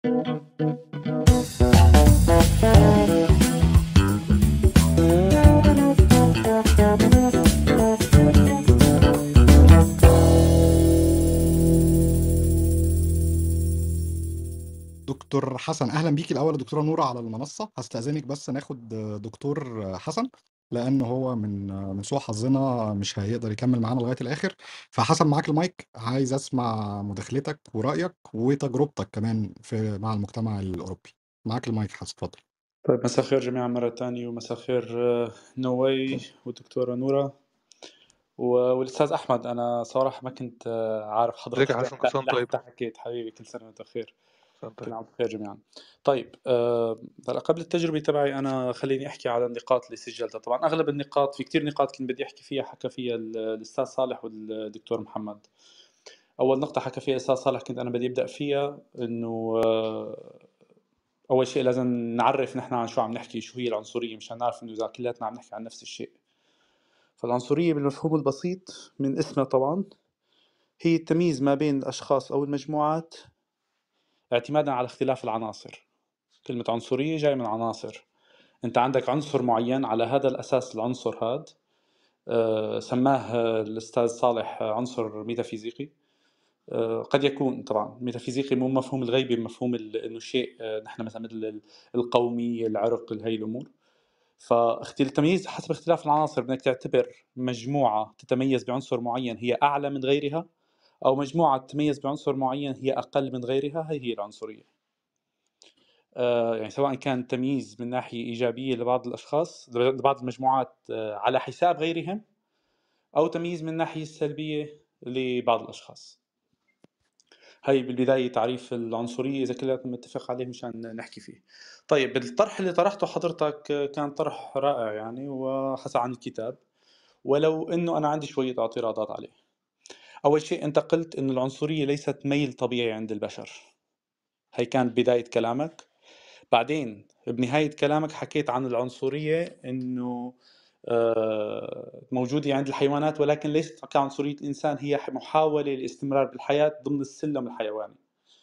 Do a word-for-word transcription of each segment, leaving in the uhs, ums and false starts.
دكتور حسن، اهلا بيكي. الاول دكتوره نوره على المنصه. هستاذنك بس ناخد دكتور حسن، لان هو من من سوء حظنا مش هيقدر يكمل معانا لغايه الاخر. فحسن معاك المايك، عايز اسمع مداخلتك ورايك وتجربتك كمان في مع المجتمع الاوروبي. معاك المايك حسن، اتفضل. طيب، مساء الخير جميعا مرة تانية، ومساء الخير آه، نوي والدكتورة نورة و- والأستاذ أحمد. أنا صراحة ما كنت آه، عارف ازيك يا حضرتك حسن؟ كل سنة وانت طيب. لحتى حكيت. حبيبي، كل سنة وأنت بخير. كل سنة وانت كل طيب. عام بخير جميعا. طيب، آه، هلا قبل التجربة تبعي أنا خليني أحكي على النقاط اللي سجلتها. طبعا أغلب النقاط، في كتير نقاط كنت بدي أحكي فيها، حكى فيها ال- الأستاذ صالح والدكتور محمد. أول نقطة حكى فيها الأستاذ صالح كنت أنا بدي أبدأ فيها، إنه آه، أول شيء لازم نعرف نحن عن شو عم نحكي، شو هي العنصرية، مشان نعرف إنه إذا كلياتنا عم نحكي عن نفس الشيء. فالعنصرية بالمفهوم البسيط من اسمها طبعا هي التمييز ما بين الأشخاص أو المجموعات اعتمادا على اختلاف العناصر. كلمة عنصرية جاي من عناصر. أنت عندك عنصر معين، على هذا الأساس العنصر هذا آه، سماه الأستاذ صالح عنصر ميتافيزيقي. آه، قد يكون طبعا ميتافيزيقي مو مفهوم الغيبي، بمفهوم ال- إنه شيء آه، نحن مثلا مثل ال- القومية، العرق، هاي الأمور. فالتمييز حسب اختلاف العناصر، بدك تعتبر مجموعة تتميز بعنصر معين هي أعلى من غيرها، أو مجموعة تتميز بعنصر معين هي أقل من غيرها. هي هي العنصرية. آه يعني سواء كان تمييز من ناحية إيجابية لبعض الأشخاص، لبعض المجموعات آه على حساب غيرهم، أو تمييز من ناحية سلبية لبعض الأشخاص. هاي بالبداية تعريف العنصرية، إذا كلنا متفق عليه مشان نحكي فيه. طيب، الطرح اللي طرحته حضرتك آه، كان طرح رائع يعني، وحسب عن الكتاب، ولو إنه أنا عندي شوية اعتراضات عليه. أول شيء، أنت قلت إنه العنصرية ليست ميل طبيعي عند البشر. هي كانت بداية كلامك. بعدين بنهاية كلامك حكيت عن العنصرية إنه آه، موجودة عند الحيوانات، ولكن ليست كعنصرية الإنسان، هي محاولة للاستمرار بالحياة ضمن السلم الحيواني.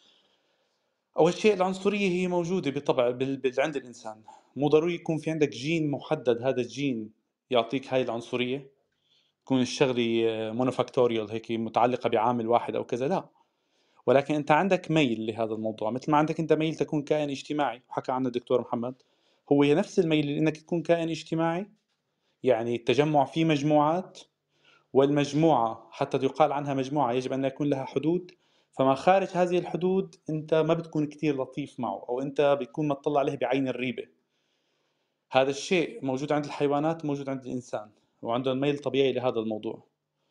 أول شيء، العنصرية هي موجودة بطبع بال... بال... عند الإنسان. مو ضروري يكون في عندك جين محدد، هذا الجين يعطيك هاي العنصرية، تكون الشغلة مونوفاكتوريال هيك متعلقة بعامل واحد أو كذا، لا. ولكن أنت عندك ميل لهذا الموضوع، مثل ما عندك أنت ميل تكون كائن اجتماعي، وحكى عنه الدكتور محمد. هو نفس الميل لأنك تكون كائن اجتماعي، يعني التجمع في مجموعات، والمجموعة حتى يقال عنها مجموعة يجب أن يكون لها حدود. فما خارج هذه الحدود أنت ما بتكون كتير لطيف معه، أو أنت بتكون مطلع عليه بعين الريبة. هذا الشيء موجود عند الحيوانات، موجود عند الإنسان، وعنده ميل طبيعي لهذا الموضوع.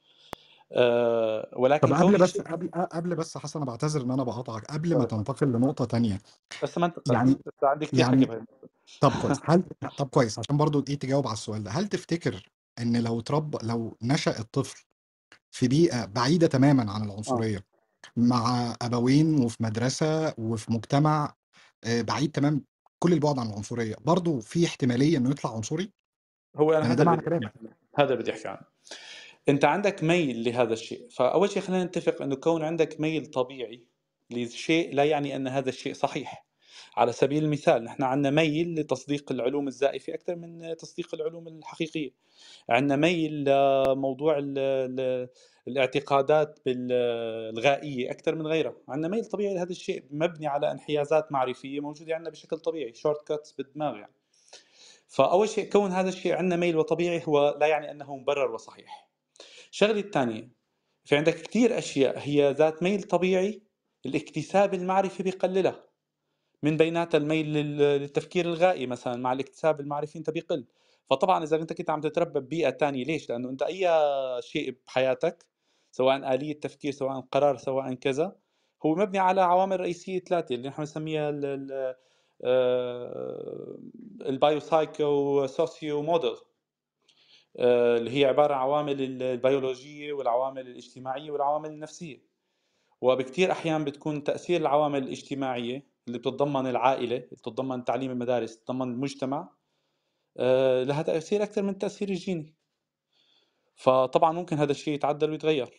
أه طب ولكن كون قبل بس الشيء، قبل قبل بس حسن، انا بعتذر ان انا بقاطعك قبل ما طيب، تنتقل لنقطه تانية. بس ما انتقل، يعني بس عندي كتير حكي يعني بهذا. طب كويس. هل طب كويس عشان برضو ايه تجاوب على السؤال ده. هل تفتكر ان لو تربى لو نشأ الطفل في بيئة بعيدة تماما عن اه العنصرية، مع أبوين وفي مدرسة وفي مجتمع آه، بعيد تمام كل البعد عن العنصرية، برضو في احتمالية إنه يطلع عنصري؟ هو انا يعني هذا ده اللي معنى بدي احكي كلامك. عنه، هذا اللي بدي احكي عنه. انت عندك ميل لهذا الشيء، فاول شيء خلينا نتفق انه كون عندك ميل طبيعي لشيء لا يعني ان هذا الشيء صحيح. على سبيل المثال، نحن عندنا ميل لتصديق العلوم الزائفة أكثر من تصديق العلوم الحقيقية. عندنا ميل لموضوع ال ال الاعتقادات الغائية أكثر من غيرها. عندنا ميل طبيعي لهذا الشيء، مبني على انحيازات معرفية موجودة عندنا بشكل طبيعي، شورت كاتس بالدماغ يعني. فأول شيء، كون هذا الشيء عندنا ميل وطبيعي هو لا يعني أنه مبرر وصحيح. الشغلة الثانية، في عندك كتير أشياء هي ذات ميل طبيعي، الاكتساب المعرفي بيقللها. من بيناتها الميل لل- للتفكير الغائي مثلا، مع الاكتساب المعرفي انت بيقل. فطبعا اذا انت كنت عم تتربى ببيئه تانية، ليش؟ لانه انت اي شيء بحياتك، سواء آلية تفكير، سواء قرار، سواء كذا، هو مبني على عوامل رئيسيه ثلاثه اللي نحن بنسميها ال- ال- آه، البايوسايكو سوسيو موديل، آه، اللي هي عباره عن عوامل ال- البيولوجيه والعوامل الاجتماعيه والعوامل النفسيه. وبكتير أحيان بتكون تأثير العوامل الاجتماعية اللي بتتضمن العائلة، اللي بتتضمن تعليم المدارس، بتتضمن المجتمع، آه، لها تأثير أكثر من التأثير الجيني. فطبعا ممكن هذا الشيء يتعدل ويتغير.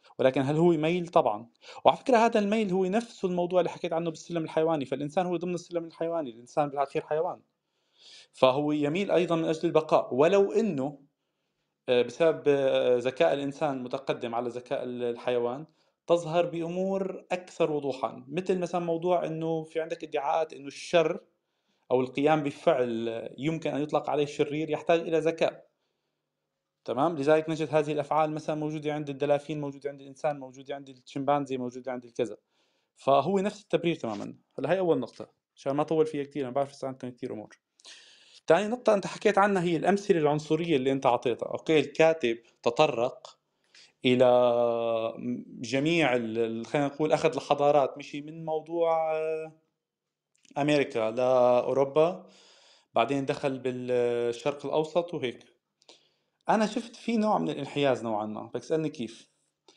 ولكن هل هو ميل؟ طبعا. وعلى فكرة هذا الميل هو نفس الموضوع اللي حكيت عنه بالسلم الحيواني، فالإنسان هو ضمن السلم الحيواني، الإنسان بالأخير حيوان، فهو يميل أيضا من أجل البقاء، ولو أنه آه، بسبب آه، ذكاء الإنسان متقدم على ذكاء الحيوان تظهر بأمور أكثر وضوحا، مثل مثلا موضوع أنه في عندك ادعاءات أنه الشر أو القيام بفعل يمكن أن يطلق عليه شرير يحتاج إلى ذكاء. تمام، لذلك نجد هذه الأفعال مثلا موجودة عند الدلافين، موجودة عند الإنسان، موجودة عند الشمبانزي، موجودة عند الكذا، فهو نفس التبرير تماما. هلا هي أول نقطة عشان ما أطول فيها كثير، أنا بعرف لسه عندكم كثير أمور. ثاني نقطة أنت حكيت عنها هي الأمثلة العنصرية اللي أنت أعطيتها. أوكي، الكاتب تطرق إلى جميع ال- خلينا نقول أخذ الحضارات، مشي من موضوع آه، أمريكا لأوروبا، بعدين دخل بالشرق الأوسط وهيك. أنا شفت في نوع من الانحياز نوعا ما، بدك تسألني كيف.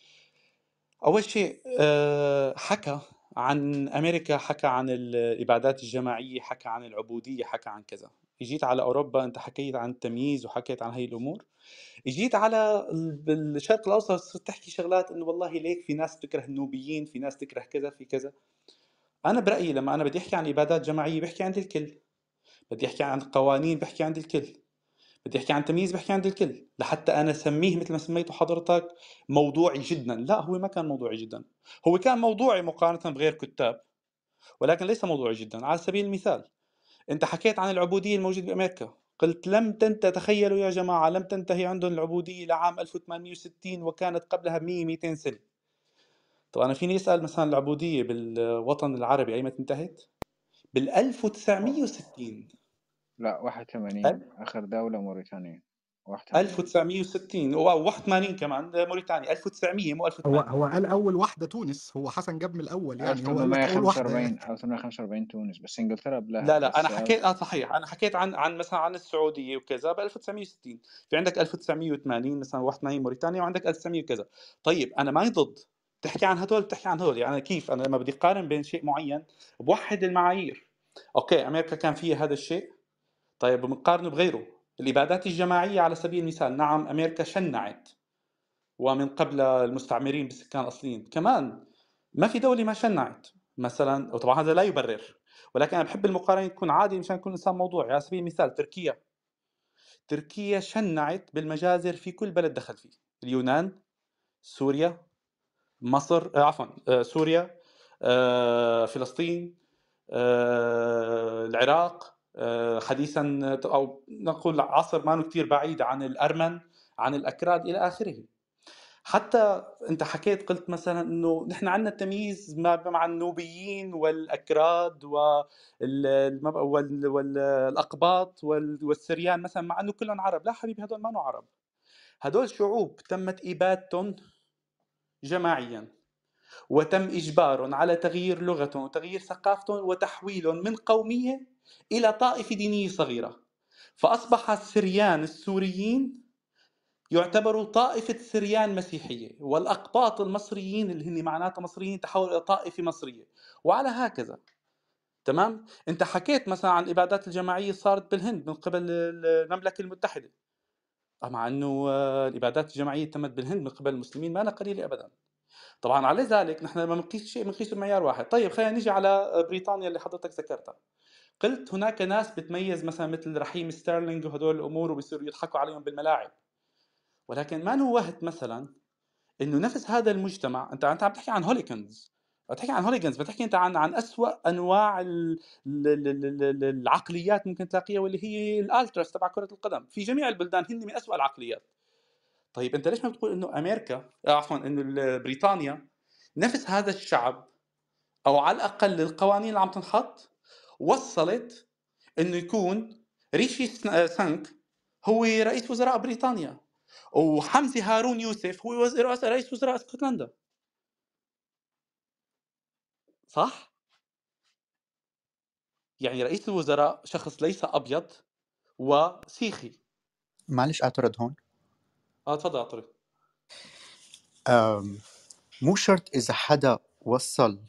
أول شيء آه، حكى عن أمريكا، حكى عن الإبادات الجماعية، حكى عن العبودية، حكى عن كذا. جيت على أوروبا أنت حكيت عن التمييز وحكيت عن هاي الأمور. جيت على ال- بالشرق الأوسط صرت تحكي شغلات إنه والله ليك في ناس تكره النوبيين، في ناس تكره كذا، في كذا. أنا برأيي لما أنا بدي أحكي عن إبادات جماعية بحكي عند الكل، بدي أحكي عن قوانين بحكي عند الكل، بدي أحكي عن تمييز بحكي عند الكل، لحتى أنا سميه مثل ما سميته حضرتك موضوعي جدا. لا، هو ما كان موضوعي جدا، هو كان موضوعي مقارنة بغير كتاب، ولكن ليس موضوعي جدا. على سبيل المثال أنت حكيت عن العبودية الموجودة بأمريكا، قلت لم تنتهي، تخيلوا يا جماعة، لم تنتهي عندهم العبودية لعام ألف وثمانمئة وستين وكانت قبلها مئة مئتين سنة. طب أنا فيني أسأل مثلا العبودية بالوطن العربي أيمتى انتهت؟ بال ألف وتسعمئة وستين. لا واحد وثمانين آخر دولة موريتانيا، واحد وثمانين ألف وتسعمئة وستين و واحد وثمانين كمان موريتانيا، ألف وتسعمئة مو هو ألف وثمانين. هو قال اول واحده تونس، هو حسن جاب من الاول يعني، هو قال لك اول واحده يعني. ألف وثمانمئة وخمسة وأربعين ألف وثمانمئة وخمسة وأربعين تونس، بس إنجلترا قبلها. لا لا بس انا حكيت اه صحيح، انا حكيت عن عن مثلا عن السعوديه وكذا ب ألف وتسعمئة وستين، في عندك ألف وتسعمئة وثمانين مثلا واحد وثمانين موريتانيا، وعندك ألف وتسعمئة وكذا. طيب انا ما ضد تحكي عن هدول، بتحكي عن هدول يعني. كيف انا لما بدي اقارن بين شيء معين بوحد المعايير. اوكي امريكا كان فيها هذا الشيء، طيب بنقارنه بغيره. الابادات الجماعيه على سبيل المثال، نعم امريكا شنعت، ومن قبل المستعمرين بالسكان الاصليين كمان، ما في دوله ما شنعت مثلا. وطبعا هذا لا يبرر، ولكن انا بحب المقارنه تكون عادي مشان يكون الانسان موضوعي. على سبيل المثال تركيا، تركيا شنعت بالمجازر في كل بلد دخل فيه، اليونان، سوريا، مصر آه عفوا آه سوريا، آه فلسطين، آه العراق، آه حديثا او نقول عصر ما كثير بعيد عن الارمن، عن الاكراد الى اخره. حتى انت حكيت قلت مثلا انه نحن عندنا تمييز مع النوبيين والاكراد والاقباط والسريان مثلا، مع انه كلهم عرب. لا حبيبي، هدول ما عرب، هدول شعوب تمت ابادتهم جماعيا، وتم اجبارهم على تغيير لغتهم وتغيير ثقافتهم وتحويلهم من قوميه الى طائفه دينيه صغيره، فاصبح السريان السوريين يعتبروا طائفة سريان مسيحية، والأقباط المصريين اللي هن معناتها مصريين تحولوا إلى طائفة مصرية، وعلى هكذا. تمام. أنت حكيت مثلا عن الإبادات الجماعية صارت بالهند من قبل المملكة المتحدة، مع أنه الإبادات الجماعية تمت بالهند من قبل المسلمين ما أنا قليلة أبدا. طبعا على ذلك نحن لما بنقيس شيء بنقيسه بمعيار واحد. طيب خلينا نيجي على بريطانيا اللي حضرتك ذكرتها. قلت هناك ناس بتميز مثلا مثل رحيم ستيرلينج وهدول الأمور، وبيصيروا يضحكوا عليهم بالملاعب، ولكن ما نوهت مثلا انه نفس هذا المجتمع، انت انت عم تحكي عن هوليكنز، بتحكي عن هوليجنز، بتحكي انت عن عن اسوأ انواع ال... ال... ال... ال... العقليات ممكن تلاقيها، واللي هي الالتراس تبع كرة القدم في جميع البلدان، هن من اسوأ العقليات. طيب انت ليش ما بتقول انه امريكا آه، عفوا انه بريطانيا نفس هذا الشعب، او على الاقل القوانين اللي عم تنحط وصلت انه يكون ريشي سانك هو رئيس وزراء بريطانيا، وحمزة هارون يوسف هو وزير رئيس وزراء اسكتلندا، صح؟ يعني رئيس الوزراء شخص ليس أبيض وسيخي. معلش اعترض هون. اه تفضل اعترض. أم، مو شرط إذا حدا وصل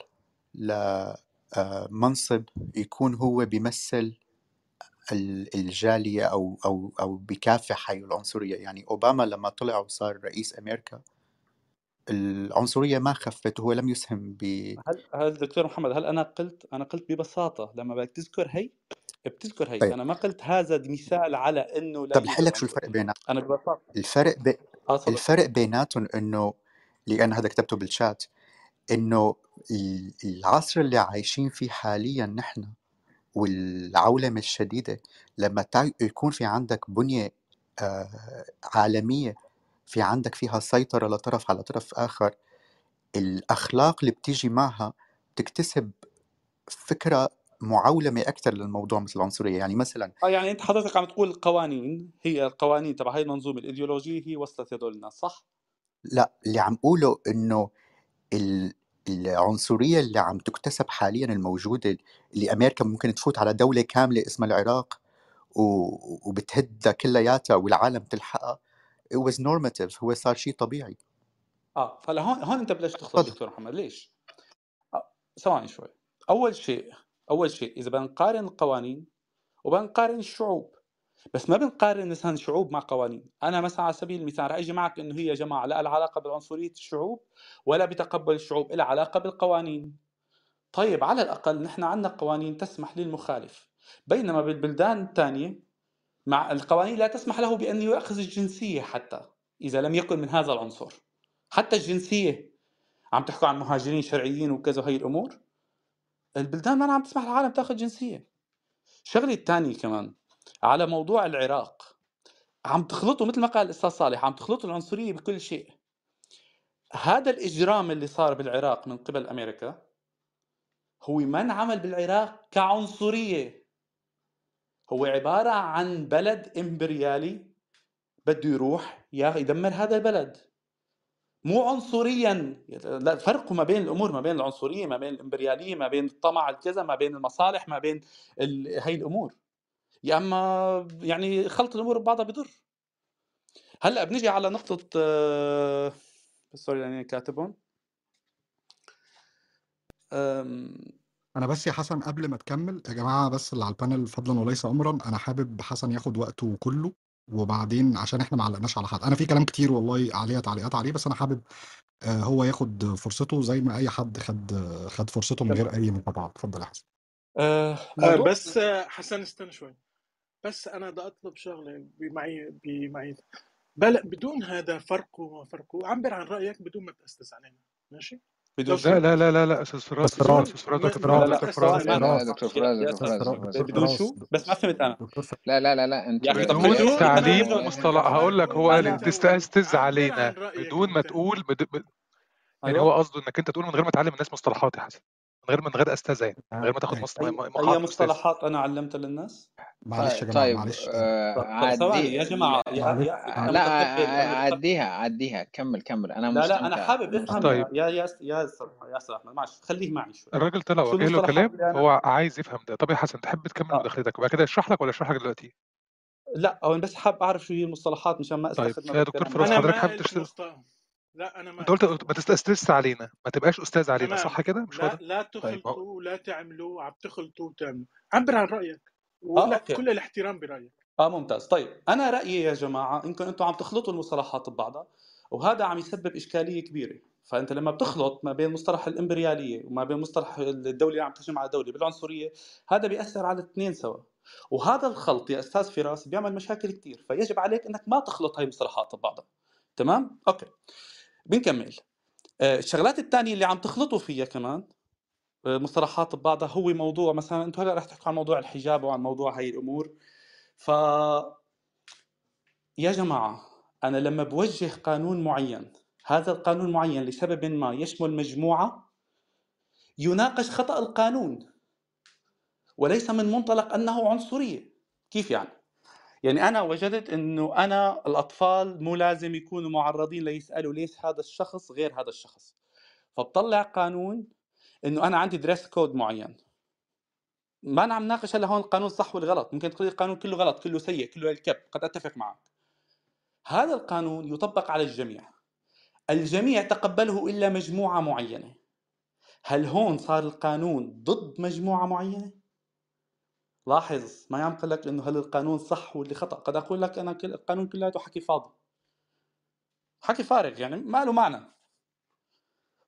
لمنصب يكون هو بيمثل ال- الجالية أو أو أو بكافح هاي العنصرية. يعني أوباما لما طلع وصار رئيس أمريكا العنصرية ما خفت وهو لم يسهم ب هل هل دكتور محمد هل أنا قلت أنا قلت ببساطة لما بدك تذكر هي بتذكر هي طيب أنا ما قلت هذا مثال على إنه لا طب يوجد لحلك شو عنصرية. الفرق بيناتهم؟ أنا ببساطة الفرق ب... آه صدق الفرق بيناتهم انه اللي انا هذا كتبته بالشات، انه ال- العصر اللي عايشين فيه حاليا نحن والعولمة الشديدة، لما تع- يكون في عندك بنية آه، عالمية، في عندك فيها سيطرة لطرف على طرف آخر، الأخلاق اللي بتيجي معها تكتسب فكرة معولمة أكثر للموضوع مثل العنصرية. يعني مثلا آه يعني أنت حضرتك عم تقول القوانين هي القوانين تبع هاي المنظومة الإيديولوجية هي وصلت هدول الناس صح؟ لا، اللي عم قوله إنه ال- العنصرية اللي عم تكتسب حاليا الموجودة، اللي أمريكا ممكن تفوت على دولة كاملة اسمها العراق و- وبتهدها كلياتها والعالم تلحقها. it was normative، هو صار شيء طبيعي. آه فهلا هون هون أنت بلشت تخلط تفضل. دكتور محمد ليش؟ آه ثواني شوي. أول شيء أول شيء إذا بنقارن القوانين وبنقارن الشعوب، بس ما بنقارن مثلا شعوب مع قوانين. انا مثلا على سبيل المثال رح اجي معك انه هي يا جماعه لا العلاقه بالعنصريه الشعوب ولا بتقبل الشعوب، إلها علاقه بالقوانين. طيب على الاقل نحن عندنا قوانين تسمح للمخالف، بينما بالبلدان الثانيه مع القوانين لا تسمح له بان ياخذ الجنسيه حتى اذا لم يكن من هذا العنصر. حتى الجنسيه عم تحكوا عن مهاجرين شرعيين وكذا هي الامور، البلدان ما عم تسمح للعالم تاخذ جنسيه. شغله الثانيه كمان على موضوع العراق، عم تخلطوا مثل ما قال الأستاذ صالح، عم تخلطوا العنصرية بكل شيء. هذا الإجرام اللي صار بالعراق من قبل أمريكا هو ما انعمل بالعراق كعنصرية، هو عبارة عن بلد إمبريالي بده يروح يدمر هذا البلد، مو عنصريا. لا، فرق ما بين الأمور، ما بين العنصرية، ما بين الإمبريالية، ما بين الطمع الكذا، ما بين المصالح، ما بين ال... هاي الأمور. يا أما يعني خلط الأمور ببعضها بضر. هلأ بنيجي على نقطة آه... سوري لأني كاتبهم. أم... انا بس يا حسن قبل ما تكمل يا جماعه، بس اللي على البانل فضلا وليس امرا، انا حابب حسن ياخد وقته كله، وبعدين عشان احنا ما علقناش على حد، انا في كلام كتير والله عليها تعليقات عليه، بس انا حابب آه، هو ياخد فرصته زي ما اي حد خد خد فرصته من غير اي مقاطعه. اتفضل يا حسن. أه... آه موضوع بس آه، حسن استنى شوي، بس انا بدي اطلب شغله بمعي بمعي بل بدون هذا فرق وما فرق، عبر عن رايك بدون ما تأسس علينا، ماشي؟ بدون لو شو؟ لا سمحت لا لا لا لا استاذ فراس بس استاذ بدون فراس استاذ فراس ما, دكتور ما لا فراس لا دكتور تأسس فراس ثواني، ما لا علينا. لا فراس دكتور يا فراس يا دكتور أستاذ فراس فراس دكتور بدون فراس شو؟ بس ما فهمت أنا. دكتور فراس لا لا لا لا انتوا يا أخي بس دكتور بدون شو؟ بدون أنت ما تعليم بتحرجوا ت- مصطلح. المصطلحات. هقول لك، بدون هو ما قال أنا بتستأستذ تعبر علينا عن رايك بدون ما انت. تقول بد... ب... يعني أيوه. هو قصده انك انت تقول من غير ما تعلم الناس مصطلحات يا حسن، من غير من غير استاذه، يعني من غير ما تاخد مصط... أي م- أي مقاطع استاذ. مصطلحات أنا علمتها للناس؟ معلش يا طيب جماعه، طيب معلش آه، طب طب ثواني عدي يا جماعة، يا معلش يا آه، أنا لا متقبل أنا متقبل عديها عديها كمل كمل انا لا لا أنا مستمتع حابب انا أفهم مستمتع طيب يا يا يا صراحة يا أستاذ أحمد، معلش خليه معي شوي. الراجل طلع شو وجه له المصطلحات كلام، اللي أنا فهو عايز يفهم ده. طب يا حسن تحب تكمل آه مداخلتك وبعد كده اشرح لك ولا اشرح لك دلوقتي؟ لا أو بس حاب أعرف شو هي المصطلحات مشان ما طيب أستخدمها يا دكتور بالكلام فراس، انا العام. حضرتك ما حابب قلت تشت... مست لا انا ما انت قلت قلت ما تستأستذش علينا، ما تبقاش استاذ علينا، تمام. صح كده؟ مش هو لا ده؟ لا طيب ما هو- تخلطوا ولا تعملوا، عم تخلطوا وتعملوا. عبر عن رايك آه ولا أوكي. كل الاحترام برايك. اه ممتاز. طيب انا رايي يا جماعه انكم انتم عم تخلطوا المصطلحات ببعضها، وهذا عم يسبب اشكاليه كبيره. فانت لما بتخلط ما بين مصطلح الامبرياليه وما بين مصطلح الدوله اللي عم تهجم على دوله بالعنصريه، هذا بياثر على الاثنين سوا. وهذا الخلط يا استاذ فراس بيعمل مشاكل كثير، فيجب عليك انك ما تخلط هاي المصطلحات ببعضها. تمام؟ اوكي. بنكمل. آه، الشغلات الثانيه اللي عم تخلطوا فيها كمان آه، مصطلحات ببعضها هو موضوع مثلا انتم هلا رح تحكوا عن موضوع الحجاب وعن موضوع هاي الامور. ف يا جماعة أنا لما بوجه قانون معين، هذا القانون المعين لسبب ما يشمل مجموعة، يناقش خطأ القانون وليس من منطلق أنه عنصرية. كيف يعني؟ يعني أنا وجدت أنه أنا الأطفال مو لازم يكونوا معرضين ليسألوا ليش هذا الشخص غير هذا الشخص، فبطلع قانون أنه أنا عندي دريس كود معين. ما أنا عم ناقش هلا هون القانون صح ولا غلط، ممكن تقول القانون كله غلط، كله سيء، كله الكب، قد أتفق معك. هذا القانون يطبق على الجميع، الجميع تقبله إلا مجموعة معينة. هل هون صار القانون ضد مجموعة معينة؟ لاحظ ما عم قل لك إنه هل القانون صح ولا خطأ، قد أقول لك أنا القانون كله حكي فاضي، حكي فارغ، يعني ما له معنى.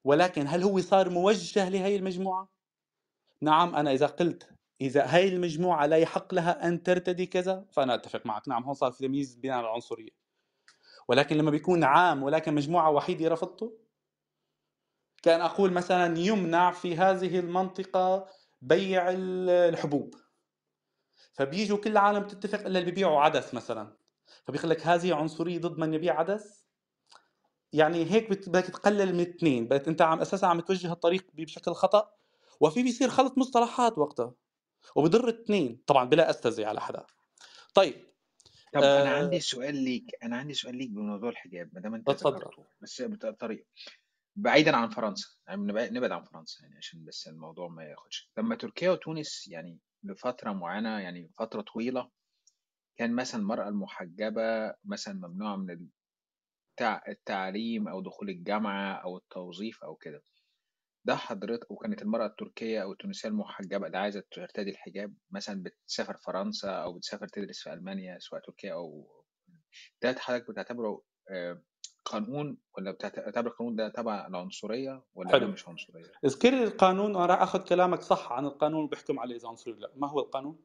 ولكن هل هو صار موجه لهي المجموعة؟ نعم. أنا إذا قلت إذا هاي المجموعة لا يحق لها أن ترتدي كذا فأنا أتفق معك. نعم، هون صار في تمييز بناء على العنصرية. ولكن لما بيكون عام ولكن مجموعة وحيدة رفضته، كان أقول مثلا يمنع في هذه المنطقة بيع الحبوب، فبيجوا كل العالم تتفق إلا اللي بيبيعوا عدس مثلا، فبيقول لك هذه عنصرية ضد من يبيع عدس. يعني هيك بدك تقلل من اثنين، بقت انت عم اساسا عم توجه الطريق بشكل خطأ، وفي بيصير خلط مصطلحات وقتها وبضر اثنين طبعا بلا استزي على حدا. طيب طب انا آه عندي سؤال ليك انا عندي سؤال ليك بموضوع الحجاب ما دام انت اتفضل. ذكرته بس بطريقه بعيدا عن فرنسا، يعني نبعد نبعد عن فرنسا يعني عشان بس الموضوع ما ياخدش. لما تركيا وتونس يعني لفتره معينه يعني فتره طويله كان مثلا المرأة المحجبة مثلا ممنوعة من التع... التعليم أو دخول الجامعة أو التوظيف أو كده، ده حضرتك وكانت المرأة التركية أو التونسية المحجبة اللي عايزة ترتدي الحجاب مثلا بتسافر فرنسا أو بتسافر تدرس في ألمانيا سواء تركيا أو ده حضرتك بتعتبره آه، قانون ولا بتعتبر القانون ده تبع العنصرية ولا ده حلو، مش عنصرية؟ اذكر لي القانون وانا راح اخذ كلامك صح عن القانون وبيحكم عليه اذا عنصري ولا لا. ما هو القانون؟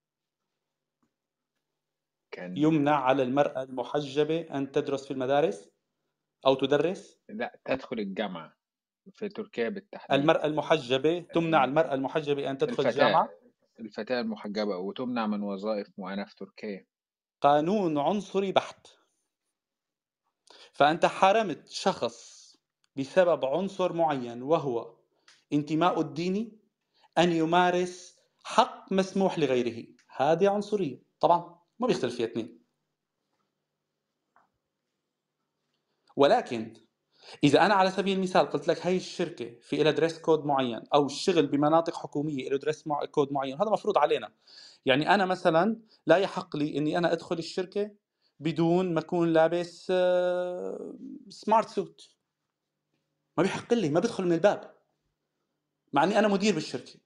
كان يمنع على المرأة المحجبة ان تدرس في المدارس او تدرس. لا تدخل الجامعة في تركيا بالتحديد. المرأة المحجبة تمنع المرأة المحجبة ان تدخل الفتاة الجامعة. الفتاة المحجبة وتمنع من وظائف معينة في تركيا. قانون عنصري بحت. فأنت حرمت شخص بسبب عنصر معين وهو انتماء الديني أن يمارس حق مسموح لغيره. هذه عنصرية طبعا، ما بيختلف فيها اثنين. ولكن إذا أنا على سبيل المثال قلت لك هاي الشركة في إلها دريس كود معين أو الشغل بمناطق حكومية إله دريس كود معين، هذا مفروض علينا. يعني أنا مثلا لا يحق لي أني أنا أدخل الشركة بدون ما أكون لابس سمارت سوت، ما بيحق لي، ما بدخل من الباب مع أني أنا مدير بالشركة.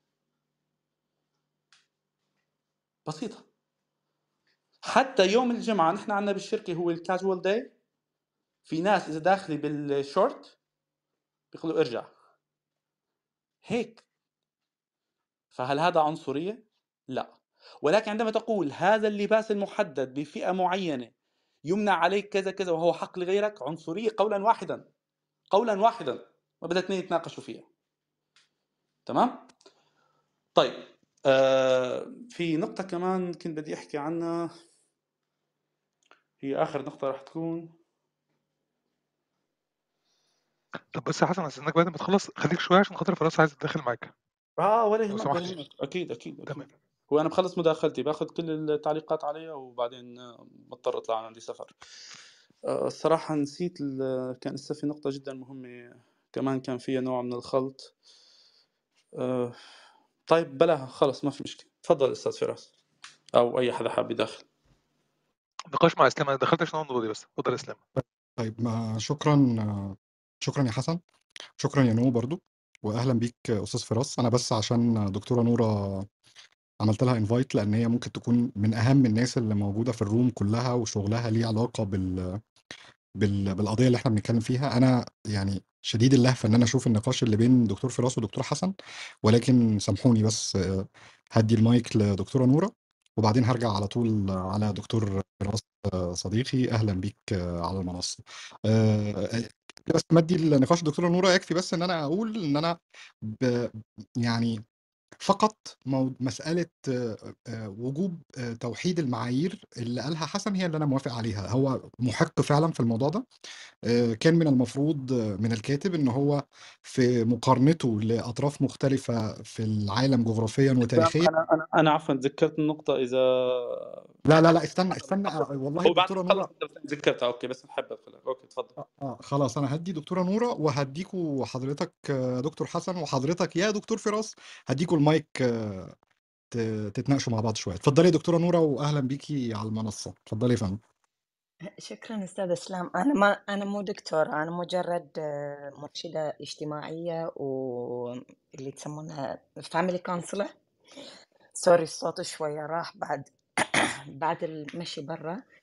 بسيطة. حتى يوم الجمعة نحن عندنا بالشركة هو الكاجوال داي، في ناس إذا داخلي بالشورت بيقولوا ارجع هيك. فهل هذا عنصرية؟ لا. ولكن عندما تقول هذا اللباس المحدد بفئة معينة يمنع عليك كذا كذا وهو حق لغيرك، عنصرية قولا واحدا، قولا واحدا، ما بدها اثنين يتناقشوا فيها. تمام؟ طيب آه في نقطة كمان كنت بدي أحكي عنها، هي آخر نقطة راح تكون. طب بس يا حسن استناك بعد ما تخلص خليك شويه عشان خاطر فراس عايز تدخل معاك اه ولا لو يهمك سمحت. ولا يهمك، اكيد اكيد اكيد. تمام. هو انا بخلص مداخلتي باخذ كل التعليقات عليها وبعدين آه، بضطر اطلع، عندي سفر. آه، الصراحه نسيت ال- كان لسه في نقطه جدا مهمه كمان كان فيها نوع من الخلط. آه، طيب بلاها خلص ما في مشكله. تفضل استاذ فراس او اي حدا حاب يدخل. نقاش مع اسلام، انا دخلت عشان النقطه دي بس. اتفضل يا اسلام. طيب ما شكرا شكرا يا حسن، شكرا يا نو برضو، واهلا بيك استاذ فراس. انا بس عشان دكتوره نوره عملت لها انفايت لان هي ممكن تكون من اهم الناس اللي موجوده في الروم كلها وشغلها ليه علاقه بال... بال... بالقضيه اللي احنا بنتكلم فيها. انا يعني شديد اللهفه ان انا اشوف النقاش اللي بين دكتور فراس ودكتور حسن، ولكن سامحوني بس آه، هدي المايك لدكتوره نوره وبعدين هرجع على طول على دكتور فراس. آه، صديقي اهلا بيك آه، على المنصه. آه، بس مدي النقاش دكتوره نوره يكفي بس ان انا اقول ان انا ب... يعني فقط مو- مسألة آه، آه، وجوب آه، توحيد المعايير اللي قالها حسن هي اللي أنا موافق عليها. هو محق فعلا في الموضوع ده. آه، كان من المفروض آه، من الكاتب إن هو في مقارنته لأطراف مختلفة في العالم جغرافيا وتاريخيا. انا انا انا عفوا تذكرت النقطه. اذا لا لا لا استنى استنى آه، والله هو بعد ما الدكتورة تخلص نورة. تذكرتها اوكي، بس بحب ادخلها. اوكي تفضل. آه آه، خلاص أنا هدي دكتورة نورة وهديكوا حضرتك آه، دكتور حسن وحضرتك يا دكتور فراس هديكوا المايك آه، ت- تتناقشوا مع بعض شوية. اتفضلي يا دكتورة نورة وأهلا بيكي على المنصة. اتفضلي يا فندم. شكرا أستاذ إسلام. أنا ما أنا مو دكتورة، أنا مجرد آه، مرشدة اجتماعية واللي تسمونها فاميلي كونسلر. سوري الصوت شوية راح بعد بعد المشي برا.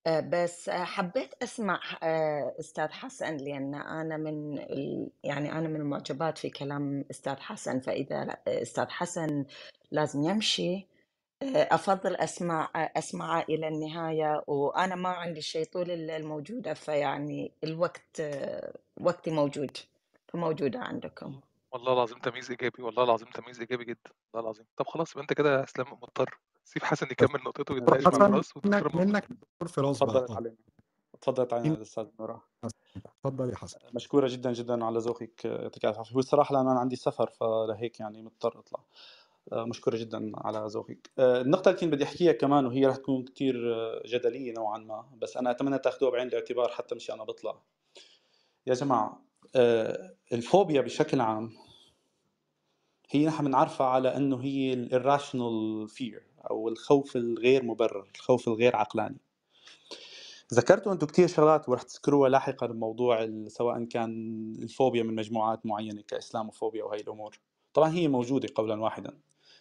آه، بس آه، حبيت أسمع آه، أستاذ حسن، لأن أنا من ال... يعني أنا من المعجبات في كلام أستاذ حسن، فإذا لا- أستاذ حسن لازم يمشي آه، أفضل أسمع آه، أسمعه إلى النهاية، وأنا ما عندي شيء طول الليل الموجودة، فيعني الوقت آه، وقتي موجود، فموجودة عندكم. والله العظيم تمييز ايجابي، والله العظيم تمييز ايجابي جدا، والله العظيم. طب خلاص يبقى انت كده يا اسلام مضطر سيب حسن بس يكمل نقطته دكتور ويتناقش مع حسن فراس، والدكتوره منك موجوده. منك دكتور فراس بقى. تفضلت اه علينا تفضلت علينا مين الاستاذ نورا. حسن؟ اتفضل يا حسن. مشكورة جدا جدا على ذوقك، يعطيك العافية. هو الصراحة لأن أنا عندي سفر فلهيك يعني مضطر أطلع. آه، مشكورة جدا على ذوقك. آه، النقطة اللي كنت بدي أحكيها كمان، وهي رح تكون كتير آه، جدلية نوعا ما، بس أنا أتمنى تاخذوها بعين الاعتبار حتى مش أنا بطلع. يا جماعة، آه، الفوبيا بشكل عام هي نحن بنعرفها على أنه هي ال irrational fear أو الخوف الغير مبرر، الخوف الغير عقلاني. ذكرتوا أنتم كتير شغلات ورح تذكروها لاحقا بموضوع ال- سواء كان الفوبيا من مجموعات معينة كإسلاموفوبيا وهي الأمور. طبعا هي موجودة قولا واحدا،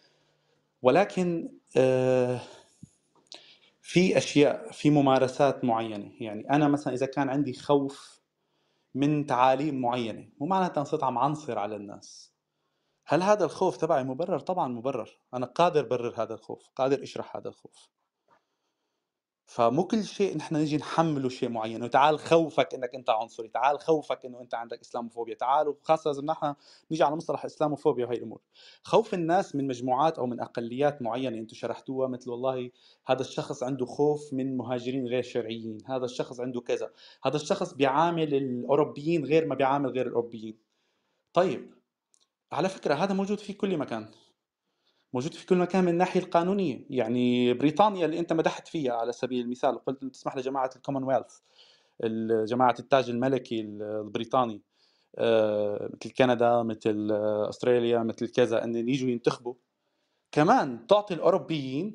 ولكن آه، في أشياء، في ممارسات معينة. يعني أنا مثلا إذا كان عندي خوف من تعاليم معينة، مو معناتها صرت عم عنصر على الناس. هل هذا الخوف تبعي مبرر؟ طبعا مبرر. أنا قادر برر هذا الخوف، قادر أشرح هذا الخوف. فمو كل شيء نحن نجي نحمله شيء معين، وتعال خوفك انك انت عنصري، تعال خوفك انه انت عندك اسلاموفوبيا، تعال. وخاصه لازم نحن نيجي على مصطلح اسلاموفوبيا وهي الامور. خوف الناس من مجموعات او من اقليات معينه انتم شرحتوها، مثل والله هذا الشخص عنده خوف من مهاجرين غير شرعيين، هذا الشخص عنده كذا، هذا الشخص بيعامل الاوروبيين غير ما بيعامل غير الاوروبيين. طيب، على فكره هذا موجود في كل مكان، موجود في كل مكان من الناحية القانونية. يعني بريطانيا اللي أنت مدحت فيها على سبيل المثال وقلت أن تسمح لجماعة الكومنولث، جماعة التاج الملكي البريطاني، آه، مثل كندا، مثل آه، أستراليا، مثل كذا، أن يجوا ينتخبوا، كمان تعطي الأوروبيين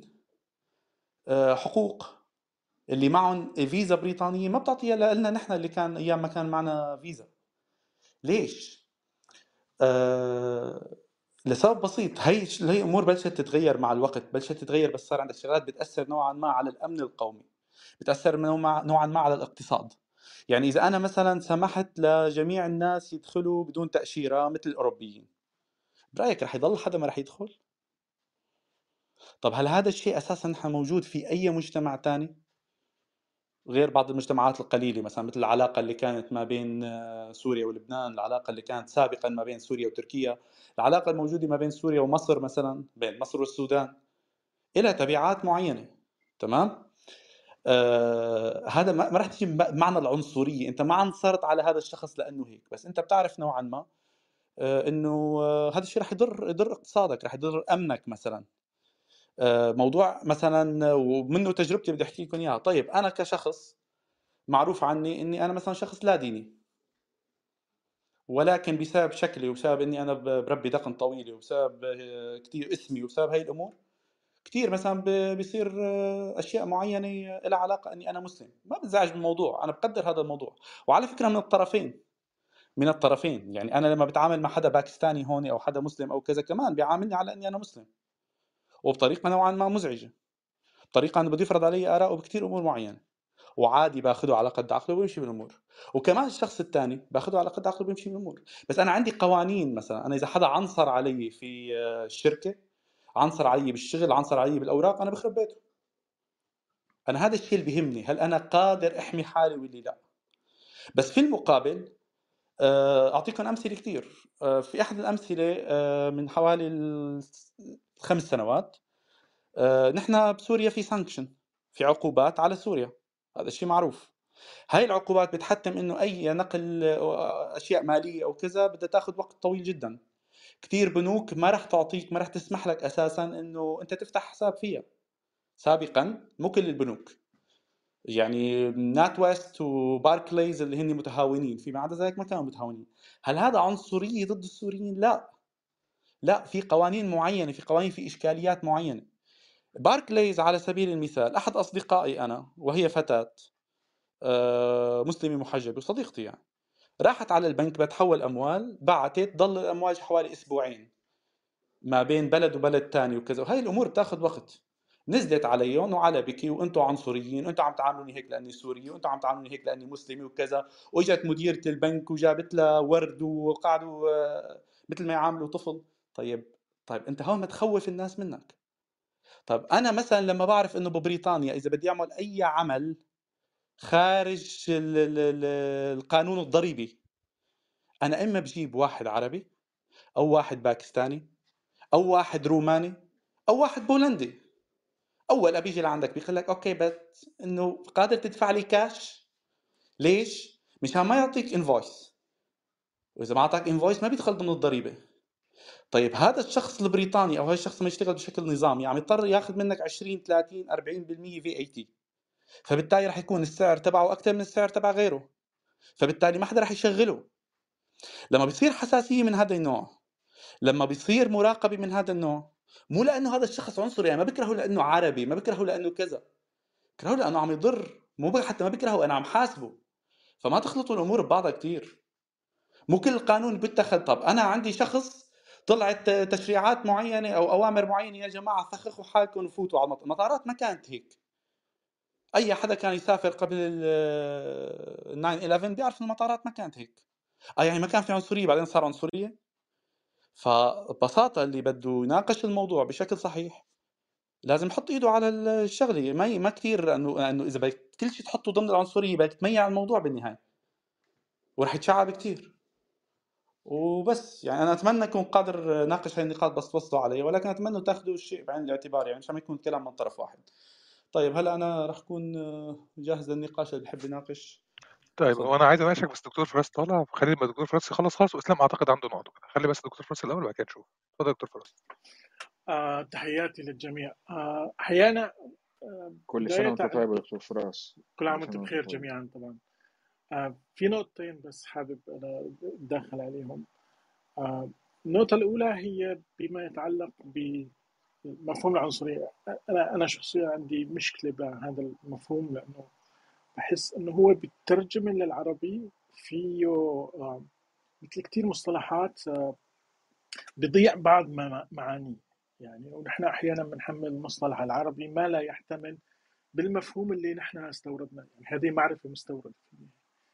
آه، حقوق. اللي معهم فيزا بريطانية ما بتعطيها لنا نحن اللي كان أيام ما كان معنا فيزا. ليش؟ آه لسبب بسيط. هي هي امور بلشت تتغير مع الوقت، بلشت تتغير، بس صار عندك شغلات بتاثر نوعا ما على الامن القومي، بتاثر نوعا ما على الاقتصاد. يعني اذا انا مثلا سمحت لجميع الناس يدخلوا بدون تاشيره مثل الاوروبيين، برايك رح يضل حدا ما رح يدخل؟ طب هل هذا الشيء اساسا نحن موجود في اي مجتمع تاني غير بعض المجتمعات القليله، مثلا مثل العلاقه اللي كانت ما بين سوريا ولبنان، العلاقه اللي كانت سابقا ما بين سوريا وتركيا، العلاقه الموجوده ما بين سوريا ومصر، مثلا بين مصر والسودان، إلى تبعات معينة. تمام؟ آه هذا ما ما رح تجي بمعنى العنصرية، أنت ما عنصرت على هذا الشخص لأنه هيك، بس أنت بتعرف نوعا ما آه إنه آه هذا الشيء رح يضر يضر اقتصادك، رح يضر أمنك مثلا. آه موضوع مثلا، ومنه تجربتي بدي أحكي لكم إياها. طيب أنا كشخص معروف عني إني أنا مثلا شخص لا ديني، ولكن بسبب شكلي وبسبب إني أنا بربي دقن طويلة وبسبب آه كتير اسمي وبسبب هاي الأمور، كتير مثلا بيصير اشياء معينه لها علاقه اني انا مسلم، ما بنزعج بالموضوع، انا بقدر هذا الموضوع. وعلى فكره من الطرفين، من الطرفين. يعني انا لما بتعامل مع حدا باكستاني هون او حدا مسلم او كذا، كمان بيعاملني على اني انا مسلم، وبطريقه نوعا ما مزعجه، بطريقه انه بده يفرض علي اراءه بكثير امور معينه، وعادي باخذه على قد عقله وبيمشي بالامور. وكمان الشخص الثاني باخذه على قد عقله وبيمشي بالامور. بس انا عندي قوانين. مثلا انا اذا حدا عنصر علي في الشركه، عنصر علي بالشغل، عنصر علي بالاوراق، انا بخرب بيته. أنا هذا الشيء اللي بيهمني، هل أنا قادر أحمي حالي ولا لا؟ بس في المقابل أعطيكم أمثلة كتير. في أحد الأمثلة من حوالي خمس سنوات، نحن بسوريا في سانكشن، في عقوبات على سوريا، هذا الشيء معروف. هاي العقوبات بتحتم إنه أي نقل أشياء مالية أو كذا بدها تاخذ وقت طويل جدا. كتير بنوك ما رح تعطيك، ما رح تسمح لك أساسا إنه أنت تفتح حساب فيها سابقا، مو كل البنوك. يعني نات ويست وباركليز اللي هن متهاونين، في ما عدا ذلك ما كانوا متهاونين. هل هذا عنصرية ضد السوريين؟ لا لا، في قوانين معينة، في قوانين، في إشكاليات معينة. باركليز على سبيل المثال، أحد أصدقائي أنا وهي فتاة مسلمة محجبة وصديقتي، يعني راحت على البنك بتحول أموال، بعتت، ضل الأمواج حوالي أسبوعين ما بين بلد وبلد تاني وكذا، وهي الأمور بتاخذ وقت. نزلت عليهم وعلى بكي وانتم عنصريين، وانتم عم تعاملوني هيك لاني سوري، وانتم عم تعاملوني هيك لاني مسلمي وكذا. واجت مديرة البنك وجابت لها ورد وقعدوا آه، مثل ما يعاملوا طفل. طيب طيب انت هون متخوف الناس منك. طب انا مثلا لما بعرف انه ببريطانيا اذا بدي اعمل اي عمل خارج ال ال ال القانون الضريبي، انا اما بجيب واحد عربي او واحد باكستاني او واحد روماني او واحد بولندي. اول بيجي لعندك بيقول لك اوكي بس انه قادر تدفع لي كاش. ليش؟ مشان ما يعطيك انفويس، واذا ما اعطاك انفويس ما بيدخل ضمن الضريبه. طيب هذا الشخص البريطاني او هذا الشخص ما يشتغل بشكل نظامي عم يضطر ياخذ منك عشرين ثلاثين أربعين بالمية في اي تي، فبالتالي راح يكون السعر تبعه اكثر من السعر تبع غيره، فبالتالي ما حدا راح يشغله. لما بيصير حساسيه من هذا النوع، لما بيصير مراقبه من هذا النوع، مو لانه هذا الشخص عنصري، يعني ما بكرهه لانه عربي، ما بكرهه لانه كذا، بكرهه لانه عم يضر، مو حتى ما بكرهه، انا عم حاسبه. فما تخلطوا الامور ببعضها كثير. مو كل القانون بيتخذ. طب انا عندي شخص طلعت تشريعات معينه او اوامر معينه، يا جماعه فخخوا حالكم وفوتوا على المطارات. ما كانت هيك. اي حدا كان يسافر قبل ال تسعة إحدى عشر بيعرف المطارات ما كانت هيك. اه يعني ما كان في عنصريه بعدين صار عنصريه. فببساطه اللي بده يناقش الموضوع بشكل صحيح لازم يحط ايده على الشغله. ما ما كثير انه انه اذا بدك كل شيء تحطه ضمن العنصريه بدك تميع الموضوع بالنهايه ورح يتشعب كثير. وبس يعني انا اتمنى اكون قادر ناقش هاي النقاط بس توصلوا علي، ولكن اتمنى تاخذوا الشيء بعين الاعتبار، يعني مش عم يكون كلام من طرف واحد. طيب هلا انا رح اكون جاهز للنقاش اللي بحب يناقش. طيب تفضل. وانا عايز اناقشك بس دكتور فراس طالع، خلي لما الدكتور فراس يخلص خالص، واسلام اعتقد عنده نقطه كده. خلي بس الدكتور فراس الاول وبعد كده نشوف. اتفضل يا دكتور فراس. آه تحياتي للجميع. آه احيانا آه كل سنة بداية وانت طيب يا دكتور فراس. كل عام كل وانتم سنة وانت بخير طيب. جميعا. طبعا آه في نقطتين بس حابب انا اتدخل عليهم. آه النقطة الأولى هي بما يتعلق بمفهوم العنصرية. أنا أنا شخصيا عندي مشكلة بهذا المفهوم، لأنه بحس إنه هو بالترجمة للعربي فيه آه مثل كتير مصطلحات آه بيضيع بعض ما- معانيه. يعني ونحن أحيانا بنحمل المصطلح العربي ما لا يحتمل بالمفهوم اللي نحن استوردناه، يعني هذه معرفة مستوردة في النهاية.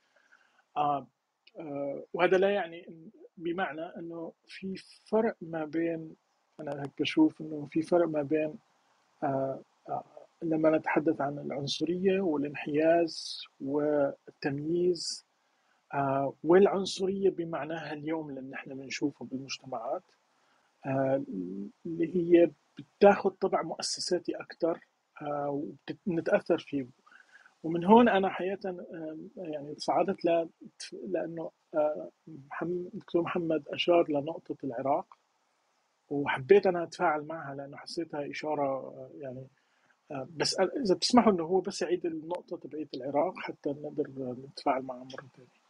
آه آه وهذا لا يعني إن- بمعنى انه في فرق ما بين، انا هيك بشوف انه في فرق ما بين آه آه لما نتحدث عن العنصرية والانحياز والتمييز آه والعنصرية بمعناها اليوم اللي نحن بنشوفه بالمجتمعات، آه اللي هي بتاخذ طبع مؤسساتي أكثر آه ونتأثر فيه. ومن هون أنا حقيقة آه، يعني تصعدت ل... لأنه آه، محمد دكتور محمد أشار لنقطة العراق، وحبيت أنا أتفاعل معها لأنه حسيتها إشارة آه، يعني آه، بس إذا بتسمحوا إنه هو بس يعيد النقطة تبعية العراق حتى نقدر نتفاعل معها مرة ثانية.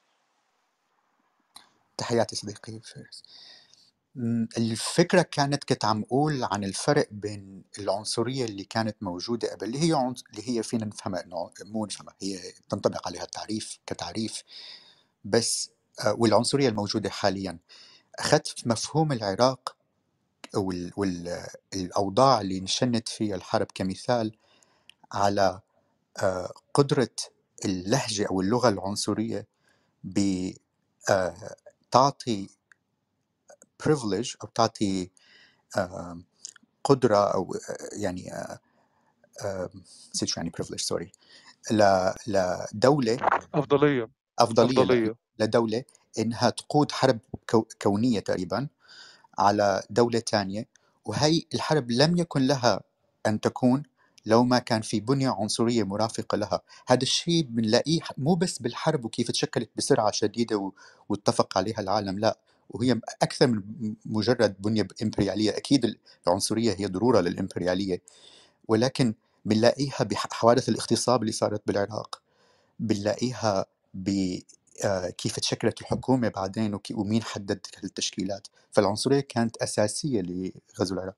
تحياتي صديقي فارس. م، الفكرة كانت كنت عم أقول عن الفرق بين العنصرية اللي كانت موجودة قبل، اللي هي عنص... اللي هي فينا نفهمها، إنه مو نفهمها، هي تنطبق عليها التعريف كتعريف بس، آه، والعنصرية الموجودة حاليا. أخذت مفهوم العراق وال... وال... الأوضاع اللي انشنت فيها الحرب كمثال على آه، قدرة اللهجة أو اللغة العنصرية ب آه، تعطي privilege أو تعطي آه، قدرة أو آه، يعني آه، آه، نسيت شو يعني privilege سوري، ل- لدولة افضليه أفضلية ل- افضليه لدولة إنها تقود حرب كو- كونية تقريبا على دولة تانية. وهي الحرب لم يكن لها أن تكون لو ما كان في بنية عنصرية مرافقة لها. هذا الشيء بنلاقيه مو بس بالحرب وكيف تشكلت بسرعة شديدة و- واتفق عليها العالم، لا، وهي أكثر من مجرد بنية إمبريالية. أكيد العنصرية هي ضرورة للإمبريالية، ولكن بنلاقيها بحوادث الاغتصاب اللي صارت بالعراق، بنلاقيها ب آه، كيف تشكلت الحكومة بعدين وكي- ومين حدد التشكيلات. فالعنصرية كانت أساسية لغزو العراق.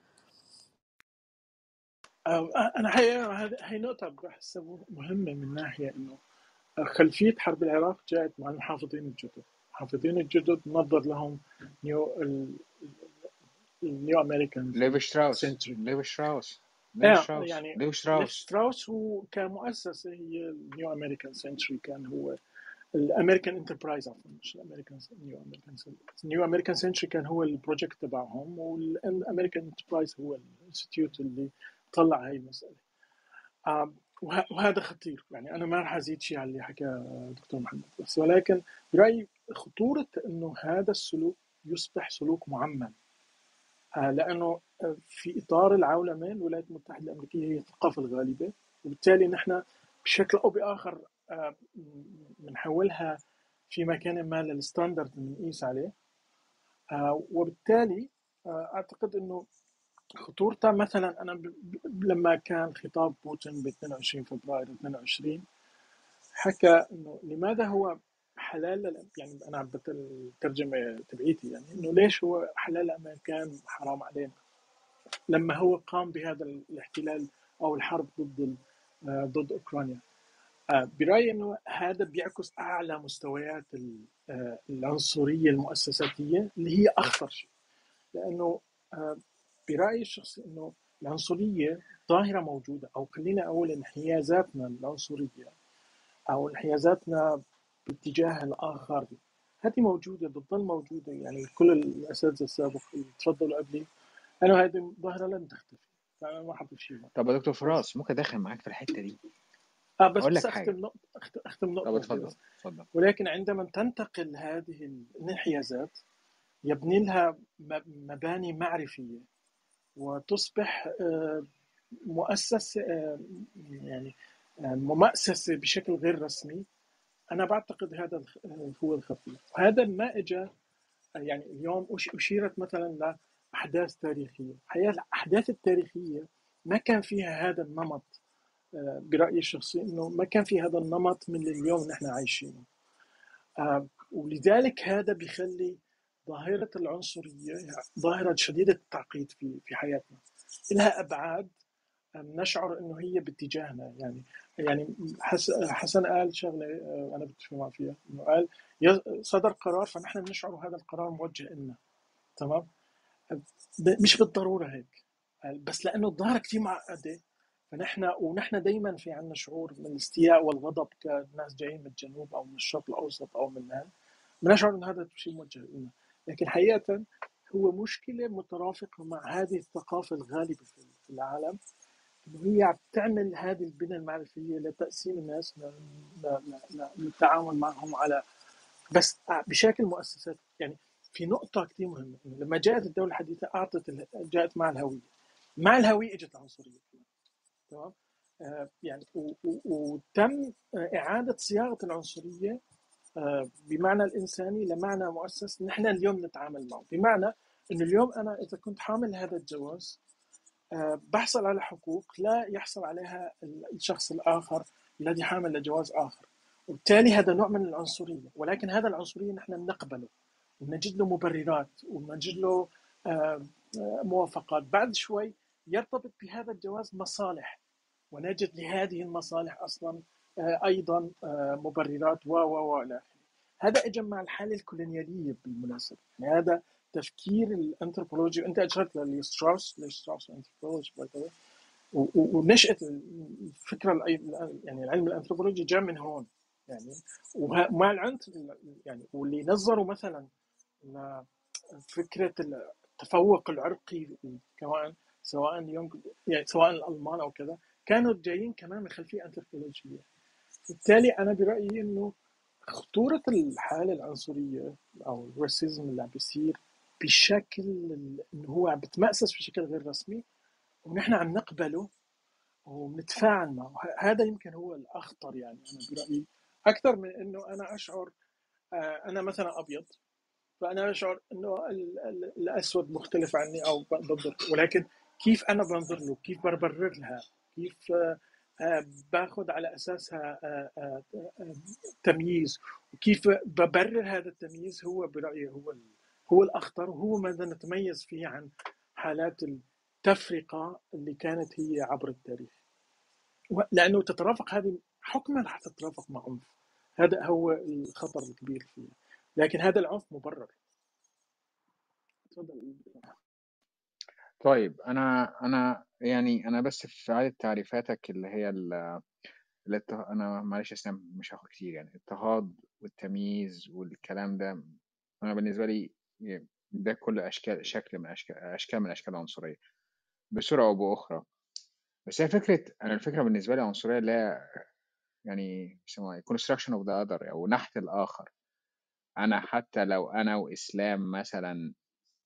آه، أنا حقيقة هذه هي نقطة بحسها مهمة من ناحية إنه خلفية حرب العراق جاءت مع المحافظين الجدد. المحافظين الجدد نظر لهم نيو النيو أمريكان ليف شتراوس سنتري. ليف شتراوس ليف آه شراوس يعني ليف ليف شراوس ستراوس هو كمؤسسة هي النيو أمريكان سنتري، كان هو الامريكان انتربرايز، عفوا مش الامريكان نيو امريكان نيو امريكان سنتري كان هو البروجكت تبعهم، والامريكان انتربرايز هو الانستيتيوت اللي طلع هاي المساله. آم، وه- وهذا خطير، يعني انا ما راح ازيد شيء على اللي حكى دكتور محمد، بس ولكن برايي خطوره انه هذا السلوك يصبح سلوك معمم، آه، لانه آه، في اطار العولمه الولايات المتحده الامريكيه هي الثقافه الغالبه، وبالتالي نحن بشكل او باخر آه، بنحولها في مكان ما للستاندرد اللي بنقيس عليه. آه، وبالتالي آه، اعتقد انه خطورتها مثلا انا ب... ب- لما كان خطاب بوتين ب اثنين وعشرين فبراير اثنين وعشرين حكى انه لماذا هو حلال لل- يعني انا عم بت- الترجمه تبعيتي، يعني انه ليش هو حلال الامريكان حرام علينا لما هو قام بهذا الاحتلال او الحرب ضد ال- آه، ضد اوكرانيا. آه، برأيي أنه هذا بيعكس أعلى مستويات ال- آه، العنصرية المؤسساتية اللي هي أخطر شيء، لأنه آه، برأيي الشخصي أنه العنصرية ظاهرة موجودة، أو خلينا أقول انحيازاتنا العنصرية أو انحيازاتنا باتجاه الآخر هذه موجودة، بتظل موجودة. يعني كل الأساتذة السابق اللي تفضلوا قبلي أنه هذه ظاهرة لن تختفي، فأنا ما حضر شيء. طب يا دكتور بس فراس ممكن ادخل معاك في الحته دي؟ آه بس اقول بس لك حاجه. أختم نقطة أخت- أختم طب نقطة واحدة اتفضل بس. اتفضل. ولكن عندما تنتقل هذه الانحيازات يبني لها م- مباني معرفية وتصبح آه، مؤسسة آه، يعني آه، مؤسسة بشكل غير رسمي. أنا بعتقد هذا الخ- هو الخطير، وهذا ما إجا يعني اليوم أش- أشيرت مثلا لأحداث تاريخية. الحقيقة الأحداث التاريخية ما كان فيها هذا النمط، آه، برأيي الشخصي إنه ما كان في هذا النمط من اليوم نحن عايشينه. آه، ولذلك هذا بيخلي ظاهرة العنصرية ظاهرة شديدة التعقيد في في حياتنا، لها أبعاد نشعر إنه هي باتجاهنا. يعني يعني حس- حسن قال شغلة آه، أنا بتفق معه فيها، إنه قال يز- صدر قرار فنحن بنشعر هذا القرار موجه لنا، تمام؟ ب- مش بالضرورة هيك، بس لأنه الظاهرة كثير معقدة فنحن ونحن دائما في عنا شعور من الاستياء والغضب كناس جايين من الجنوب أو من الشرق الأوسط أو من هذا، بنشعر أن هذا الشيء موجه لنا. لكن حقيقة هو مشكلة مترافقة مع هذه الثقافة الغالبة في في العالم، إنه هي عم تعمل هذه البنى المعرفية لتقسيم الناس ل- ل- ل- للتعامل معهم على بس بشكل مؤسسات. يعني في نقطة كثير مهمة، إنه لما جاءت الدولة الحديثة أعطت ال- جاءت مع الهوية، مع الهوية اجت العنصرية، تمام؟ آه، يعني و- و- وتم آه، إعادة صياغة العنصرية آه، بمعنى الإنساني لمعنى مؤسس نحن اليوم نتعامل معه. بمعنى إنه اليوم أنا إذا كنت حامل هذا الجواز آه، بحصل على حقوق لا يحصل عليها الشخص الآخر الذي حامل لجواز آخر، وبالتالي هذا نوع من العنصرية. ولكن هذا العنصرية نحن نقبله ونجد له مبررات ونجد له آه، آه، موافقات. بعد شوي يرتبط بهذا الجواز مصالح، ونجد لهذه المصالح أصلا آه، أيضا آه، مبررات و و و إلى آخره. هذا اجى مع الحالة الكولونيالية بالمناسبة. يعني هذا تفكير الأنثروبولوجي، وأنت أشرت لستراوس لستراوس الأنثروبولوجي ونشأة الفكرة الأي- يعني العلم الأنثروبولوجي جاء من هون. يعني ومع العنف يعني واللي نظروا مثلا فكرة التفوق العرقي كمان، سواء اليوم يعني سواء الألمان أو كذا، كانوا جايين كمان من خلفية أنثروبولوجية. بالتالي أنا برأيي إنه خطورة الحالة العنصرية أو الراسيزم اللي عم بيصير بشكل إنه هو عم بتمأسس بشكل غير رسمي ونحن عم نقبله وبنتفاعل معه. هذا يمكن هو الأخطر، يعني أنا برأيي أكثر من إنه أنا أشعر آه، أنا مثلا أبيض فأنا أشعر إنه ال- ال- الأسود مختلف عني أو بنظر، ولكن كيف أنا بنظر له، كيف بربرر لها، كيف آه، آه، باخذ على أساسها آه، آه، آه، تمييز، وكيف ببرر هذا التمييز، هو برأيي هو ال- هو الأخطر، وهو ماذا نتميز فيه عن حالات التفرقة اللي كانت هي عبر التاريخ. و- لأنه تترافق هذه حكما رح تترافق مع عنف. هذا هو الخطر الكبير فيه، لكن هذا العنف مبرر. تفضل. طيب انا انا يعني أنا بس في إعادة تعريفاتك اللي هي ال الات أنا معلش أسلام مش هاخد كتير يعني الاضطهاد والتمييز والكلام ده، أنا بالنسبة لي ي ده كل أشكال شكل من أشكال أشكال من أشكال العنصرية بصورة أو بأخرى. بس هي فكرة أنا الفكرة بالنسبة لي العنصرية اللي هي يعني بيسموها إيه construction of the other أو نحت الآخر. أنا حتى لو أنا وإسلام مثلًا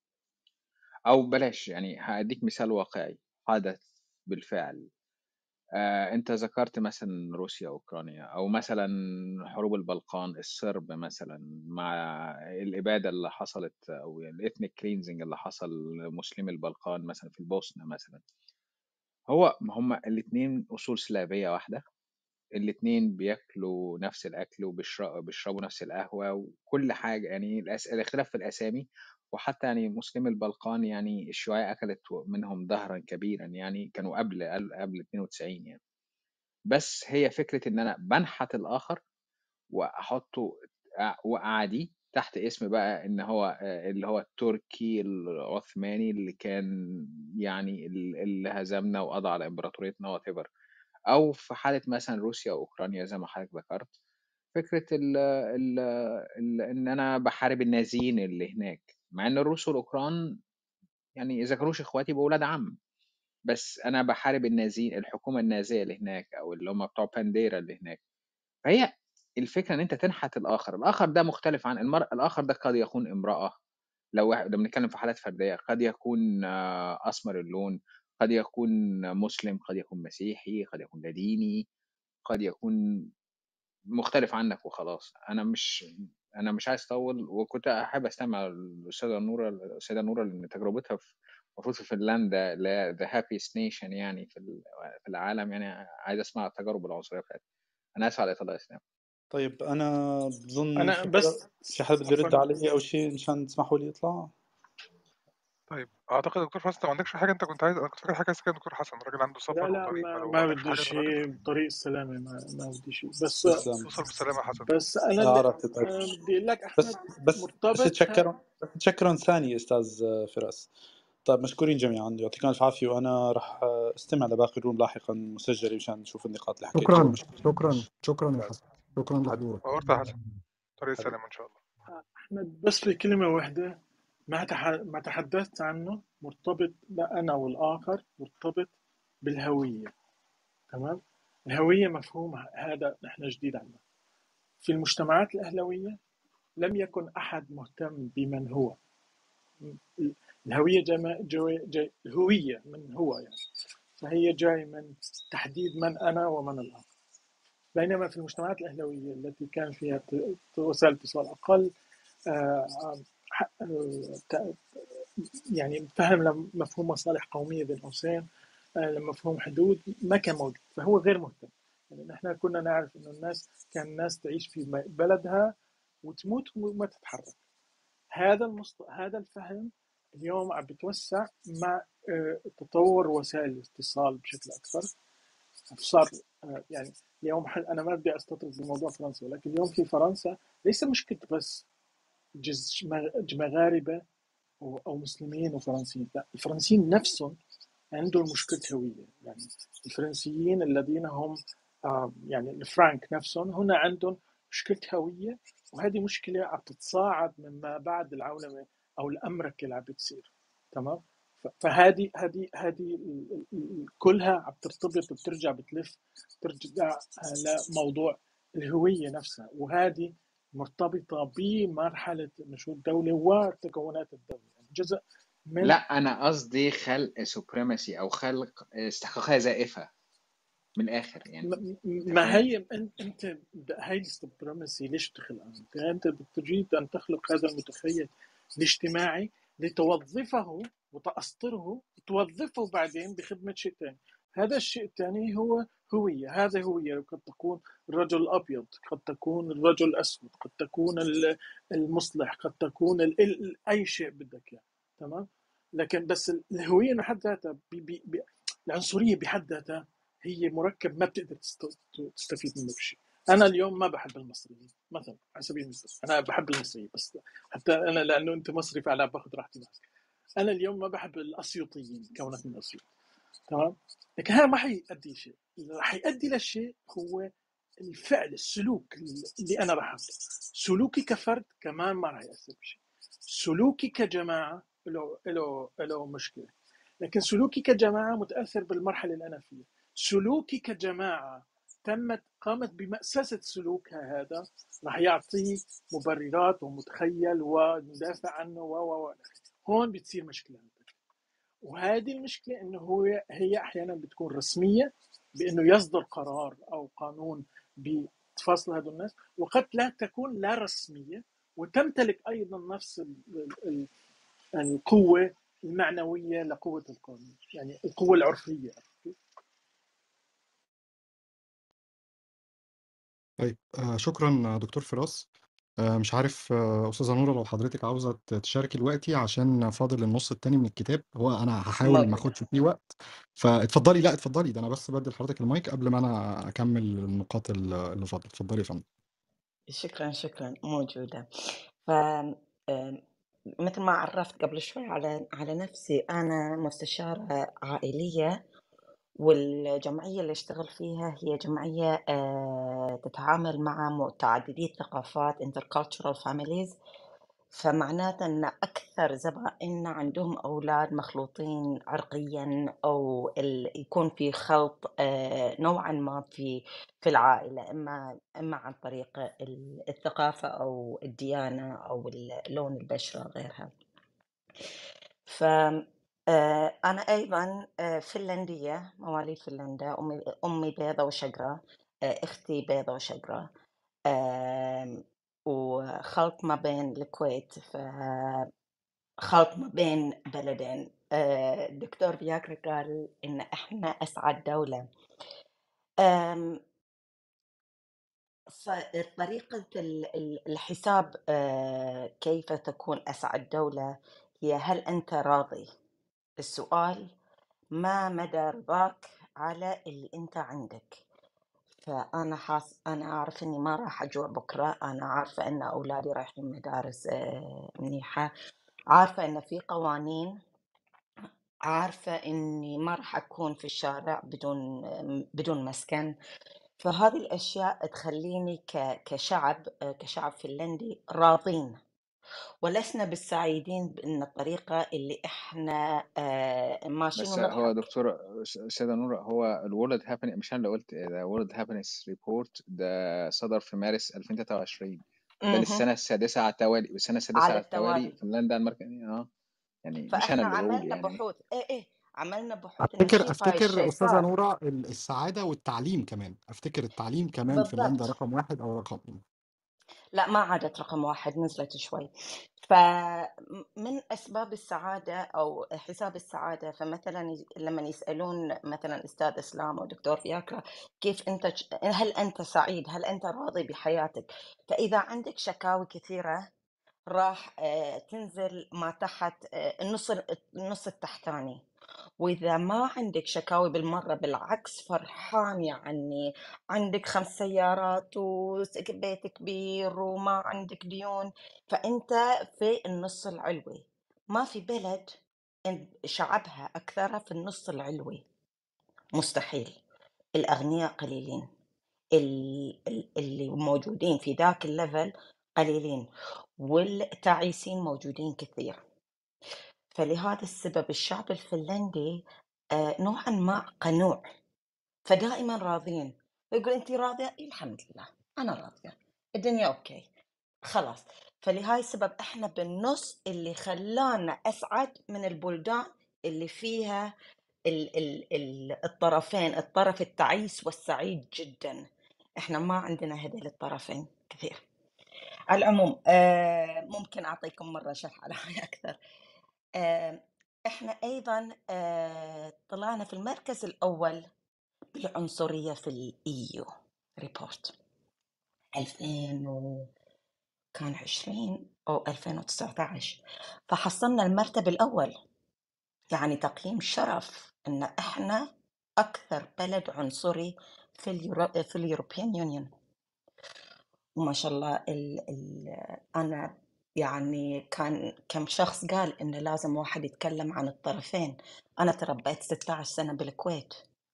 أو بلاش يعني هأديك مثال واقعي حدث بالفعل. آه، أنت ذكرت مثلا روسيا وأوكرانيا أو مثلا حروب البلقان الصرب مثلا مع الإبادة اللي حصلت أو الإثنيك كلينزنج اللي حصل لمسلمي البلقان مثلا في البوسنة مثلا. هو هما الاتنين أصول سلافية واحدة، الاتنين بياكلوا نفس الأكل وبيشربوا بيشربوا نفس القهوة وكل حاجة، يعني الأس- الاختلاف في الأسامي. وحتى يعني مسلمي البلقان يعني الشيوعية أكلت منهم ظهرا كبيرا، يعني كانوا قبل قبل اتنين وتسعين يعني. بس هي فكرة إن أنا بنحت الآخر وأحطه وأعاديه تحت اسم بقى إن هو آه، اللي هو التركي العثماني اللي كان يعني اللي هزمنا وقضى على إمبراطوريتنا whatever. أو في حالة مثلا روسيا وأوكرانيا زي ما حضرتك ذكرت، فكرة ال ال ال إن أنا بحارب النازيين اللي هناك، مع إن الروس والأوكران يعني إذا كانوش إخواتي بولاد عم، بس أنا بحارب النازيين الحكومة النازية اللي هناك أو اللي هم بتوع بانديرا اللي هناك. فهي الفكرة إن أنت تنحت الآخر، الآخر ده مختلف عن المرء، الآخر ده قد يكون امرأة لو واحد لو بنتكلم في حالات فردية، قد يكون آه، أسمر اللون، قد يكون مسلم، قد يكون مسيحي، قد يكون لا ديني، قد يكون مختلف عنك وخلاص. أنا مش أنا مش عايز أطول، وكنت أحب أستمع الأستاذة نورة الأستاذة نورة لأن تجربتها في المفروض في فنلندا اللي هي the happiest nation يعني في ال- في العالم، يعني عايز أسمع التجارب العنصرية بتاعتها. أنا آسف على الإطالة يا إسلام. طيب أنا بظن انا في حدا بس في حدا بده يرد عفوا علي أو شيء مشان تسمحوا لي أطلع. طيب اعتقد دكتور فاصل انت ما عندكش حاجه، انت كنت عايز، انا كنت فاكر حاجه عايز كده دكتور حسن الراجل عنده لا سفر لا وطريق، ما, فلو ما ما عندكش بدي حاجه نقولها شيء بطريق السلامة، ما, ما بدي شيء بس تسلم. توصل بالسلامه يا حسن. بس انا اللي عرفت. طيب أنا بدي اقول لك بس احمد بس بس مرتبط ه... تشكرون بس تشكرون ثانية أستاذ فراس. طيب مشكورين جميعا، يعطيكم الف عافية، وأنا راح استمع لباقي الروم لاحقا مسجلة مشان نشوف النقاط اللي حكيت فيها. شكرا مشكور شكرا شكرا يا طيب حسن، شكرا حبيبي لحضورك. نورت يا حسن، طريق حبيبي. السلامه ان شاء الله. احمد بس في كلمة واحدة ما تح... ما تحدثت عنه، مرتبط لا انا والاخر، مرتبط بالهوية. تمام. الهوية مفهوم هذا نحن جديد عنا في المجتمعات الأهلوية. لم يكن أحد مهتم بمن هو. الهوية جاي جاي جاي الهوية من هو يعني، فهي جاي من تحديد من أنا ومن الآخر. بينما في المجتمعات الأهلوية التي كان فيها وسائل الاتصال أقل آه، آه، يعني فهم مفهوم مصالح قومية بين قوسين، مفهوم حدود ما كان موجود، فهو غير مهتم. يعني نحن كنا نعرف إنه الناس كان الناس تعيش في بلدها وتموت وما تتحرك. هذا المصط... هذا الفهم اليوم عم بتوسع مع آه، تطور وسائل الاتصال بشكل أكثر. صار آه، يعني اليوم أنا ما بدي أستطرد بموضوع فرنسا، ولكن اليوم في فرنسا ليس مشكلة بس جز مغاربة أو مسلمين وفرنسيين، لا، الفرنسيين نفسهم عندهم مشكلة هوية. يعني الفرنسيين الذين هم آه يعني الفرانك نفسهم هنا عندهم مشكلة هوية، وهذه مشكلة عم تتصاعد مما بعد العولمة أو الأمريكا اللي عم بتصير. تمام. فهذه هذه هذه كلها عم ترتبط وبترجع بتلف ترجع لموضوع الهوية نفسها، وهذه مرتبطة بمرحلة نشوء الدولة وتكونات الدولة. يعني جزء من لا انا قصدي خلق سوبريماسي او خلق استحقاقيه زائفه من الاخر يعني. م- انت ما فاهم؟ هي أن- انت هاي السوبريمسي ليش تخلقها؟ انت انت تريد ان تخلق هذا المتخيل الاجتماعي لتوظفه وتأسطره وتوظفه بعدين بخدمة شيء ثاني. هذا الشيء الثاني هو هوية. هذا هوية قد تكون الرجل الأبيض، قد تكون الرجل الأسود، قد تكون ال- المصلح، قد تكون ال ال أي شيء بدك يعني. تمام. لكن بس الهوية بحد ذاتها بي بي بي العنصرية بحد ذاتها هي مركب ما بتقدر تستفيد منه بشيء. انا اليوم ما بحب المصريين مثلا على سبيل المثال، انا بحب المصريين بس حتى انا لانه انت مصري فعلا باخذ راحتي معك. انا اليوم ما بحب الاسيوطيين كونك من اسيوط، تمام. لكن هذا ما حيؤدي شيء. اللي راح يؤدي للشيء هو الفعل، السلوك اللي انا راح أفعله. سلوكي كفرد كمان ما راح يأثر بشيء، سلوكي كجماعه له له له مشكله، لكن سلوكي كجماعه متاثر بالمرحله اللي انا فيها. سلوكي كجماعه تمت قامت بمأسسة سلوكها، هذا راح يعطيه مبررات ومتخيل وندافع عنه و و و هون بتصير مشكله. وهذه المشكله انه هو هي احيانا بتكون رسميه بانه يصدر قرار او قانون بفصل هذول الناس، وقد لا تكون لا رسميه وتمتلك ايضا نفس ال- ال- القوه المعنويه لقوه القانون، يعني القوه العرفيه. طيب آه، شكرا دكتور فراس. آه، مش عارف آه، أستاذة نورة لو حضرتك عاوزة ت- تشاركي دلوقتي عشان فاضل النص التاني من الكتاب، هو أنا هحاول ما موجودة. أخدش فيه وقت. فاتفضلي، لا اتفضلي، ده أنا بس بدي لحضرتك المايك قبل ما أنا أكمل النقاط ال- اللي فاضل. اتفضلي يا فندم. شكرا شكرا موجودة. ف آم، مثل ما عرفت قبل شوي على على نفسي، أنا مستشارة عائلية، والجمعية اللي اشتغل فيها هي جمعية آه، تتعامل مع متعددي الثقافات intercultural families. فمعناته أن أكثر زبائننا عندهم أولاد مخلوطين عرقيا، أو ال- يكون في خلط آه، نوعا ما في في العائلة، إما إما عن طريق ال- الثقافة أو الديانة أو ال- لون البشرة غيرها. ف آه، أنا أيضا آه، فنلندية، مواليد فنلندا. أمي أمي بيضة وشقرة، آه، أختي بيضة وشقرة، آم، وخلط ما بين الكويت، فخلط ما بين بلدين. آه، الدكتور فياكرا قال إن إحنا أسعد دولة. آم، فطريقة ال- ال- الحساب، آه، كيف تكون أسعد دولة، هي هل أنت راضي؟ السؤال ما مدى رضاك على اللي أنت عندك. فأنا حاس أنا أعرف إني ما راح أجوع بكرة، أنا عارفة إن أولادي رايحين مدارس آه، منيحة، عارفة إن في قوانين، عارفة إني ما راح أكون في الشارع بدون بدون مسكن. فهذه الأشياء تخليني ك- كشعب آه، كشعب فنلندي راضين، ولسنا بالسعيدين بأن الطريقة اللي إحنا آه، ماشيين بس هو ونضحك. دكتور سيدة نور، هو الورلد هابينس، مش انا اللي قلت ده، وورلد هابينس ريبورت ده صدر في مارس ألفين وتلاتة وعشرين، وده مهم. للسنة السادسة على التوالي، والسنة السادسة على على التوالي التوالي. فنلندا المركزية. اه يعني مش انا فإحنا اللي بقول عملنا يعني. بحوث، إيه إيه عملنا بحوث افتكر نشوف هاي افتكر الشيء استاذه صار. نوره ال- السعاده والتعليم كمان، افتكر التعليم كمان فنلندا بالضبط. رقم واحد او رقم لا، ما عادت رقم واحد، نزلت شوي. فمن أسباب السعادة أو حساب السعادة، فمثلا يز- لما يسألون مثلا أستاذ إسلام أو دكتور فياكرا كيف أنت ج- هل أنت سعيد، هل أنت راضي بحياتك، فإذا عندك شكاوي كثيرة راح آه، تنزل ما تحت آه، النص النص التحتاني. وإذا ما عندك شكاوي بالمرة، بالعكس فرحان، يعني عندك خمس سيارات وبيت كبير وما عندك ديون، فأنت في النص العلوي. ما في بلد إن- شعبها أكثر في النص العلوي، مستحيل. الأغنياء قليلين، ال- ال- اللي موجودين في ذاك الليفل قليلين، والتعيسين موجودين كثير. فلهذا السبب الشعب الفنلندي آه، نوعا ما قنوع، فدائما راضين. يقول انت راضيه؟ إيه الحمد لله انا راضيه، الدنيا اوكي خلاص. فلهاي السبب احنا بالنص اللي خلانا اسعد من البلدان اللي فيها ال ال ال الطرفين، الطرف التعيس والسعيد جدا. احنا ما عندنا هذول الطرفين كثير. على العموم آه، ممكن اعطيكم مره شرح على هاي اكثر. آه، احنا ايضا آه، طلعنا في المركز الاول بالعنصريه في الايو ريبورت ألفين و كان عشرين او ألفين وتسعة عشر، فحصلنا المرتبه الاول، يعني تقييم شرف ان احنا اكثر بلد عنصري في اليورو... في اليوروبيان يونيون. وما شاء الله ال... ال... انا يعني كان كم شخص قال إنه لازم واحد يتكلم عن الطرفين. أنا تربيت ستة عشر سنة بالكويت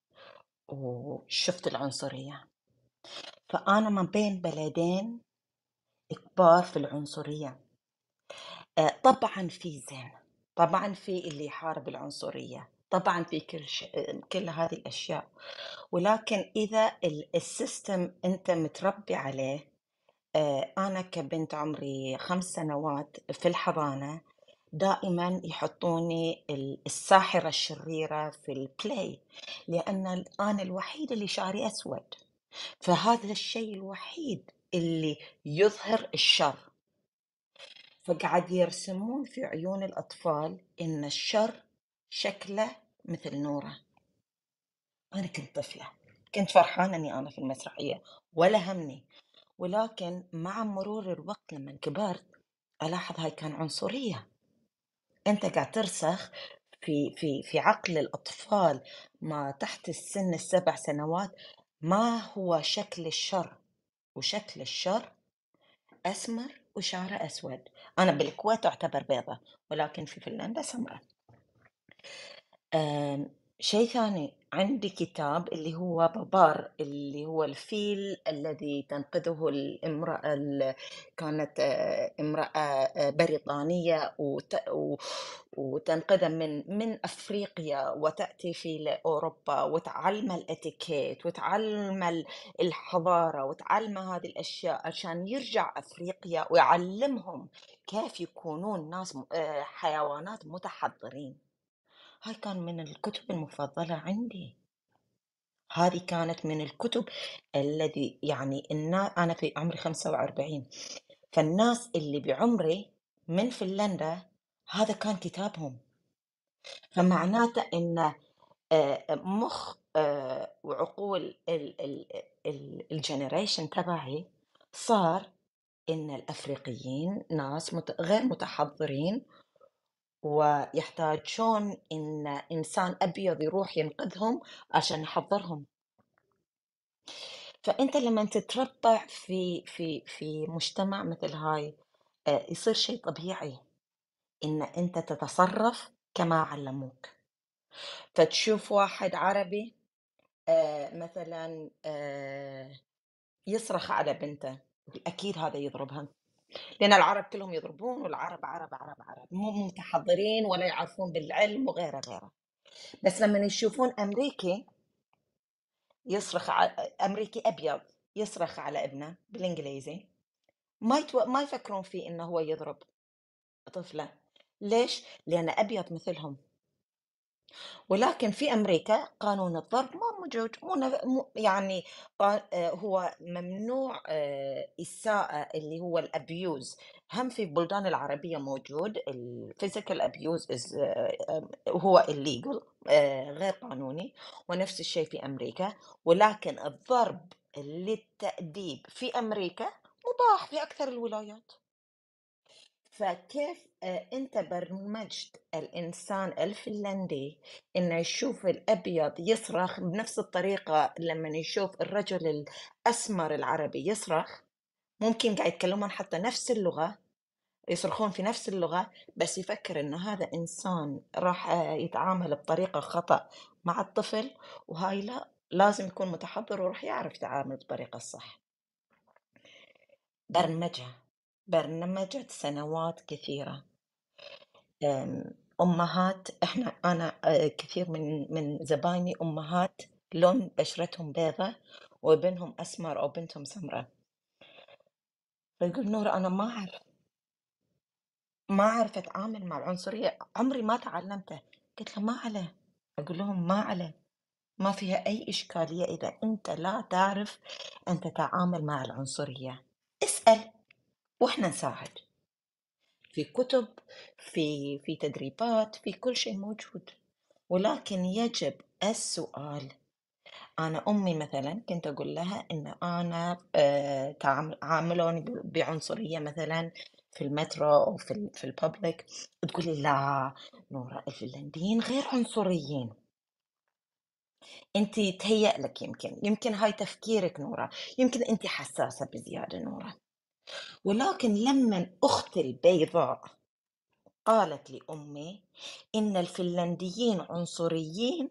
وشفت العنصرية، فأنا ما بين بلدين كبار في العنصرية. آه، طبعا في زين، طبعا في اللي يحارب العنصرية، طبعا في كل ش... كل هذه الأشياء، ولكن إذا ال- السيستم أنت متربي عليه. آه، أنا كبنت عمري خمس سنوات في الحضانة دائما يحطوني ال- الساحرة الشريرة في البلاي، لأن أنا الوحيد اللي شعري أسود، فهذا الشيء الوحيد اللي يظهر الشر. فقعد يرسمون في عيون الأطفال إن الشر شكله مثل نوره. أنا كنت طفلة، كنت فرحانة أني أنا في المسرحية ولا همني، ولكن مع مرور الوقت لما كبرت ألاحظ هاي كان عنصرية. أنت قاعد ترسخ في في في عقل الأطفال ما تحت السن السبع سنوات ما هو شكل الشر، وشكل الشر أسمر وشعره أسود. أنا بالكويت أعتبر بيضة، ولكن في فنلندا سمراء. آم، شيء ثاني، عندي كتاب اللي هو بابار، اللي هو الفيل الذي تنقذه الامرأة ال- كانت آه، امرأة آه، بريطانية وت- و- وتنقذها من من أفريقيا وتأتي في أوروبا وتعلم الاتيكيت وتعلم ال- الحضارة وتعلم هذه الأشياء عشان يرجع أفريقيا ويعلمهم كيف يكونون ناس م- آه، حيوانات متحضرين. هاي كان من الكتب المفضلة عندي. هذه كانت من الكتب الذي يعني النا... أنا في عمري خمسة وأربعين، فالناس اللي بعمري من فنلندا هذا كان كتابهم. فمعناته إن آه، مخ آه، وعقول الجنريشن تبعي صار إن الأفريقيين ناس مت... غير متحضرين، ويحتاجون إن إنسان أبيض يروح ينقذهم عشان يحضرهم. فأنت لما تتربع في في في مجتمع مثل هاي آه، يصير شيء طبيعي إن أنت تتصرف كما علموك. فتشوف واحد عربي آه، مثلا آه، يصرخ على بنته، أكيد هذا يضربها، لأن العرب كلهم يضربون، والعرب عرب عرب عرب مو متحضرين ولا يعرفون بالعلم وغيره غيره. بس لما يشوفون أمريكي يصرخ على أمريكي أبيض يصرخ على ابنه بالإنجليزي، ما يتو... ما يفكرون فيه إنه هو يضرب طفلة. ليش؟ لأنه أبيض مثلهم. ولكن في أمريكا قانون الضرب ما موجود، مو نف- مو- يعني قا- آه، هو ممنوع آه، إساءة اللي هو الأبيوز. هم في البلدان العربية موجود الفيزيكال أبيوز هو illegal، آه، غير قانوني، ونفس الشيء في أمريكا. ولكن الضرب للتأديب في أمريكا مباح في أكثر الولايات. فكيف آه، أنت برمجت الإنسان الفنلندي إنه يشوف الأبيض يصرخ بنفس الطريقة لما يشوف الرجل الأسمر العربي يصرخ؟ ممكن قاعد يتكلمون حتى نفس اللغة، يصرخون في نفس اللغة، بس يفكر إن هذا إنسان راح آه، يتعامل بطريقة خطأ مع الطفل، وهاي لا، لازم يكون متحضر وراح يعرف يتعامل بطريقة صح. برمجة برمجة سنوات كثيرة. أم، أمهات، إحنا أنا آه، كثير من من زبايني أمهات لون بشرتهم بيضة وابنهم أسمر أو بنتهم سمراء، فيقول نور أنا ما أعرف ما أعرف أتعامل مع العنصرية، عمري ما تعلمته. قلت له ما عليه، أقول لهم ما عليه، ما فيها أي إشكالية إذا أنت لا تعرف أن تتعامل مع العنصرية، اسأل وإحنا نساعد. في كتب، في في تدريبات، في كل شيء موجود، ولكن يجب السؤال. أنا أمي مثلا كنت أقول لها إن أنا آه، تعام- عاملوني ب- بعنصرية مثلا في المترو أو في ال في الببليك، تقول لي لا نورة الفنلنديين غير عنصريين. أنت تهيأ لك، يمكن يمكن هاي تفكيرك نورة، يمكن أنت حساسة بزيادة نورة. ولكن لما أختي البيضاء قالت لأمي إن الفنلنديين عنصريين،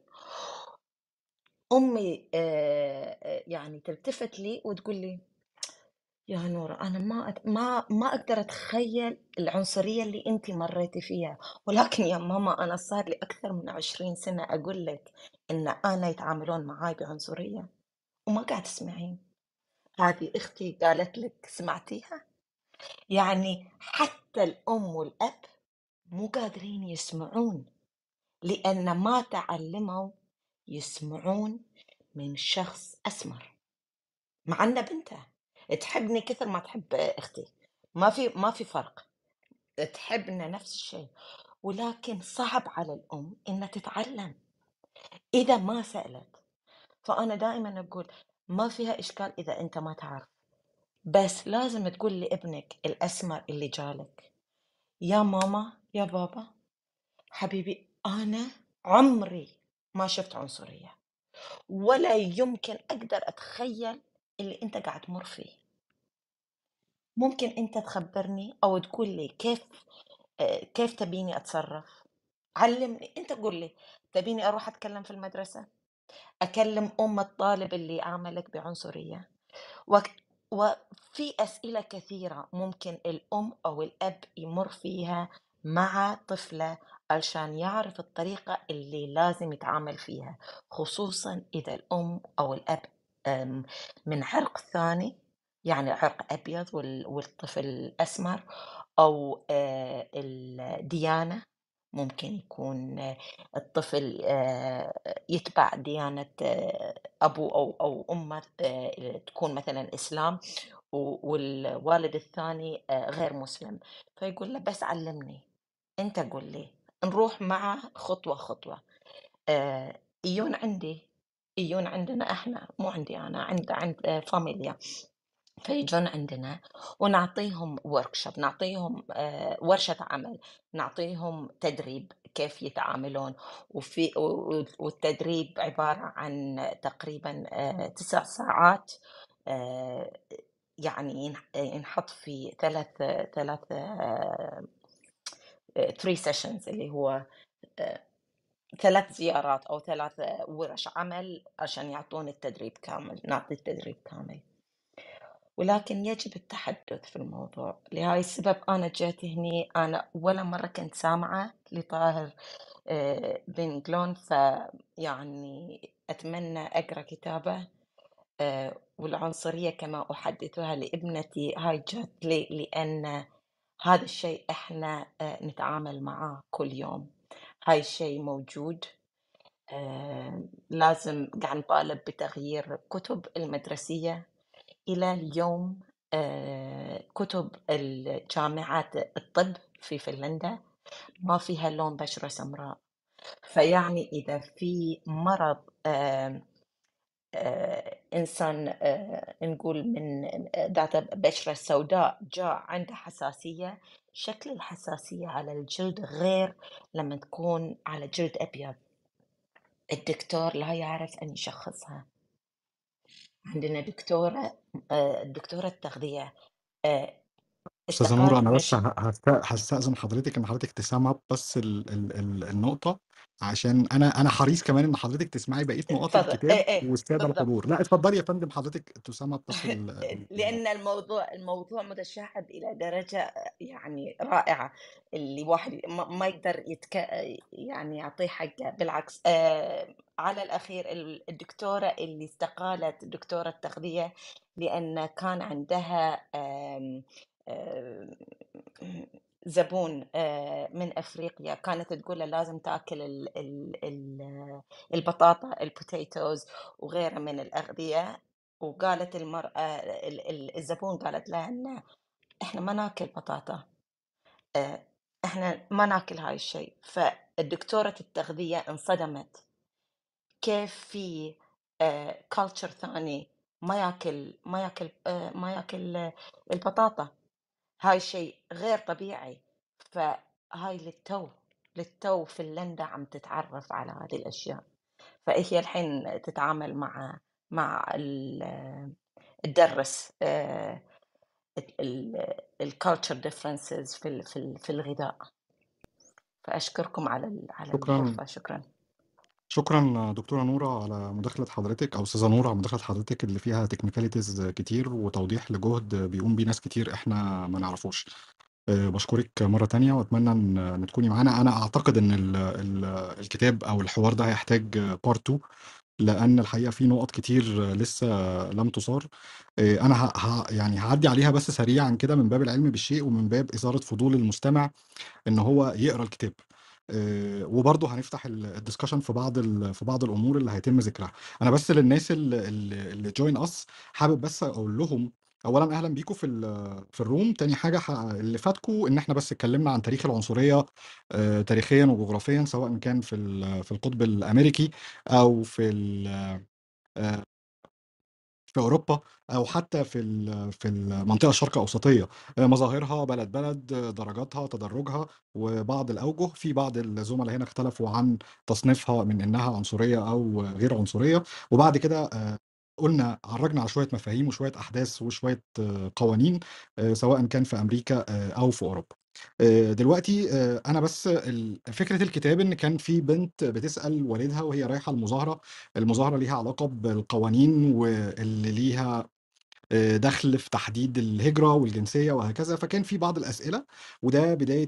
أمي آه، آه، يعني تلتفت لي وتقول لي يا نورة، أنا ما أت- ما ما أقدر أتخيل العنصرية اللي أنت مريتي فيها، ولكن يا ماما أنا صار لي أكثر من عشرين سنة أقول لك إن أنا يتعاملون معاي بعنصرية وما قاعد تسمعين. هذه أختي قالت لك سمعتيها؟ يعني حتى الأم والأب مو قادرين يسمعون، لأن ما تعلموا يسمعون من شخص أسمر، مع أن بنته تحبني كثر ما تحب أختي، ما في ما في فرق، تحبنا نفس الشيء، ولكن صعب على الأم إنها تتعلم إذا ما سألت. فأنا دائما أقول ما فيها إشكال إذا أنت ما تعرف، بس لازم تقول لابنك الأسمر اللي جالك يا ماما يا بابا حبيبي، أنا عمري ما شفت عنصرية، ولا يمكن أقدر أتخيل اللي أنت قاعد تمر فيه. ممكن أنت تخبرني أو تقول لي كيف آه، كيف تبيني أتصرف؟ علمني، أنت قول لي تبيني أروح أتكلم في المدرسة، أكلم أم الطالب اللي عاملك بعنصرية؟ وك- وفي أسئلة كثيرة ممكن الأم أو الأب يمر فيها مع طفله عشان يعرف الطريقة اللي لازم يتعامل فيها، خصوصا إذا الأم أو الأب أم، من عرق ثاني، يعني عرق أبيض وال- والطفل أسمر، أو آه، الديانة. ممكن يكون آه، الطفل آه، يتبع ديانة آه، أبوه أو أو أمه، آه، تكون مثلا إسلام، و- والوالد الثاني آه، غير مسلم، فيقول له بس علمني، أنت قول لي، نروح معه خطوة خطوة. آه، يجون عندي، يجون عندنا احنا، مو عندي انا، عند عند آه، فاميليا، فيجون عندنا ونعطيهم وركشوب، نعطيهم آه، ورشة عمل، نعطيهم تدريب كيف يتعاملون، وفي و- والتدريب عبارة عن تقريبا آه، تسع ساعات. آه، يعني ينح- ينحط في ثلاث ثلاث ثري سيشنز، اللي هو آه، ثلاث زيارات أو ثلاث ورش عمل عشان يعطون التدريب كامل، نعطي التدريب كامل. ولكن يجب التحدث في الموضوع. لهاي السبب أنا جيت هني، أنا ولا مرة كنت سامعة لطاهر آه، بن قلون، فيعني أتمنى أقرأ كتابه. آه، والعنصرية كما أحدثها لابنتي هاي جات لي لأن هذا الشيء إحنا آه، نتعامل معاه كل يوم، هاي الشيء موجود. آه، لازم قاعد نطالب بتغيير كتب المدرسية إلى اليوم. آه، كتب الجامعات الطب في فنلندا ما فيها لون بشرة سمراء، فيعني إذا في مرض آه، آه، إنسان آه، نقول من ذات بشرة سوداء جاء عنده حساسية، شكل الحساسية على الجلد غير لما تكون على جلد أبيض، الدكتور لا يعرف أن يشخصها. عندنا دكتورة آه، دكتورة تغذية آه، استاذة نورة، استقالت انا من بس ش... ه- هست- هستأذن حضرتك ان حضرتك تسمع up بس ال ال ال النقطة، عشان انا انا حريص كمان ان حضرتك تسمعي بقية نقاط تفضل. الكتاب ايه ايه والسادة بالضبط. الحضور. لا اتفضلي يا فندم، حضرتك تسمع بس ال ال لأن الموضوع الموضوع متشعب إلى درجة يعني رائعة، اللي واحد ما ما يقدر يتك... يعني يعطيه حقه. بالعكس، آه على الأخير ال- الدكتورة اللي استقالت، دكتورة تغذية، لأن كان عندها آم آم زبون آه، من أفريقيا، كانت تقول له لازم تاكل ال ال ال البطاطا، البوتيتوز وغيرها من الأغذية. وقالت المرأة ال- ال- الزبون قالت لها إن إحنا ما ناكل بطاطا، آه، إحنا ما ناكل هاي الشيء. فالدكتورة التغذية انصدمت كيف في كالتشر ثاني ما ياكل ما ياكل آه، ما ياكل آه، البطاطا، هاي شيء غير طبيعي. فهاي للتو للتو فنلندا عم تتعرف على هذه الأشياء، فهي الحين تتعامل مع مع ال- تدرس آه، الكالتشر ديفرنسز في ال- في ال- في الغذاء. فأشكركم على ال- على شكرا الغرفة. شكرا. شكرا دكتورة نورة على مداخلة حضرتك، أو أستاذة نورة على مداخلة حضرتك اللي فيها تكنيكاليتيز كتير وتوضيح لجهد بيقوم بيه ناس كتير إحنا ما نعرفوش. أه، بشكرك مرة تانية، وأتمنى إن إن تكوني معانا. أنا أعتقد إن ال ال الكتاب أو الحوار ده هيحتاج بارت اتنين، لأن الحقيقة في نقط كتير لسه لم تثار. أه، أنا ه ه يعني هعدي عليها بس سريعا كده من باب العلم بالشيء ومن باب إثارة فضول المستمع ان هو يقرا الكتاب. آه، وبرضه هنفتح الدسكشن في بعض ال- في بعض الامور اللي هيتم ذكرها. انا بس للناس اللي اللي جوين اس حابب بس اقول لهم اولا اهلا بيكم في ال- في الروم. تاني حاجه ح- اللي فاتكم ان احنا بس اتكلمنا عن تاريخ العنصريه آه، تاريخيا وجغرافيا، سواء كان في ال- في القطب الامريكي او في ال- آه، في أوروبا أو حتى في ال- في المنطقة الشرق أوسطية. آه، مظاهرها بلد بلد، آه، درجاتها تدرجها وبعض الأوجه. في بعض الزملاء هنا اختلفوا عن تصنيفها من إنها عنصرية أو غير عنصرية. وبعد كده آه، قلنا عرجنا على شوية مفاهيم وشوية أحداث وشوية آه، قوانين، آه، سواء كان في أمريكا آه، أو في أوروبا. آه، دلوقتي آه، أنا بس ال- فكرة الكتاب إن كان في بنت بتسأل والدها وهي رايحة المظاهرة. المظاهرة ليها علاقة بالقوانين واللي ليها آه، دخل في تحديد الهجرة والجنسية وهكذا. فكان في بعض الأسئلة، وده بداية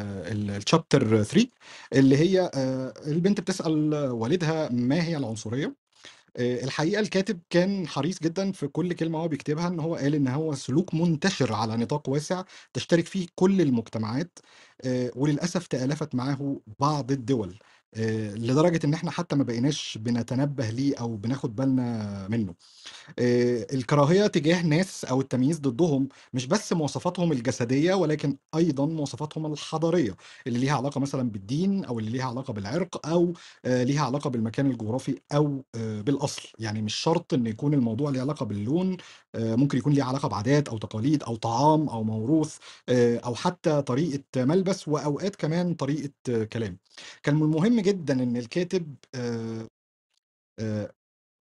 الشابتر ثلاثة، اللي هي آه، البنت بتسأل والدها ما هي العنصرية. آه، الحقيقة الكاتب كان حريص جدا في كل كلمة هو بيكتبها، ان هو قال ان هو سلوك منتشر على نطاق واسع تشترك فيه كل المجتمعات، آه، وللأسف تآلفت معه بعض الدول، آه، لدرجة ان احنا حتى ما بقيناش بنتنبه ليه او بناخد بالنا منه. آه، الكراهية تجاه ناس أو التمييز ضدهم مش بس مواصفاتهم الجسدية، ولكن أيضا مواصفاتهم الحضارية اللي ليها علاقة مثلا بالدين، أو اللي ليها علاقة بالعرق، أو آه، ليها علاقة بالمكان الجغرافي، أو آه، بالأصل. يعني مش شرط إن يكون الموضوع ليه علاقة باللون، آه، ممكن يكون ليه علاقة بعادات أو تقاليد أو طعام أو موروث، آه، أو حتى طريقة ملبس، وأوقات كمان طريقة آه، كلام. كان من المهم جدا إن الكاتب آه، آه،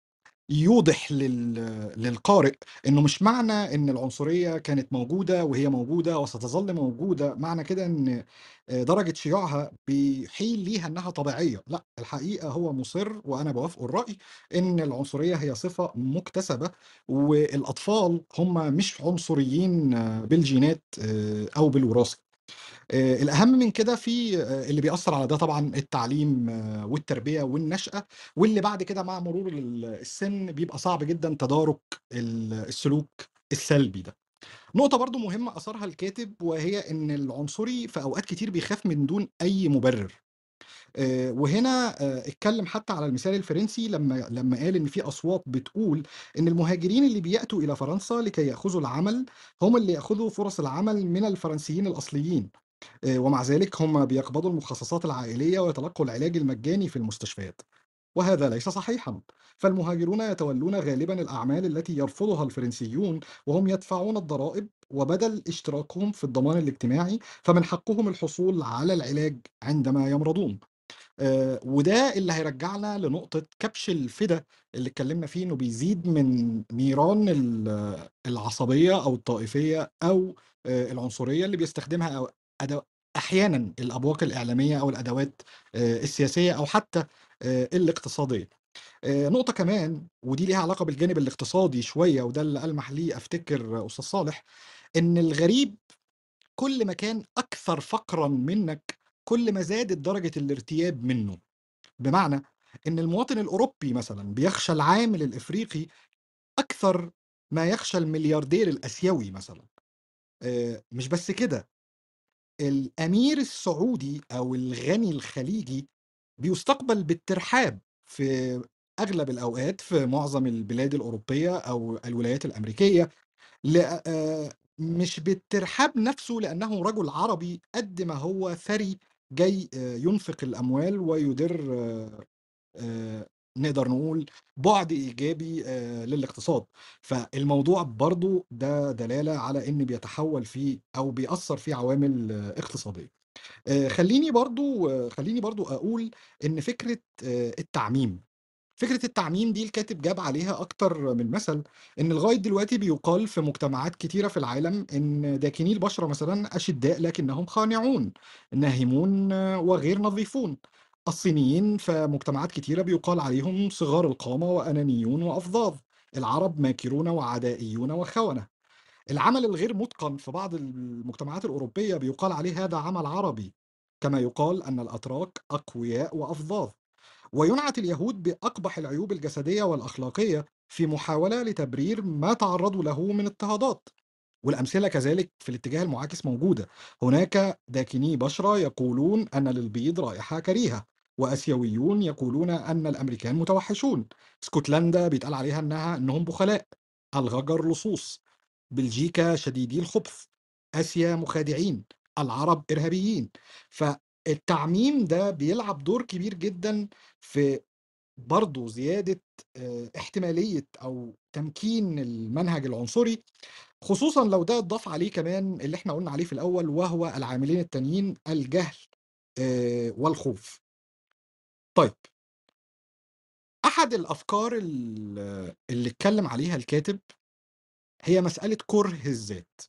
يوضح لل... للقارئ انه مش معنى ان العنصريه كانت موجوده وهي موجوده وستظل موجوده معنى كده ان درجه شيوعها بيحيل ليها انها طبيعيه. لا، الحقيقه هو مصر، وانا بوافقه الراي، ان العنصريه هي صفه مكتسبه، والاطفال هم مش عنصريين بالجينات او بالوراثه. آه، الأهم من كده في آه، اللي بيأثر على ده طبعا التعليم آه، والتربية والنشأة، واللي بعد كده مع مرور ال- السن بيبقى صعب جدا تدارك ال- السلوك السلبي ده. نقطة برضو مهمة أثرها الكاتب، وهي إن العنصري في أوقات كتير بيخاف من دون أي مبرر. آه، وهنا آه، اتكلم حتى على المثال الفرنسي لما لما قال إن في أصوات بتقول إن المهاجرين اللي بيأتوا إلى فرنسا لكي يأخذوا العمل هم اللي يأخذوا فرص العمل من الفرنسيين الأصليين، آه، ومع ذلك هم بيقبضوا المخصصات العائلية ويتلقوا العلاج المجاني في المستشفيات. وهذا ليس صحيحا. فالمهاجرون يتولون غالبا الأعمال التي يرفضها الفرنسيون، وهم يدفعون الضرائب، وبدل اشتراكهم في الضمان الاجتماعي فمن حقهم الحصول على العلاج عندما يمرضون. آه، وده اللي هيرجعنا لنقطة كبش الفدا اللي اتكلمنا فيه، انه بيزيد من نيران ال- العصبية او الطائفية او آه، العنصرية اللي بيستخدمها أو أدو احيانا الابواق الاعلامية او الادوات آه، السياسية او حتى آه، الاقتصادية. آه، نقطة كمان ودي ليها علاقة بالجانب الاقتصادي شوية، وده اللي ألمح ليه افتكر استاذ صالح، ان الغريب كل ما كان أكثر فقرا منك كل ما زادت درجة الارتياب منه. بمعنى إن المواطن الأوروبي مثلا بيخشى العامل الإفريقي أكثر ما يخشى الملياردير الآسيوي مثلا. آه، مش بس كده، الأمير السعودي أو الغني الخليجي بيستقبل بالترحاب في أغلب الأوقات في معظم البلاد الأوروبية أو الولايات الأمريكية، لأ آآ مش بالترحاب نفسه لأنه رجل عربي، قد ما هو ثري جاي آآ ينفق الأموال ويدِر آآ نقدر نقول بُعد إيجابي آآ للاقتصاد. فالموضوع برضه ده دلالة على إن بيتحوّل فيه أو بيأثّر فيه عوامل آه، اقتصادية. آآ خلّيني برضه خلّيني برضه أقول إن فكرة آآ التعميم فكرة التعميم دي الكاتب جاب عليها أكتر من مثل، إن لغاية دلوقتي بيقال في مجتمعات كتيرة في العالم إن داكني البشرة مثلا أشداء لكنهم خانعون، ناهمون وغير نظيفون. الصينيين في مجتمعات كتيرة بيقال عليهم صغار القامة وأنانيون وأفظاظ. العرب ماكرون وعدائيون وخونة. العمل الغير متقن في بعض المجتمعات الأوروبية بيقال عليه هذا عمل عربي، كما يقال أن الأتراك أقوياء وأفظاظ. وينعت اليهود بأقبح العيوب الجسدية والأخلاقية في محاولة لتبرير ما تعرضوا له من اضطهادات. والأمثلة كذلك في الاتجاه المعاكس موجودة. هناك داكني بشرة يقولون أن للبيض رائحة كريهة، وأسيويون يقولون أن الأمريكان متوحشون. اسكتلندا بيتقال عليها أنها أنهم بخلاء. الغجر لصوص. بلجيكا شديدي الخبث. آسيا مخادعين. العرب إرهابيين. فالتعميم ده بيلعب دور كبير جدا في برضه زيادة آه، احتمالية أو تمكين المنهج العنصري، خصوصا لو ده اتضاف عليه كمان اللي احنا قلنا عليه في الأول، وهو العاملين التانيين: الجهل آه، والخوف. طيب، أحد الأفكار ال- اللي اتكلم عليها الكاتب هي مسألة كره الذات.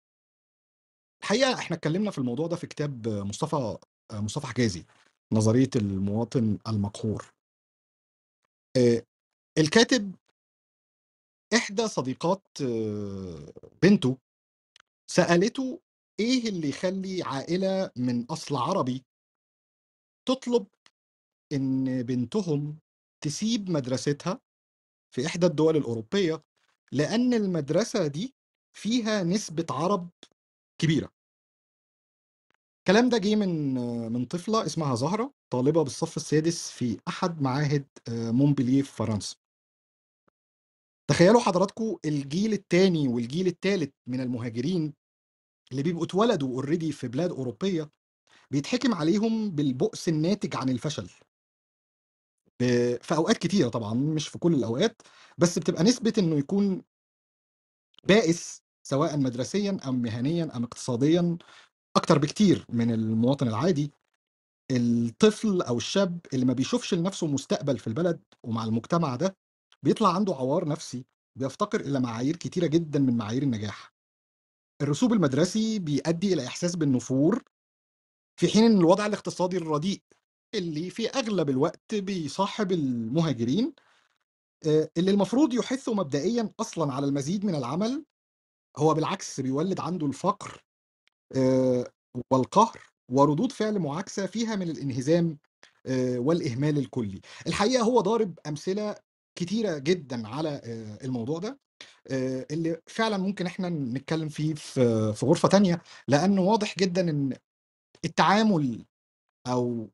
الحقيقة احنا اتكلمنا في الموضوع ده في كتاب مصطفى مصطفى حجازي، نظرية المواطن المقهور. آه، الكاتب إحدى صديقات آه، بنته سألته إيه اللي يخلي عائلة من أصل عربي تطلب إن بنتهم تسيب مدرستها في إحدى الدول الأوروبية لأن المدرسة دي فيها نسبة عرب كبيرة. الكلام ده جه من من طفلة اسمها زهرة، طالبة بالصف السادس في أحد معاهد آه، مونبلييه في فرنسا. تخيلوا حضراتكم الجيل الثاني والجيل الثالث من المهاجرين اللي بيبقوا اتولدوا اوريدي في بلاد أوروبية بيتحكم عليهم بالبؤس الناتج عن الفشل. ب- في أوقات كتيرة طبعا، مش في كل الأوقات، بس بتبقى نسبة إنه يكون بائس سواء مدرسيا أم مهنيا أم اقتصاديا أكتر بكتير من المواطن العادي. الطفل أو الشاب اللي ما بيشوفش لنفسه مستقبل في البلد ومع المجتمع ده بيطلع عنده عوار نفسي، بيفتقر إلى معايير كتيرة جدا من معايير النجاح. الرسوب المدرسي بيؤدي إلى إحساس بالنفور، في حين إن الوضع الاقتصادي الرديء اللي في أغلب الوقت بيصاحب المهاجرين آه، اللي المفروض يحثوا مبدئيا أصلا على المزيد من العمل، هو بالعكس بيولد عنده الفقر آه، والقهر وردود فعل معاكسة فيها من الانهزام آه، والإهمال الكلي. الحقيقة هو ضارب أمثلة كتيرة جدا على آه، الموضوع ده، آه، اللي فعلا ممكن احنا نتكلم فيه في في غرفة تانية، لأنه واضح جدا إن التعامل أو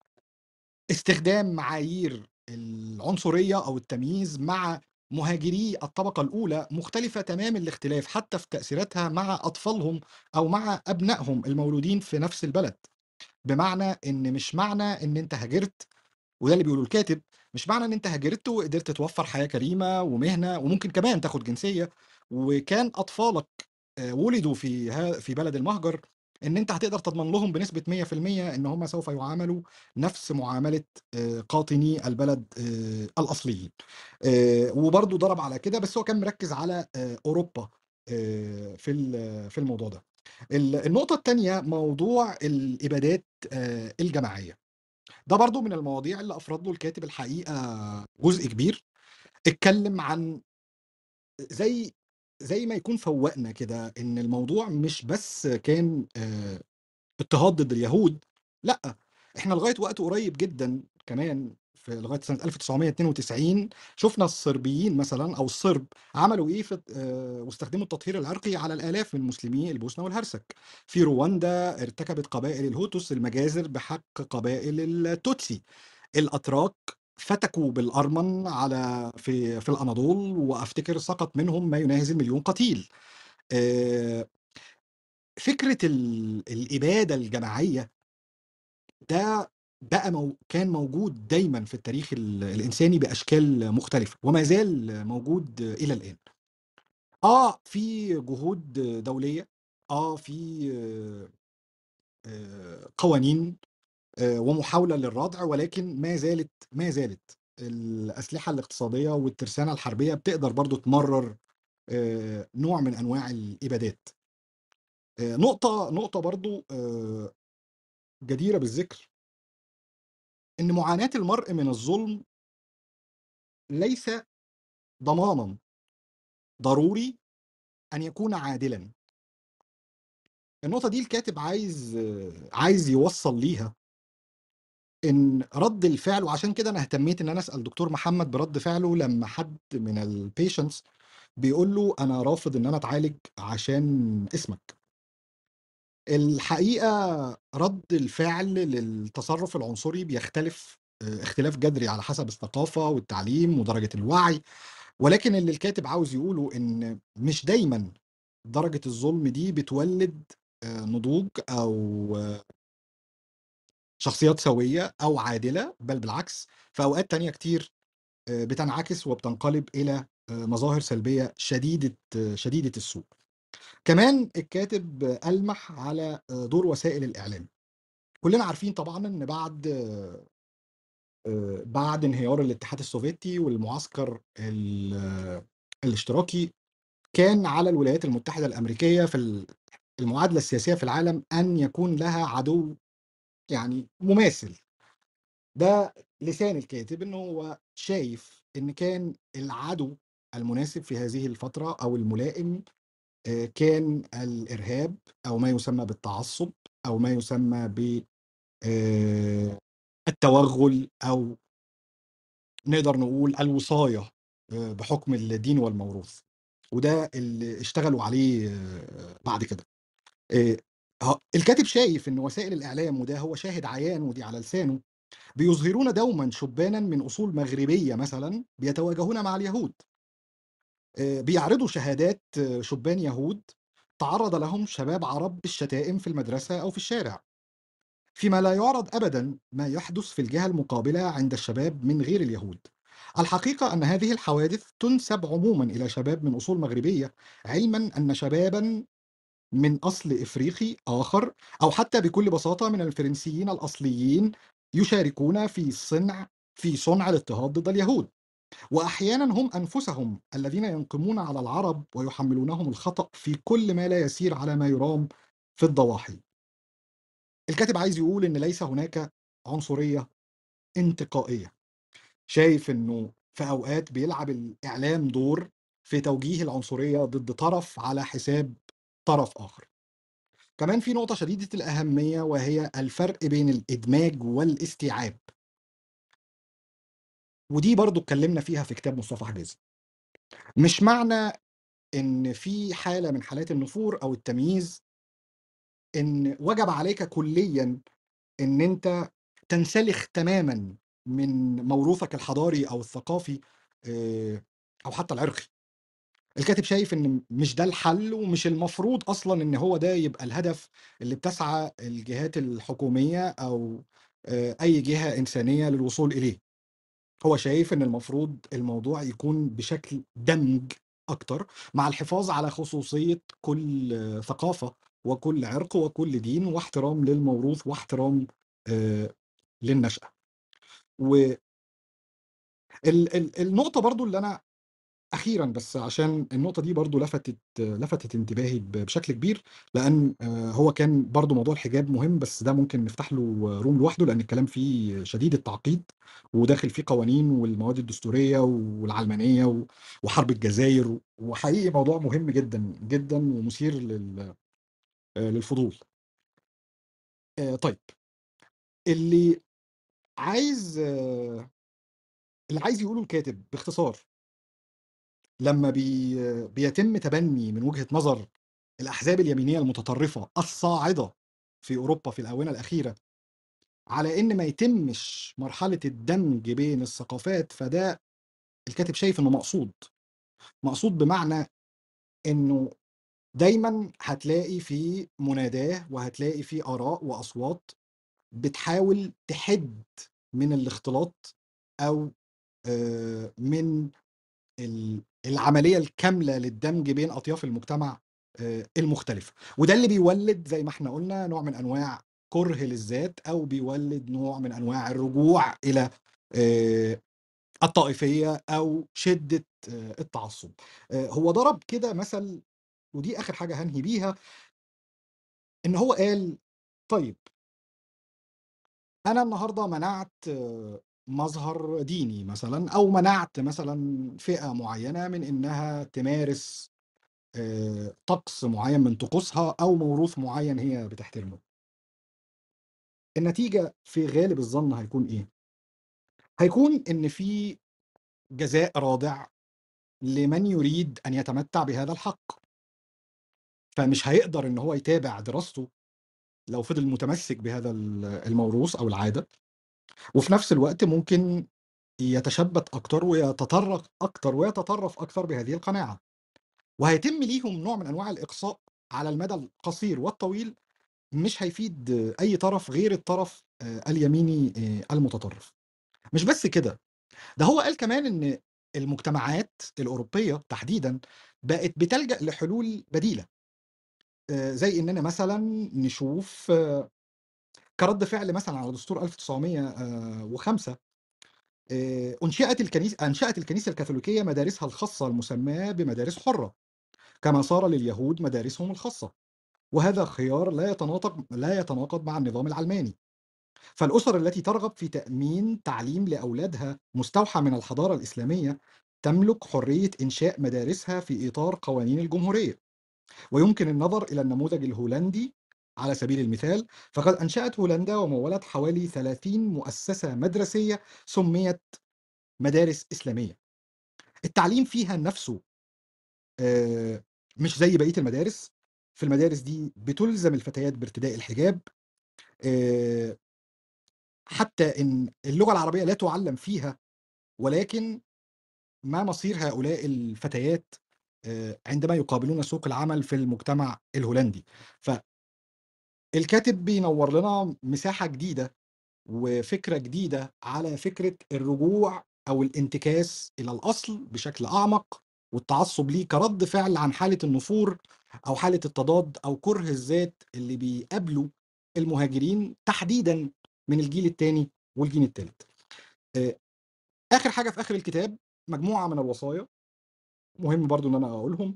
استخدام معايير العنصرية أو التمييز مع مهاجري الطبقة الأولى مختلفة تمام الاختلاف، حتى في تأثيراتها مع أطفالهم أو مع أبنائهم المولودين في نفس البلد. بمعنى إن مش معنى إن أنت هاجرت، وده اللي بيقوله الكاتب، مش معنى ان انت هاجرت وقدرت توفر حياة كريمة ومهنة وممكن كمان تاخد جنسية وكان اطفالك آه، ولدوا في ها- في بلد المهجر، ان انت هتقدر تضمن لهم بنسبة مية في المية ان هم سوف يعاملوا نفس معاملة آه، قاطني البلد آه، الاصليين. آه، وبرضه ضرب على كده، بس هو كان مركز على آه، اوروبا آه، في ال- في الموضوع ده. ال- النقطة الثانية موضوع الإبادات آه، الجماعية. ده برضو من المواضيع اللي أفرد له الكاتب الحقيقة جزء كبير. اتكلم عن زي زي ما يكون فوقنا كده ان الموضوع مش بس كان آه، اضطهاد ضد اليهود، لا، احنا لغايه وقت قريب جدا كمان في لغايه سنه ألف وتسعمية اتنين وتسعين شفنا الصربيين مثلا او الصرب عملوا ايه في آه، واستخدموا التطهير العرقي على الالاف من مسلمي البوسنه والهرسك. في رواندا ارتكبت قبائل الهوتوس المجازر بحق قبائل التوتسي. الاتراك فتكوا بالارمن على في في الاناضول، وافتكر سقط منهم ما يناهز المليون قتيل. آه، فكره ال- الاباده الجماعيه ده بقى مو كان موجود دايما في التاريخ ال- الإنساني بأشكال مختلفة وما زال موجود إلى الآن. آه في جهود دولية، آه في آه، آه، قوانين آه، ومحاولة للردع، ولكن ما زالت ما زالت الأسلحة الاقتصادية والترسانة الحربية بتقدر برضه تمرّر آآ نوع من أنواع الإبادات. آآ نقطة نقطة برضه آآ جديرة بالذكر إن معاناة المرء من الظلم ليس ضمانًا ضروري أن يكون عادلًا. النقطة دي الكاتب عايز عايز يوصّل ليها إن رَد الفعل، وعشان كده أنا اهتميت إن أنا أسأل دكتور محمد برَد فعله لمّا حد من الpatients بيقول له أنا رافض إن أنا أتعالج عشان اسمك. الحقيقة رَد الفعل للتصرُّف العنصري بيختلف آآ اختلاف جذري على حسب الثقافة والتعليم ودرجة الوعي، ولكن اللي الكاتب عاوز يقوله إن مش دايمًا درجة الظلم دي بتولِّد آآ نضوج أو شخصيات سوية أو عادلة، بل بالعكس في أوقات تانية كتير آآ بتنعكس وبتنقلب إلى آآ مظاهر سلبية شديدة شديدة السوء. كمان الكاتب ألمح على آآ دور وسائل الإعلام. كلنا عارفين طبعًا إن بعد آآ بعد انهيار الاتحاد السوفيتي والمعسكر ال الاشتراكي، كان على الولايات المتحدة الأمريكية في ال المعادلة السياسية في العالم أن يكون لها عدو يعني مماثل. ده لسان الكاتب إن هو شايف إن كان العدو المناسب في هذه الفترة أو الملائم آآ كان الإرهاب أو ما يسمى بالتعصُّب أو ما يسمى ب آآ التوغُّل أو نقدر نقول الوصاية آآ بحُكم الدين والموروث، وده اللي اشتغلوا عليه آه، بعد كده. آآ ه الكاتب شايف إن وسائل الإعلام، وده هو شاهد عيان ودي على لسانه، بيظهرون دومًا شُبّانًا من أصول مغربية مثلًا بيتواجهون مع اليهود. آآ بيعرضوا شهادات آه، شُبّان يهود تعرّض لهم شباب عرب بالشتائم في المدرسة أو في الشارع، فيما لا يُعرض أبدًا ما يحدث في الجهة المقابلة عند الشباب من غير اليهود. الحقيقة أن هذه الحوادث تُنسب عمومًا إلى شباب من أصول مغربية، علمًا أن شبابًا من أصل إفريقي آخر أو حتى بكل بساطة من الفرنسيين الأصليين يشاركون في صنع في صنع الاضطهاد ضد اليهود، وأحيانًا هم أنفسهم الذين ينقمون على العرب ويحملونهم الخطأ في كل ما لا يسير على ما يرام في الضواحي. الكاتب عايز يقول إن ليس هناك عنصرية انتقائية. شايف إنه في أوقات بيلعب الإعلام دور في توجيه العنصرية ضد طرف على حساب طرف آخر. كمان في نقطة شديدة الأهمية وهي الفرق بين الإدماج والاستيعاب، ودي برضو اتكلمنا فيها في كتاب مصطفى حجازي. مش معنى إن في حالة من حالات النفور أو التمييز إن وجب عليك كليا إن أنت تنسلخ تماما من موروثك الحضاري أو الثقافي آه، أو حتى العرقي. الكاتب شايف إن مش ده الحل، ومش المفروض أصلا إن هو ده يبقى الهدف اللي بتسعى الجهات الحكومية أو آه، أي جهة إنسانية للوصول إليه. هو شايف إن المفروض الموضوع يكون بشكل دمج أكتر، مع الحفاظ على خصوصية كل آه، ثقافة وكل عرق وكل دين، واحترام للموروث واحترام آه، للنشأة. والنقطة برضو اللي أنا أخيرًا، بس عشان النقطة دي برضه لفتت لفتت انتباهي ب بشكل كبير، لأن آآ هو كان برضه موضوع الحجاب مهم، بس ده ممكن نفتح له room لوحده، لأن الكلام فيه شديد التعقيد، وداخل فيه قوانين والمواد الدستورية والعلمانية و وحرب الجزاير، وحقيقي موضوع مهم جدًا، جدًا ومثير لل آآ للفضول. آآ طيب، اللي عايز آه، اللي عايز يقوله الكاتب باختصار لمّا بي بيتم تبني من وجهة نظر الأحزاب اليمينية المتطرفة الصاعدة في أوروبا في الآونة الأخيرة على إن ما يتمش مرحلة الدمج بين الثقافات، فده الكاتب شايف إنه مقصود. مقصود بمعنى إنه دايمًا هتلاقي في مناداة وهتلاقي في آراء وأصوات بتحاول تحِد من الاختلاط أو آآ من ال العملية الكاملة للدمج بين أطياف المجتمع آآ المختلفة، وده اللي بيولِّد زي ما إحنا قُلنا نوع من أنواع كُره للذات، أو بيولِّد نوع من أنواع الرجوع إلى آآ الطائفية أو شدة آآ التعصُّب. آآ هو ضرب كده مثل، ودي آخر حاجة هانهي بيها، إن هو قال طيب أنا النهارده منعت آه، مظهر ديني مثلًا، أو منعت مثلًا فئة معيّنة من إنها تمارس آآ طقس معيّن من طقوسها أو موروث معيّن هي بتحترمه. النتيجة في غالب الظن هيكون إيه؟ هيكون إن في جزاء رادع لمن يريد أن يتمتع بهذا الحق، فمش هيقدر إن هو يتابع دراسته لو فضل متمسك بهذا ال الموروث أو العادة، وفي نفس الوقت ممكن يتشبت أكتر ويتطرق أكتر ويتطرف أكتر بهذه القناعة، وهيتم ليهم نوع من أنواع الإقصاء على المدى القصير والطويل، مش هيفيد أي طرف غير الطرف آآ اليميني آآ المتطرف. مش بس كده، ده هو قال كمان إن المجتمعات الأوروبية تحديدًا بقت بتلجأ لحلول بديلة، آآ زي إننا مثلًا نشوف آه، كرد فعل مثلًا على دستور ألف وتسعمية وخمسة، آآ أنشئت الكنيس أنشأت الكنيسة الكاثوليكية مدارسها الخاصة المسماة بمدارس حرة، كما صار لليهود مدارسهم الخاصة، وهذا خيار لا يتناطق لا يتناقض مع النظام العلماني. فالأسر التي ترغب في تأمين تعليم لأولادها مستوحى من الحضارة الإسلامية تملك حرية إنشاء مدارسها في إطار قوانين الجمهورية. ويمكن النظر إلى النموذج الهولندي على سبيل المثال، فقد أنشأت هولندا ومولت حوالي ثلاثين مؤسسة مدرسية سميت مدارس إسلامية. التعليم فيها نفسه آآ مش زي بقية المدارس، في المدارس دي بتُلزم الفتيات بارتداء الحجاب، آآ حتى إن اللغة العربية لا تُعلَّم فيها، ولكن ما مصير هؤلاء الفتيات آآ عندما يقابلون سوق العمل في المجتمع الهولندي. فالكاتب بينوّر لنا مساحة جديدة وفكرة جديدة على فكرة الرجوع أو الانتكاس إلى الأصل بشكل أعمق، والتعصب ليه كرد فعل عن حالة النفور أو حالة التضاد أو كره الذات اللي بيقابله المهاجرين تحديدًا من الجيل التاني والجيل التالت. آآ آخر حاجة في آخر الكتاب مجموعة من الوصايا، مهم برضه إن أنا أقولهم.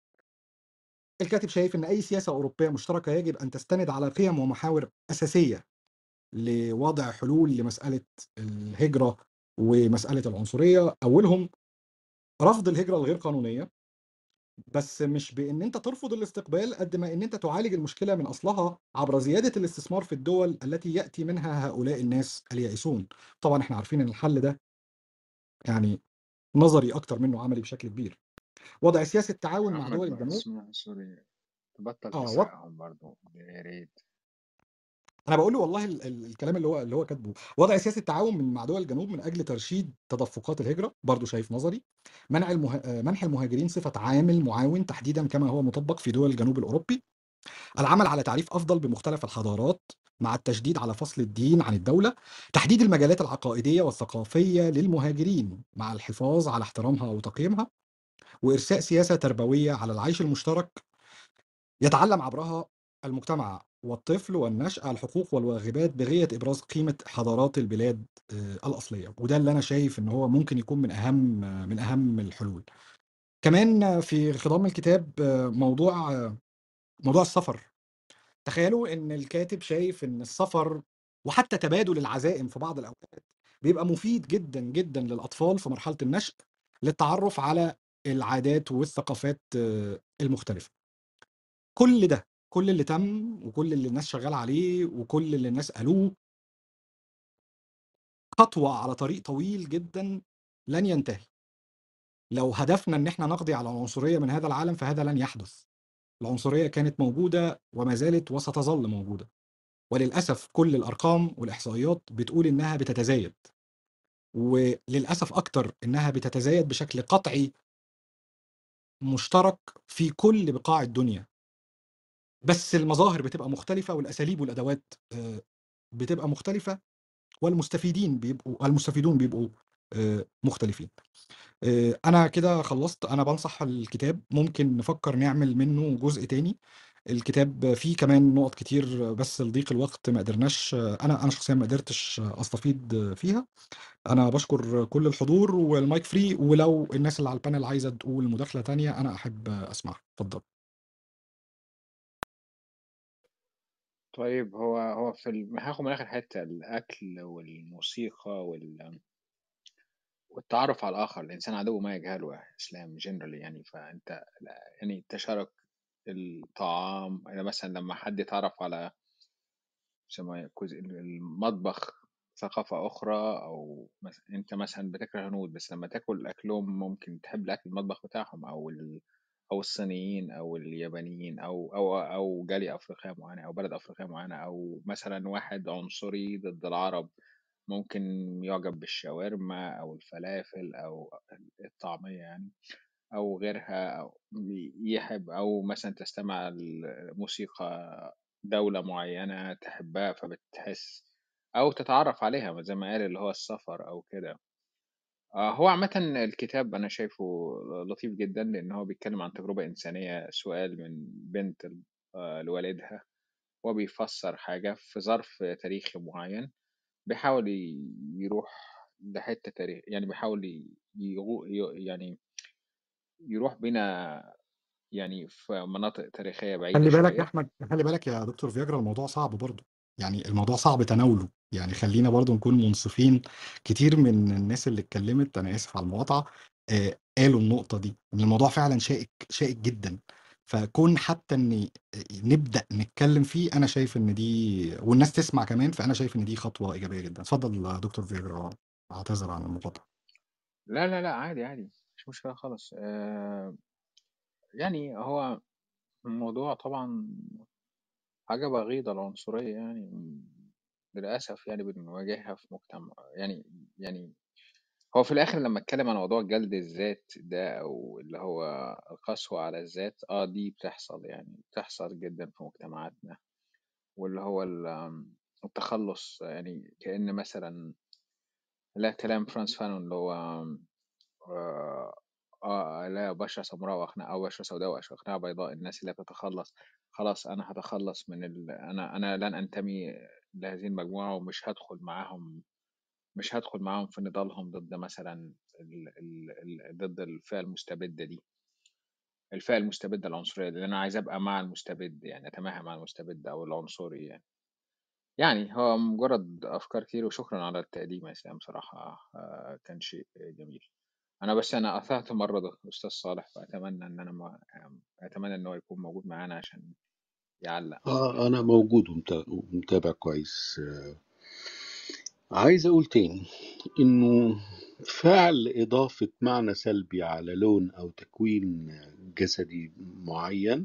الكاتب شايف إن أي سياسة أوروبية مشتركة يجب أن تستند على قيم ومحاور أساسية لوضع حلول لمسألة الهجرة ومسألة العنصرية. أولهم رفض الهجرة الغير قانونية، بس مش بإن أنت ترفض الاستقبال قد ما إن أنت تعالج المشكلة من أصلها عبر زيادة الاستثمار في الدول التي يأتي منها هؤلاء الناس اليائسون. طبعًا إحنا عارفين إن الحل ده يعني نظري أكتر منه عملي بشكل كبير. وضع سياسة تعاون مع محمد دول بقى الجنوب. اسمه سوري، تبطل آه و تسرقهم برضو يا ريت. أنا باقول له والله ال ال الكلام اللي هو اللي هو كاتبه، وضع سياسة تعاون من مع دول الجنوب من أجل ترشيد تدفقات الهجرة، برضه شايف نظري. منع المه آآ منح المهاجرين صفة عامل معاون تحديدًا كما هو مطبق في دول الجنوب الأوروبي. العمل على تعريف أفضل بمختلف الحضارات مع التشديد على فصل الدين عن الدولة. تحديد المجالات العقائدية والثقافية للمهاجرين مع الحفاظ على احترامها وتقييمها. وإرساء سياسة تربوية على العيش المشترك يتعلم عبرها المجتمع والطفل والنشأة الحقوق والواجبات بغية إبراز قيمة حضارات البلاد آه، الأصلية. وده اللي أنا شايف إن هو ممكن يكون من أهم من أهم الحلول. كمان في خضام الكتاب آه، موضوع آه، موضوع السفر. تخيلوا إن الكاتب شايف إن السفر وحتى تبادل العزائم في بعض الأوقات بيبقى مفيد جدا جدا للأطفال في مرحلة النشء للتعرف على العادات والثقافات آه، المختلفة. كل ده، كل اللي تم وكل اللي الناس شغالة عليه وكل اللي الناس قالوه خطوة على طريق طويل جدًا لن ينتهي. لو هدفنا إن إحنا نقضي على العنصرية من هذا العالم فهذا لن يحدث. العنصرية كانت موجودة وما زالت وستظل موجودة، وللأسف كل الأرقام والإحصائيات بتقول إنها بتتزايد، وللأسف أكتر إنها بتتزايد بشكل قطعي مشترك في كل بقاع الدنيا. بس المظاهر بتبقى مختلفة والأساليب والأدوات آآ بتبقى مختلفة، والمستفيدين بيبقوا المستفيدون بيبقوا آآ مختلفين. آآ أنا كده خلّصت. أنا بانصح الكتاب ممكن نفكّر نعمل منّه جزء تاني، الكتاب فيه كمان نقط كتير بس لضيق الوقت ما قدرناش، انا انا شخصيا ما قدرتش استفيد فيها. انا بشكر كل الحضور والمايك فري، ولو الناس اللي على البانل عايزه تقول مداخله تانية انا احب اسمعها. اتفضل. طيب هو هو في ال... هاخد من آخر حتة الأكل والموسيقى وال... والتعرف على الآخر. الإنسان عدو ما يجهله يا إسلام جنرالي يعني. فأنت يعني تشارك الطعام، يعني مثلا لما حد يتعرف على يسمى كوز- المطبخ ثقافة أخرى، أو مثلا أنت مثلا بتكره الهنود بس لما تاكل أكلهم ممكن تحب الأكل المطبخ بتاعهم، أو ال... أو الصينيين أو اليابانيين أو أو أو جالية أفريقية معينة أو بلد أفريقية معينة، أو مثلا واحد عنصري ضد العرب ممكن يعجب بالشاورما أو الفلافل أو الطعمية يعني، أو غيرها، أو يحب، أو مثلا تستمع لموسيقى دولة معينة تحبها فبتحس، أو تتعرف عليها زي ما قال اللي هو السفر أو كده. آه، هو عامة الكتاب أنا شايفه لطيف جدا لأن هو بيتكلم عن تجربة إنسانية، سؤال من بنت آه، لوالدها، وبيفسر حاجة في ظرف تاريخي معين، بيحاول ي- يروح لحتة تاريخ يعني، بيحاول ي- يغو ي- يعني يروح بينا يعني في مناطق تاريخية بعيدة خلي بالك يا شوية. احمد، خلي بالك يا دكتور فياجرا، الموضوع صعب برضو. يعني الموضوع صعب تناوله. يعني خلينا برضو نكون منصفين. كتير من الناس اللي اتكلمت، انا اسف على المقاطعه، آه قالوا النقطه دي ان الموضوع فعلا شائك شائك جدا. فكون حتى ان نبدا نتكلم فيه، انا شايف ان دي، والناس تسمع كمان، فانا شايف ان دي خطوه ايجابيه جدا. اتفضل يا دكتور فياجرا، اعتذر عن المقاطعه. لا لا لا، عادي عادي، مش مشكلة خالص. آه يعني هو الموضوع طبعا حاجة بغيضة، العنصرية يعني للأسف يعني بنواجهها في مجتمع يعني. يعني هو في الآخر لما اتكلم عن موضوع جلد الذات ده أو اللي هو القسوة على الذات، اه دي بتحصل يعني، بتحصل جدا في مجتمعاتنا. واللي هو ال- التخلص يعني، كأن مثلا لا كلام فرانس فانون اللي هو آه, آه لا بشرة سمراء وأقنعة، أو بشرة سوداء وأقنعة بيضاء، الناس اللي بتتخلص خلاص أنا هتخلص من ال... أنا أنا لن أنتمي لهذه المجموعة ومش هدخل معاهم، مش هدخل معاهم في نضالهم ضد مثلا ال... ال... ال... ضد الفئة المستبدة دي، الفئة المستبدة العنصرية، لأن أنا عايز أبقى مع المستبد يعني، أتماهى مع المستبد أو العنصري يعني. يعني هو مجرد أفكار كتير، وشكرا على التقديم يا إسلام صراحة. آه، كان شيء جميل. أنا بس أنا أثرت مرة ده أستاذ صالح، فأتمنى إن أنا ما أتمنى إن هو يكون موجود معانا عشان يعلق أو آه كده. أنا موجود ومتا- ومتابع كويس. آه، عايز أقول تاني إنه فعل إضافة معنى سلبي على لون أو تكوين جسدي معين،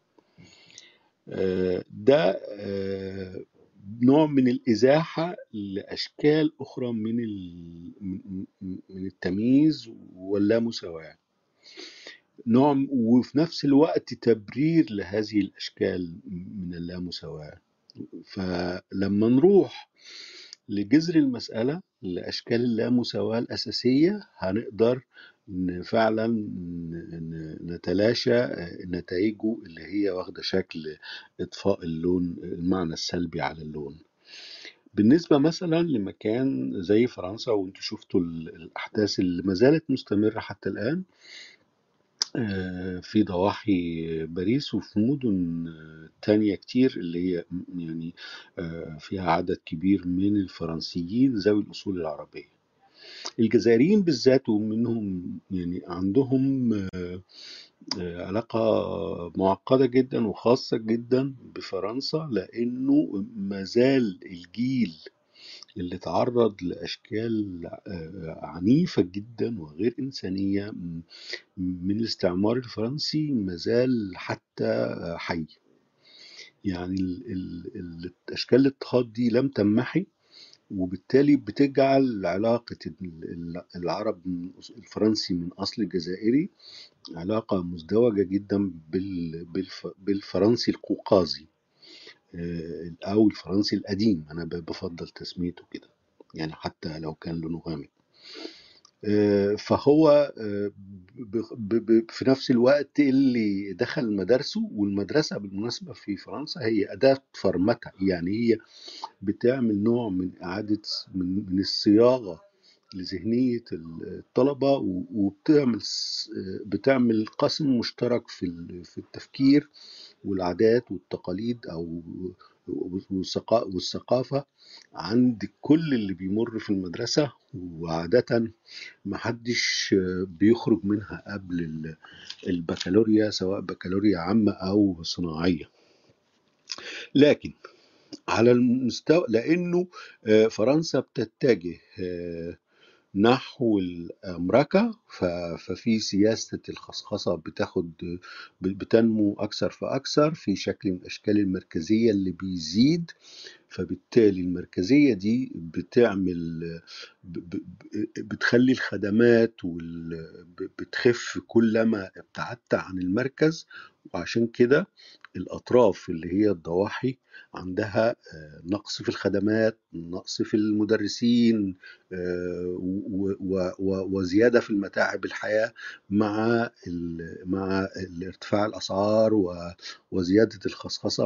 آه، ده آه، نوع من الإزاحة لأشكال أخرى من ال- من من التمييز واللامساواة، نوع، وفي نفس الوقت تبرير لهذه الأشكال من اللامساواة. فلما نروح لجذر المسألة، لأشكال اللامساواة الأساسية، هنقدر ن- فعلا ن- نتلاشى نتائجه اللي هي واخدة شكل إطفاء اللون، المعنى السلبي على اللون. بالنسبة مثلا لمكان زي فرنسا، وانتوا شفتوا ال- الأحداث اللي ما زالت مستمرة حتى الآن آه، في ضواحي باريس وفي مدن آه، تانية كتير اللي هي م- يعني آه، فيها عدد كبير من الفرنسيين ذوي الأصول العربية. الجزائريين بالذات ومنهم يعني عندهم آه، آه، علاقة معقدة جدا وخاصة جدا بفرنسا، لأنه ما زال الجيل اللي تعرض لأشكال آه، عنيفة جدا وغير إنسانية م- من الاستعمار الفرنسي مازال حتى حي. يعني ال ال ال الأشكال الاضطهاد دي لم تمحي، وبالتالي بتجعل علاقة ال- ال- العرب من أص- الفرنسي من أصل جزائري علاقة مزدوجة جدا بال بالف بالفرنسي القوقازي، آه، أو الفرنسي القديم. أنا ب- بفضل تسميته كده يعني حتى لو كان لونه غامق. آه، فهو آه، ب- ب- في نفس الوقت اللي دخل مدارسه. والمدرسة بالمناسبة في فرنسا هي أداة فرمتة، يعني هي بتعمل نوع من إعادة من, من الصياغة لذهنية الطلبة، و- وبتعمل س- بتعمل قسم مشترك في ال- في التفكير والعادات والتقاليد أو والثقا- والثقافة عند كل اللي بيمر في المدرسة. وعادة محدش بيخرج منها قبل ال- البكالوريا، سواء بكالوريا عامة أو صناعية. لكن على المستوى، لأنه آه، فرنسا بتتجه آه، نحو الأمريكا، ف- ففي سياسة الخصخصة بتاخد بتنمو أكثر فأكثر في شكل من أشكال المركزية اللي بيزيد. فبالتالي المركزية دي بتعمل ب- ب- بتخلي الخدمات وال- ب- بتخف كلما ابتعدت عن المركز. وعشان كده الأطراف اللي هي الضواحي عندها آه، نقص في الخدمات، نقص في المدرسين، آه، و- و- و- وزيادة في المتاعب الحياة مع ال- مع ارتفاع الأسعار و- وزيادة الخصخصة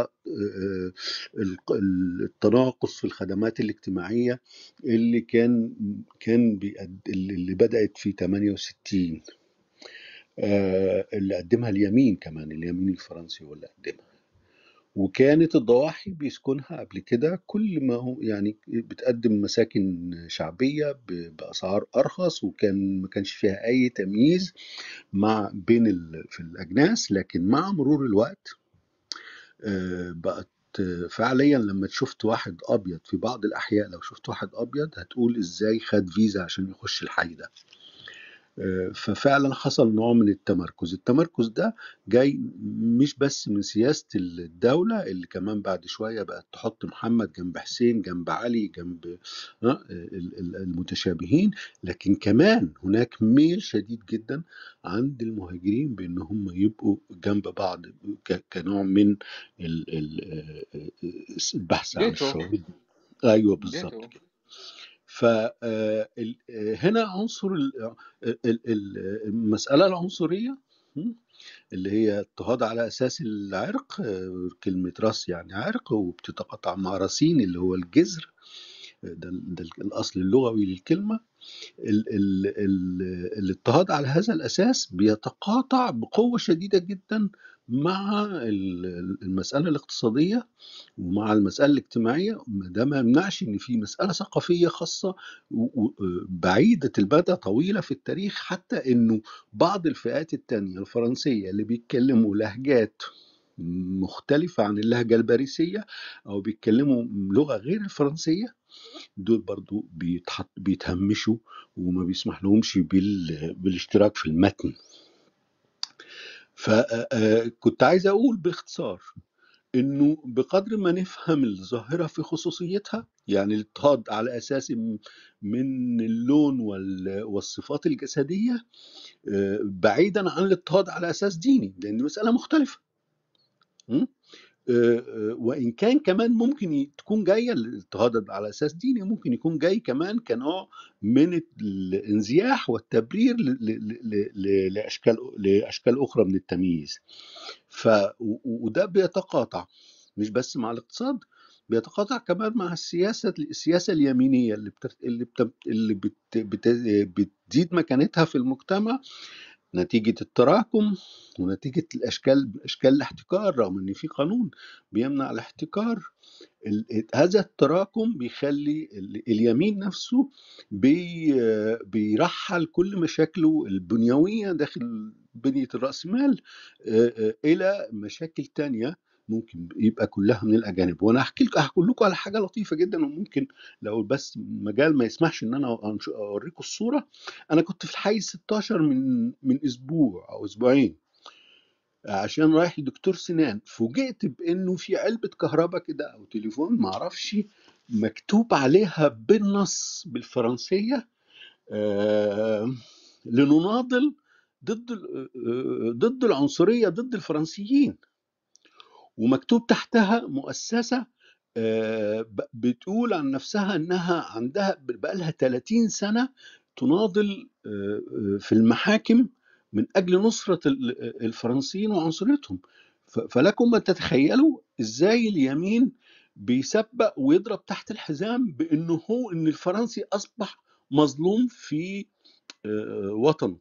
والتناقص في الخدمات الاجتماعية اللي كان كان بيقد... اللي بدأت في ثمانية وستين، آه، اللي قدمها اليمين، كمان اليمين الفرنسي هو اللي قدمها. وكانت الضواحي بيسكنها قبل كده كل ما هو يعني بتقدم مساكن شعبية ب- بأسعار أرخص، وكان ما كانش فيها أي تمييز مع بين ال... في الأجناس. لكن مع مرور الوقت آه، بقت آه، فعليا لما شفت واحد أبيض في بعض الأحياء، لو شفت واحد أبيض هتقول إزاي خد فيزا عشان يخش الحي ده. ففعلا حصل نوع من التمركز. التمركز ده جاي مش بس من سياسة الدولة اللي كمان بعد شوية بقت تحط محمد جنب حسين جنب علي جنب آه، ال- ال- المتشابهين، لكن كمان هناك ميل شديد جدا عند المهاجرين بأن هم يبقوا جنب بعض ك- كنوع من ال- ال- البحث عن ديتو الشعوب. ايوه بالظبط ديتو كده. فهنا عنصر ال- ال- ال- المسألة العنصرية، م، اللي هي اضطهاد على أساس العرق. آه، كلمة راس يعني عرق، وبتتقاطع مع راسين اللي هو الجذر. آه، ده, ده الأصل اللغوي للكلمة. ال ال ال الاضطهاد على هذا الأساس بيتقاطع بقوة شديدة جدا مع ال- المسألة الاقتصادية ومع المسألة الاجتماعية. ده ما يمنعش إن في مسألة ثقافية خاصة و- و- بعيدة المدى طويلة في التاريخ، حتى إنه بعض الفئات التانية الفرنسية اللي بيتكلموا لهجات مختلفة عن اللهجة الباريسية أو بيتكلموا لغة غير الفرنسية، دول برضو بيتحط بيتهمشوا وما بيسمح لهمش بال... بالاشتراك في المتن. فكنت عايز أقول باختصار إنه بقدر ما نفهم الظاهرة في خصوصيتها، يعني الاضطهاد على أساس م- من اللون وال- والصفات الجسدية، آه، بعيدا عن الاضطهاد على أساس ديني، لأن دي مسألة مختلفة. م? آه، آه، وإن كان كمان ممكن ي- تكون جاية الاضطهاد على أساس ديني، ممكن يكون جاي كمان كنوع من الانزياح والتبرير ل- ل- ل- ل- لأشكال لأشكال أخرى من التمييز. ف و- وده بيتقاطع مش بس مع الاقتصاد، بيتقاطع كمان مع السياسة السياسة اليمينية اللي بتر... اللي, بت... اللي بت... بت... بتزيد مكانتها في المجتمع نتيجة التراكم ونتيجة الأشكال أشكال الاحتكار، رغم إن في قانون بيمنع الاحتكار. ال- هذا التراكم بيخلي ال- اليمين نفسه بي بيرحل كل مشاكله البنيوية داخل بنية الرأسمال آه، آه، إلى مشاكل تانية ممكن يبقى كلها من الأجانب. وأنا هحكي لكم هقول لكم على حاجة لطيفة جدا، وممكن لو بس مجال ما يسمحش إن أنا أنش- أوريكم الصورة. أنا كنت في الحي ستاشر من من أسبوع أو أسبوعين عشان رايح لدكتور سنان. فوجئت بانه في علبة كهرباء كده او تليفون معرفش مكتوب عليها بالنص بالفرنسية آه لنناضل ضد ال- آه، ضد العنصرية ضد الفرنسيين. ومكتوب تحتها مؤسسة آه، ب- بتقول عن نفسها انها عندها بقالها ثلاثين سنة تناضل آه، آه، في المحاكم من أجل نصرة ال- الفرنسيين وعنصريتهم. ف- فلكم أن تتخيلوا إزاي اليمين بيسبق ويضرب تحت الحزام بأنه هو إن الفرنسي أصبح مظلوم في آه، وطنه.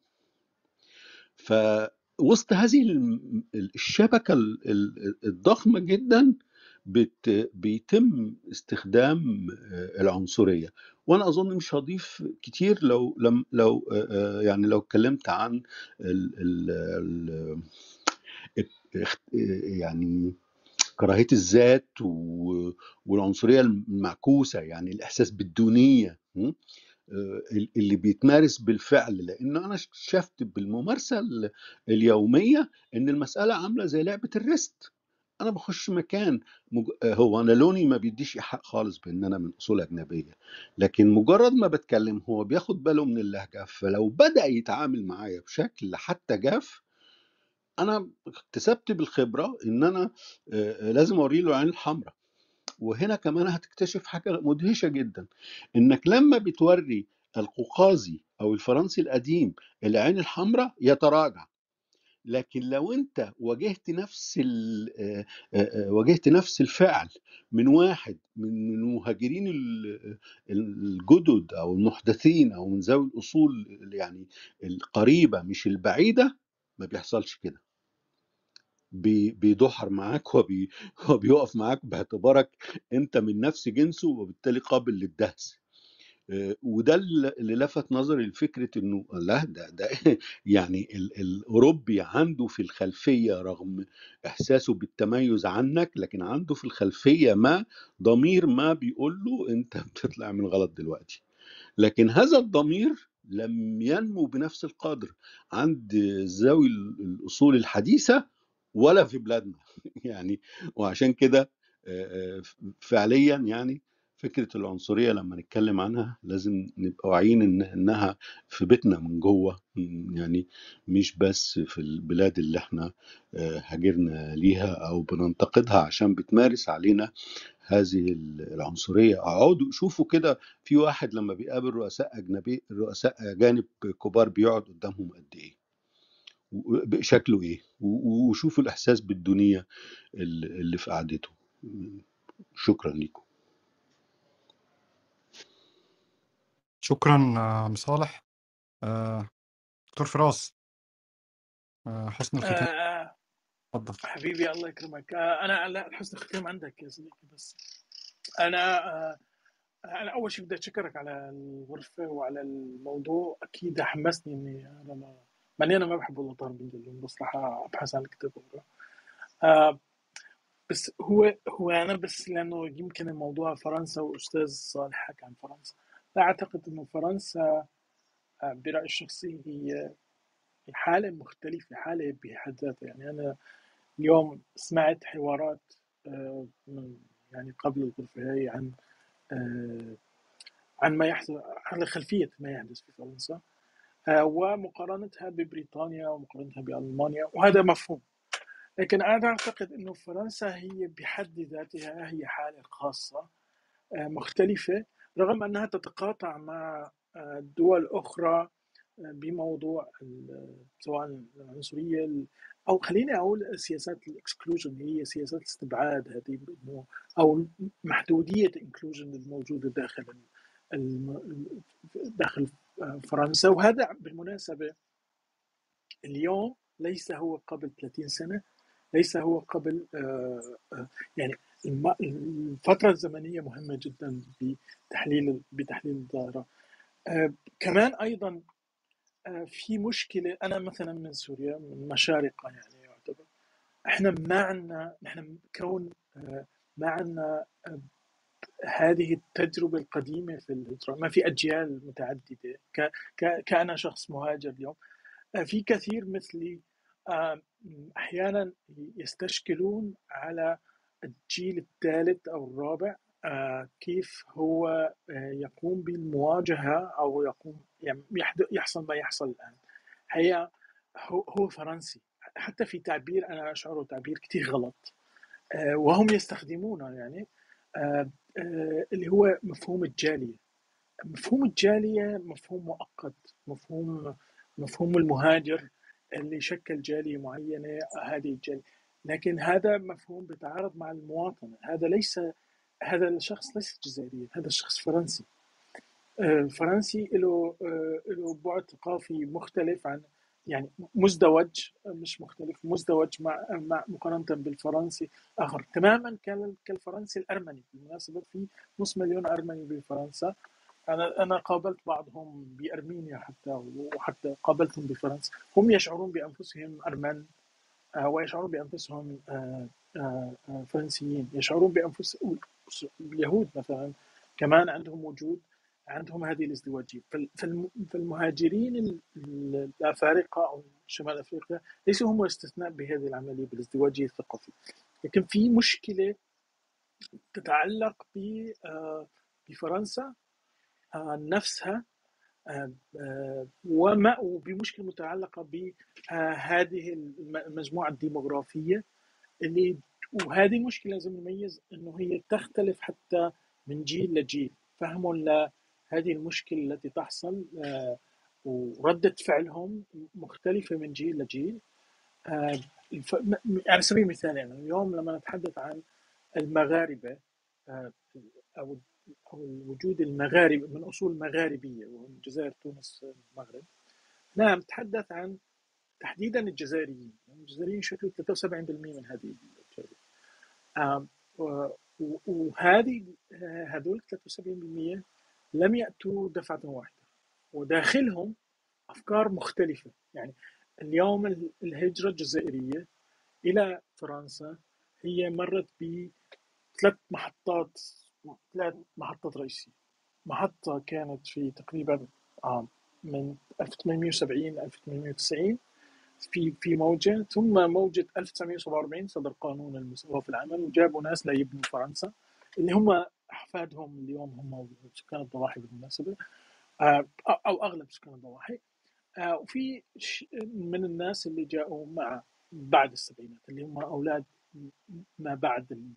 فوسط هذه الم- الشبكة ال- ال- الضخمة جدا بت- بيتم استخدام آه، العنصرية. وأنا أظن مش هضيف كتير لو لم لو آه، آه، يعني لو اتكلمت عن ال ال ال اخت- يعني كراهية الذات و- والعنصرية المعكوسة، يعني الإحساس بالدونية م? آه، اللي بيتمارس بالفعل. لأن أنا شفت بالممارسة ال- اليومية إن المسألة عاملة زي لعبة الريست. أنا بخش مكان مج... آه، هو أنا لوني ما بيديش إيحاء خالص بإن أنا من أصول أجنبية، لكن مجرد ما بتكلم هو بياخد باله من اللهجة. فلو بدأ يتعامل معايا بشكل حتى جاف، انا اكتسبت بالخبره ان انا آه، لازم اوري له العين الحمراء. وهنا كمان هتكتشف حاجه مدهشه جدا، انك لما بتوري القوقازي او الفرنسي القديم العين الحمراء يتراجع. لكن لو انت واجهت نفس ال- آه، آه، آه، واجهت نفس الفعل من واحد من المهاجرين ال- الجدد او المحدثين او من ذوي الاصول يعني القريبه مش البعيده، ما بيحصلش كده. بي- بيدحر معاك وبي وبيقف معاك باعتبارك انت من نفس جنسه، وبالتالي قابل للدهس. آه، وده اللي لفت نظري لفكره انه لا ده ده يعني ال- الاوروبي عنده في الخلفيه، رغم احساسه بالتميز عنك، لكن عنده في الخلفيه ما ضمير ما بيقول له انت بتطلع من غلط دلوقتي. لكن هذا الضمير لم ينمو بنفس القدر عند ذوي الأصول الحديثة ولا في بلادنا يعني. وعشان كده آه، آه، فعليا يعني فكرة العنصرية لما نتكلم عنها لازم نبقى واعيين إن إنها في بيتنا من جوه، م، يعني مش بس في البلاد اللي احنا آه، هاجرنا ليها أو بننتقدها عشان بتمارس علينا هذه العنصرية. اقعدوا شوفوا كده في واحد لما بيقابل رؤساء أجنبي رؤساء أجانب كبار بيقعد قدامهم قد إيه، و- شكله إيه، و- وشوفوا الإحساس بالدونية اللي اللي في قعدته. شكرا لكم. شكرا آه، عم صالح. آه، دكتور فراس، آه، حسن الختام، آه اتفضل. حبيبي الله يكرمك. آه انا لا حسن الختام عندك يا صديقي. بس انا آه انا اول شيء بدي اشكرك على الغرفه وعلى الموضوع. اكيد حمسني اني انا ما ماني انا ما بحب والله طار بنجلون، بس راح ابحث عن الكتاب وأقرأ. آه بس هو هو انا بس لانه يمكن الموضوع فرنسا واستاذ صالح حكى عن فرنسا. لا اعتقد انه فرنسا آه، برايي الشخصي هي حاله مختلفه، حاله بحد ذاتها. يعني انا اليوم سمعت حوارات آه، من يعني قبل الغرفه هي عن آه، عن ما يحدث، على خلفيه ما يحدث في فرنسا، آه، ومقارنتها ببريطانيا ومقارنتها بألمانيا، وهذا مفهوم. لكن أنا أعتقد أنه فرنسا هي بحد ذاتها هي حالة خاصة آه، مختلفة، رغم أنها تتقاطع مع آه، دول أخرى آه، بموضوع ال- سواء العنصرية ال- أو خليني أقول سياسات الإكسكلوجن، هي سياسات الاستبعاد هذه، إنه- أو محدودية الإنكلوجن الموجودة داخل الم- داخل آه، فرنسا. وهذا بالمناسبة اليوم ليس هو قبل ثلاثين سنة، ليس هو قبل آه، آه، يعني الم- الفترة الزمنية مهمة جدا بتحليل بتحليل الظاهرة. آه، كمان أيضا آه، في مشكلة. أنا مثلا من سوريا، من مشارقة يعني يعتبر، إحنا ما عندنا، نحن كون آه، ما عندنا آه، هذه التجربة القديمة في الهجرة، ما في أجيال متعددة. ك- ك- كأنا شخص مهاجر اليوم، آه، في كثير مثلي آه، أحيانا يستشكلون على الجيل الثالث أو الرابع، آه، كيف هو آه، يقوم بالمواجهة أو يقوم يعني يحد- يحصل ما يحصل الآن. هي هو هو فرنسي، حتى في تعبير أنا أشعره تعبير كتير غلط آه، وهم يستخدمونه، يعني آه، آه، اللي هو مفهوم الجالية. مفهوم الجالية مفهوم مؤقت، مفهوم مفهوم المهاجر اللي شكل جالية معينة هذه الجالية، لكن هذا مفهوم بيتعارض مع المواطنة. هذا ليس هذا الشخص ليس جزائريا، هذا الشخص فرنسي. الفرنسي له له بعد ثقافي مختلف عن يعني مزدوج، مش مختلف، مزدوج مع مع مقارنة بالفرنسي آخر تماما كالفرنسي الأرمني. بالمناسبة في نص مليون أرمني بفرنسا. أنا أنا قابلت بعضهم بأرمينيا حتى، وحتى قابلتهم بفرنسا. هم يشعرون بأنفسهم أرمن ويشعرون بأنفسهم فرنسيين، يشعرون بأنفسهم. اليهود مثلا كمان عندهم وجود، عندهم هذه الازدواجية. فالمهاجرين الأفارقة أو شمال أفريقيا ليسوا هم الاستثناء بهذه العملية بالازدواجية الثقافية، لكن في مشكلة تتعلق بفرنسا نفسها وما وبمشكلة متعلقة بهذه المجموعة الديموغرافية اللي، وهذه المشكلة لازم نميز أنه هي تختلف حتى من جيل لجيل. فهموا هذه المشكلة التي تحصل وردة فعلهم مختلفة من جيل لجيل. على سبيل المثال يعني اليوم لما نتحدث عن المغاربة أو أو الوجود المغاربي من أصول مغاربية وهم الجزائر تونس المغرب، نعم نتحدث عن تحديدا الجزائريين. الجزائريين شكلوا ثلاثة وسبعين بالمئة من هذه الجزائر، وهذه هذول ثلاثة وسبعين بالمئة لم يأتوا دفعة واحدة، وداخلهم أفكار مختلفة. يعني اليوم الهجرة الجزائرية إلى فرنسا هي مرت بثلاث محطات ثلاث محطات رئيسية. محطة كانت في تقريبا من ألف وثمانمئة وسبعين ل ألف وثمانمئة وتسعين في في موجة، ثم موجة ألف وتسعمئة وسبعة وأربعين صدر قانون المساواة في العمل وجابوا ناس لا يبنوا فرنسا اللي هم أحفادهم اليوم هم سكان الضواحي بالمناسبة، أو أغلب سكان الضواحي. وفي من الناس اللي جاءوا مع بعد السبعينات اللي هم أولاد ما بعد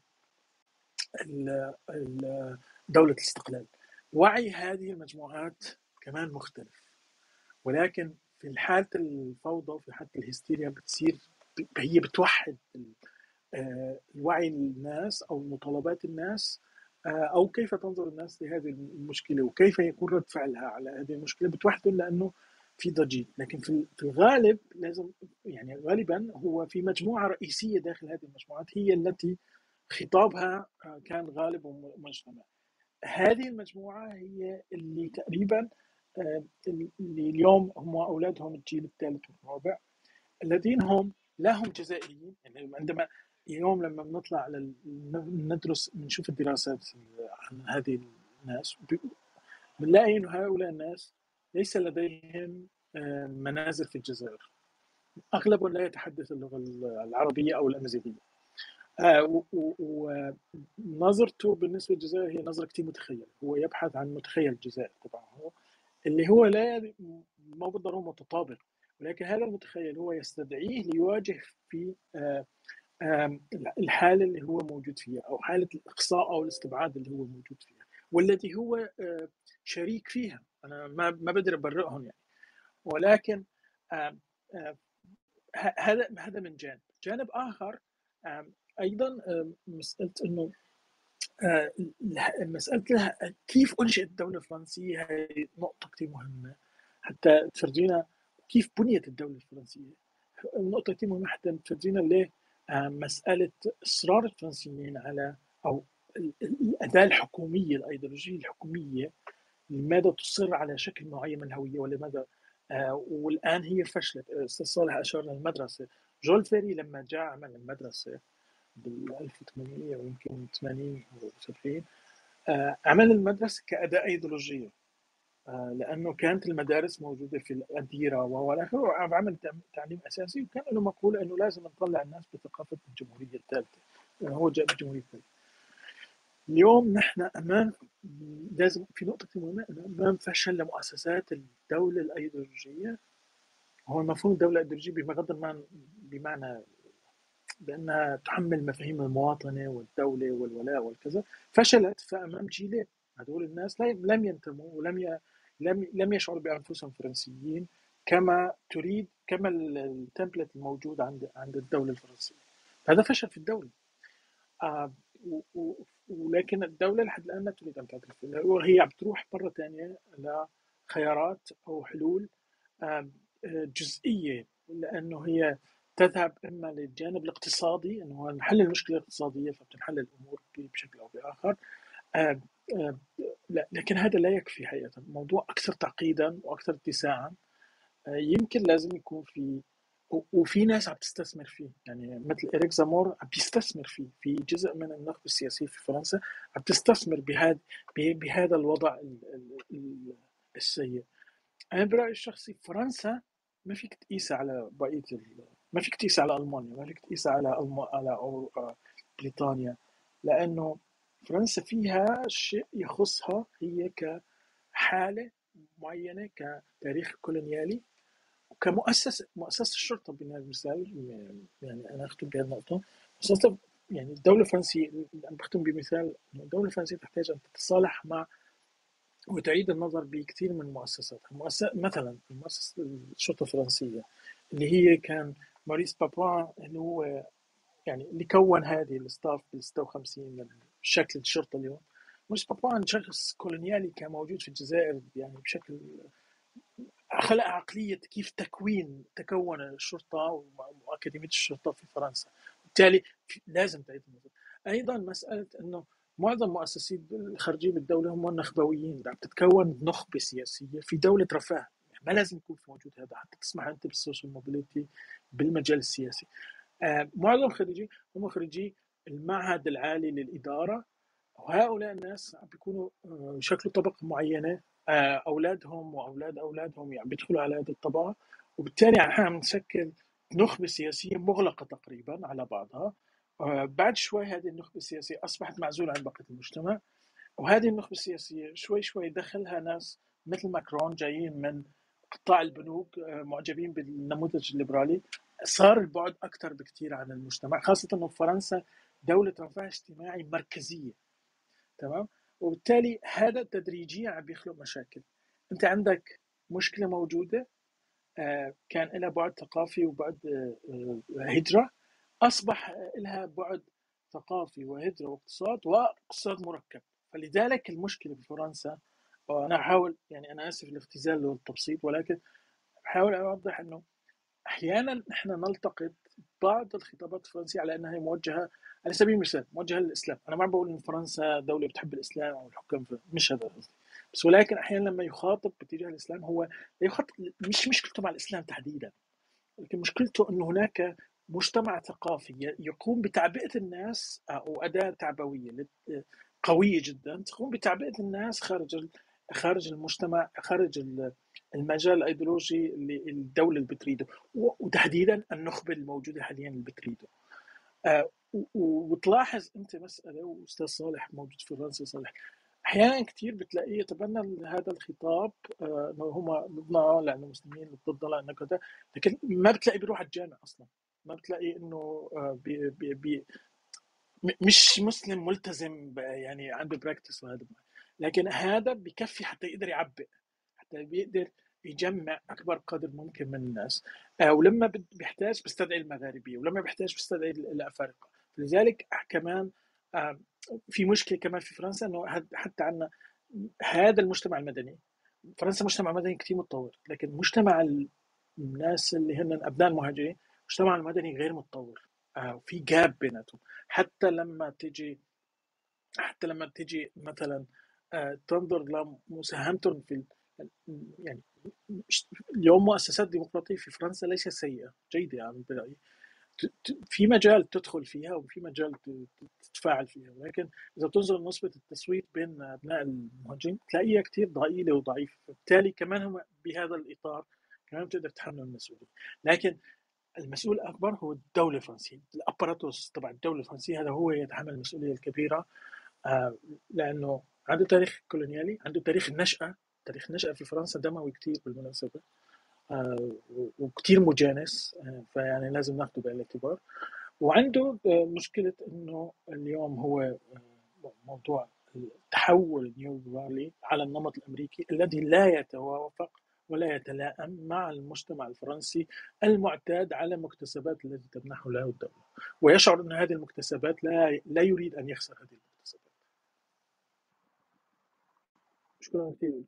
دولة الاستقلال. وعي هذه المجموعات كمان مختلف، ولكن في حالة الفوضى وفي حالة الهستيريا بتصير هي بتوحد الوعي الناس أو مطالبات الناس أو كيف تنظر الناس لهذه المشكلة وكيف يكون رد فعلها على هذه المشكلة، بتوحدهم لأنه في ضجيج. لكن في الغالب لازم يعني غالبا هو في مجموعة رئيسية داخل هذه المجموعات هي التي خطابها كان غالب ومجتمع. هذه المجموعة هي اللي تقريبا اللي اليوم هم أولادهم الجيل الثالث والرابع الذين هم لا هم جزائريين. يعني عندما اليوم لما بنطلع على ندرس بنشوف الدراسات عن هذه الناس بنلاقي إنه هؤلاء الناس ليس لديهم منازل في الجزائر، أغلبهم لا يتحدث اللغة العربية أو الأمازيغية. ونظرته بالنسبة للجزائر هي نظرة كتير متخيلة، هو يبحث عن متخيل الجزائر تبعه اللي هو لا ما بالضرورة متطابق، ولكن هذا المتخيل هو يستدعيه ليواجه في الحالة اللي هو موجود فيها أو حالة الإقصاء أو الاستبعاد اللي هو موجود فيها والتي هو شريك فيها. أنا ما ما بقدر أبرئهم يعني، ولكن هذا هذا من جانب. جانب آخر أيضا مسألة إنه مسألة كيف أنشئت الدولة الفرنسية هي نقطة كتير مهمة حتى تفرجينا كيف بنيت الدولة الفرنسية. نقطة كتير مهمة حتى تفرجينا ليه مسألة إصرار الفرنسيين على أو الأداة الحكومية الأيديولوجية الحكومية لماذا تصر على شكل معين من الهوية ولماذا والآن هي فشلت. أستاذ صالح أشار للمدرسة. جول فيري لما جاء عمل المدرسة بال ألف وثمانمئة ويمكن ثمانين أو سبعين عمل المدرسة كأداة أيديولوجية لأنه كانت المدارس موجودة في الأديرة وهو عمل تعليم أساسي، وكان له مقولة أنه لازم نطلع الناس بثقافة الجمهورية الثالثة. هو جاء بالجمهورية الثالثة. اليوم نحن أمام لازم في نقطة مهمة أمام فشل لمؤسسات الدولة الأيديولوجية. هو مفهوم الدولة الأيديولوجية بمعنى بمعنى بأنها تحمل مفاهيم المواطنة والدولة والولاء والكذا، فشلت فأمام جيلين. هدول الناس لم ينتموا ولم ي... لم لم يشعروا بانفسهم فرنسيين كما تريد، كما التمبلت الموجود عند عند الدوله الفرنسيه. هذا فشل في الدوله. آه و... و... ولكن الدوله لحد الان لا تريد ان تعترف، وهي عم تروح مره ثانيه لخيارات او حلول آه جزئيه، لانه هي تذهب اما للجانب الاقتصادي، انه نحل المشكله الاقتصاديه فبتنحل الامور بشكل او باخر. آه آه لا، لكن هذا لا يكفي حقيقه. الموضوع اكثر تعقيدا واكثر اتساعا. آه يمكن لازم يكون في، وفي ناس عم تستثمر فيه، يعني مثل إريك زامور عم بيستثمر فيه، في جزء من النخبه السياسيه في فرنسا عم تستثمر بهذا بهذا الوضع السيء. أنا برأيي الشخصي فرنسا ما فيك تقيسها على بقية ال... ما فيك تقيسها على ألمانيا، ما فيك تقيسها على ألم... على أو... بريطانيا، لأنه فرنسا فيها شيء يخصها هي كحالة معينة، كتاريخ كولونيالي، وكمؤسسة مؤسسة الشرطة بهذا المثال. يعني أنا أختم بهذه النقطة. مؤسسة يعني الدولة الفرنسية، أنا بختم بمثال الدولة الفرنسية تحتاج أن تتصالح مع وتعيد النظر بكثير من مؤسساتها. مؤسسة مثلا مؤسسة الشرطة الفرنسية اللي هي كان موريس بابوان اللي هو يعني اللي كون هذه الستاف بال ستة وخمسين من شكل الشرطة اليوم. موريس بابوان شخص كولونيالي كان موجود في الجزائر، يعني بشكل خلق عقلية كيف تكوين تكون الشرطة وأكاديمية الشرطة في فرنسا. بالتالي لازم تعيد النظر. أيضا مسألة أنه معظم مؤسسي الخارجية بالدولة هم نخبويين، عم تتكون نخبة سياسية في دولة رفاه. ما لازم يكون في موجود هذا حتى تسمح أنت بالسوشيال موبيليتي بالمجال السياسي. آه معظم خريجي هم خريجي المعهد العالي للإدارة، وهؤلاء الناس عم بيكونوا آه شكلوا طبقة معينة، آه أولادهم وأولاد أولادهم يعني بيدخلوا على هذه الطبقة، وبالتالي عم نشكل نخبة سياسية مغلقة تقريبا على بعضها. آه بعد شوي هذه النخبة السياسية أصبحت معزولة عن بقية المجتمع، وهذه النخبة السياسية شوي شوي دخلها ناس مثل ماكرون جايين من قطاع البنوك، آه معجبين بالنموذج الليبرالي. صار البعد أكثر بكثير عن المجتمع، خاصة أنه فرنسا دولة رفاه اجتماعي مركزية. تمام. وبالتالي هذا تدريجيا عم بيخلق مشاكل. أنت عندك مشكلة موجودة آه كان لها بعد ثقافي وبعد آه هجرة، أصبح لها بعد ثقافي وهجرة واقتصاد واقتصاد مركب. فلذلك المشكلة في فرنسا، وأنا أحاول يعني أنا آسف الاختزال والتبسيط، ولكن أحاول أوضح أنه أحيانا نحن نلتقط بعض الخطابات الفرنسية على أنها موجهة، على سبيل المثال موجهة للإسلام. أنا ما بقول أن فرنسا دولة بتحب الإسلام أو الحكام، مش هذا قصدي، بس ولكن أحيانا لما يخاطب باتجاه الإسلام هو يخاطب مش مشكلته مع الإسلام تحديدا، لكن مشكلته أنه هناك مجتمع ثقافي يقوم بتعبئة الناس، أو أداة تعبوية قوية جدا تقوم بتعبئة الناس خارج خارج المجتمع، خارج المجال الايديولوجي اللي الدوله اللي بتريده، وتحديدا النخبه الموجوده حاليا اللي بتريده. آه وتلاحظ انت مساله، واستاذ صالح موجود في فرنسا صالح احيانا كثير بتلاقيه يتبنى هذا الخطاب، آه انه هم ضدنا لانه مسلمين، ضدنا لانه كذا، لكن ما بتلاقي بيروح على الجامع اصلا، ما بتلاقي انه آه بي بي بي مش مسلم ملتزم يعني عنده براكتس وهذا، لكن هذا بكفي حتى يقدر يعبئ، حتى بيقدر يجمع أكبر قدر ممكن من الناس. آه ولما بيحتاج بيستدعي المغاربية، ولما بيحتاج بيستدعي الأفارقة. لذلك كمان آه في مشكلة كمان في فرنسا، أنه حتى عنا هذا المجتمع المدني. فرنسا مجتمع مدني كتير متطور، لكن مجتمع الناس اللي هن أبناء المهاجرين المجتمع المدني غير متطور. آه في جاب بيناتهم. حتى لما تيجي حتى لما تيجي مثلا آه تنظر لمساهمتهم في يعني اليوم مؤسسات ديمقراطية في فرنسا ليست سيئة، جيدة يعني برأيي، في مجال تدخل فيها وفي مجال تتفاعل فيها، ولكن إذا تنظر نسبة التصويت بين أبناء المهاجرين تلاقيها كتير ضئيلة وضعيفة، بالتالي كمان هم بهذا الإطار كمان بتقدر تحمل المسؤولية. لكن المسؤول الأكبر هو الدولة الفرنسية، الأباراتوس تبع الدولة الفرنسية، هذا هو يتحمل المسؤولية الكبيرة، آه لأنه عنده تاريخ كولونيالي، عنده تاريخ النشأة. تاريخ النشأة في فرنسا دموي كتير بالمناسبة، آه وكتير مجانس، آه فيعني لازم ناخده بعين الاعتبار. وعنده آه مشكلة إنه اليوم هو آه موضوع تحول نيو فالي على النمط الأمريكي الذي لا يتوافق ولا يتلائم مع المجتمع الفرنسي المعتاد على مكتسبات التي تمنحه له الدولة، ويشعر أن هذه المكتسبات لا لا يريد أن يخسر هذه المكتسبات. شكرا كثير.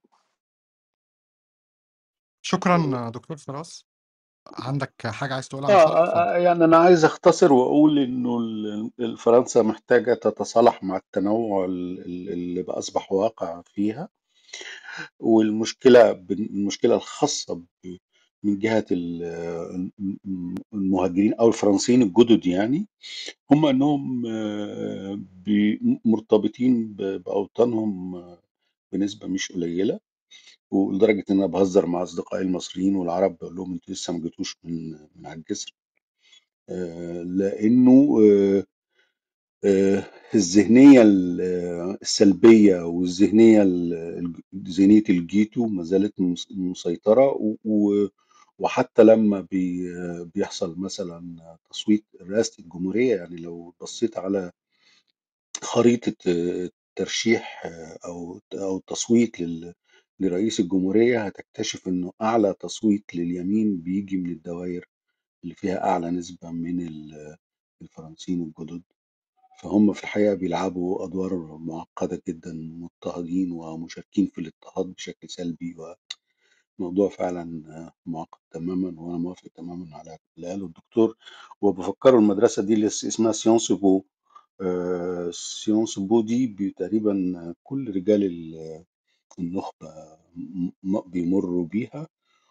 شكرا دكتور فراس. عندك حاجة عايز تقولها يا مصالح؟ آه اتفضل. آه، يعني أنا عايز أختصر وأقول إنه ال- ال- فرنسا محتاجة تتصالح مع التنوع ال- ال- اللي بقى أصبح واقع فيها، والمشكلة المشكلة الخاصة ب- من جهة ال- المهاجرين أو الفرنسيين الجدد، يعني هم أنهم آه، بي- مرتبطين ب- بأوطانهم آه، بنسبة مش قليلة، ولدرجة إن أنا بهزر مع أصدقائي المصريين والعرب بقول لهم أنتوا لسه ما جيتوش من من على الجسر، آه، لأنه آه، آه، الذهنية ال- آه، السلبية والذهنية ال- ذهنية الجيتو ما زالت مس- مسيطرة، و- و- وحتى لما بي بيحصل مثلا تصويت رئاسة الجمهورية، يعني لو بصيت على خريطة آه، ترشيح آه، أو أو تصويت لل- لرئيس الجمهورية، هتكتشف إنه أعلى تصويت لليمين بيجي من الدوائر اللي فيها أعلى نسبة من ال- الفرنسيين الجدد. فهم في الحقيقة بيلعبوا أدوار معقدة جدا، مضطهدين ومشاركين في الاضطهاد بشكل سلبي، وموضوع فعلا آه، معقد تماما. وأنا موافق تماما على اللي قاله الدكتور، وبفكروا المدرسة دي اللي اسمها سيونس بو. آه، سيونس بو دي بي- تقريبا كل رجال ال- النخبة م- م- بيمروا بيها،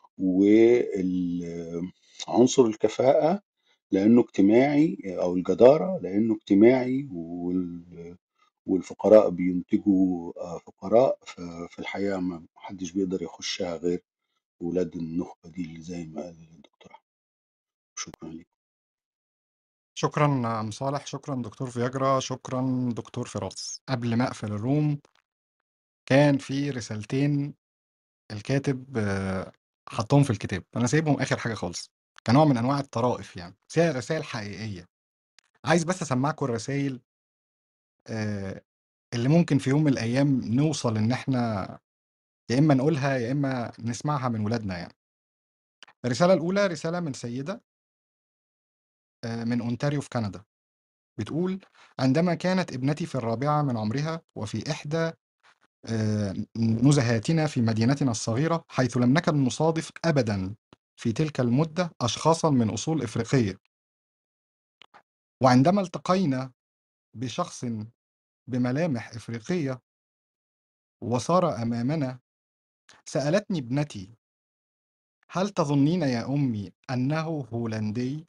وعنصر الكفاءة لأنه اجتماعي، أو الجدارة لأنه اجتماعي، وال- والفقراء بينتجوا آه، فقراء. ففي الحقيقة ما حدش بيقدر يخشها غير ولاد النخبة دي، اللي زي ما قال الدكتور أحمد. شكرا لك. شكرا مصالح، شكرا دكتور فياجرا، شكرا دكتور فراس. قبل ما اقفل الروم كان في رسالتين الكاتب آه، حطهم في الكتاب، انا سايبهم اخر حاجه خالص كنوع من انواع الطرائف، يعني بس هي رسائل حقيقيه. عايز بس اسمعكم الرسائل آه، اللي ممكن في يوم من الايام نوصل ان احنا يا اما نقولها يا اما نسمعها من ولادنا. يعني الرساله الاولى رساله من سيده آه، من اونتاريو في كندا، بتقول: عندما كانت ابنتي في الرابعه من عمرها وفي احدى آه، نزهاتنا في مدينتنا الصغيره، حيث لم نكن نصادف ابدا في تلك المده اشخاصا من اصول افريقيه، وعندما التقينا بشخص بملامح افريقيه وصار امامنا، سالتني ابنتي: هل تظنين يا امي انه هولندي؟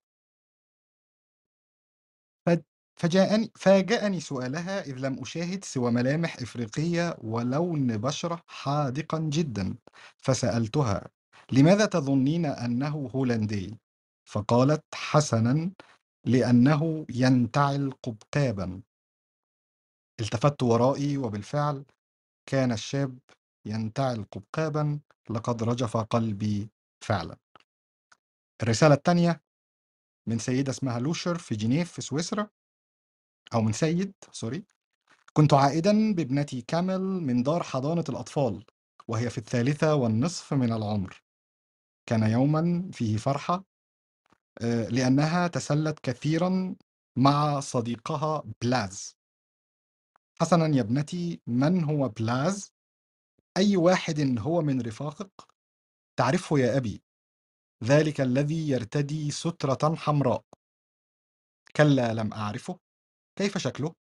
ف- فجاءني فاجأني سؤالها، إذ لم أشاهد سوى ملامح إفريقية ولون بشرة حادقا جدا. فسألتها: لماذا تظنين أنه هولندي؟ فقالت: حسنا، لأنه ينتعل قبقابا. التفت ورائي، وبالفعل كان الشاب ينتعل قبقابا. لقد رجف قلبي فعلا. الرسالة الثانية من سيدة اسمها لوشر في جنيف في سويسرا، أو من سيد سوري: كنت عائدا بابنتي كامل من دار حضانة الأطفال وهي في الثالثة والنصف من العمر. كان يوما فيه فرحة آه، لأنها تسلت كثيرا مع صديقها بلاز. حسنا يا ابنتي، من هو بلاز؟ أي واحد هو من رفاقك؟ تعرفه يا أبي، ذلك الذي يرتدي سترة حمراء. كلا، لم أعرفه. كيف شكله؟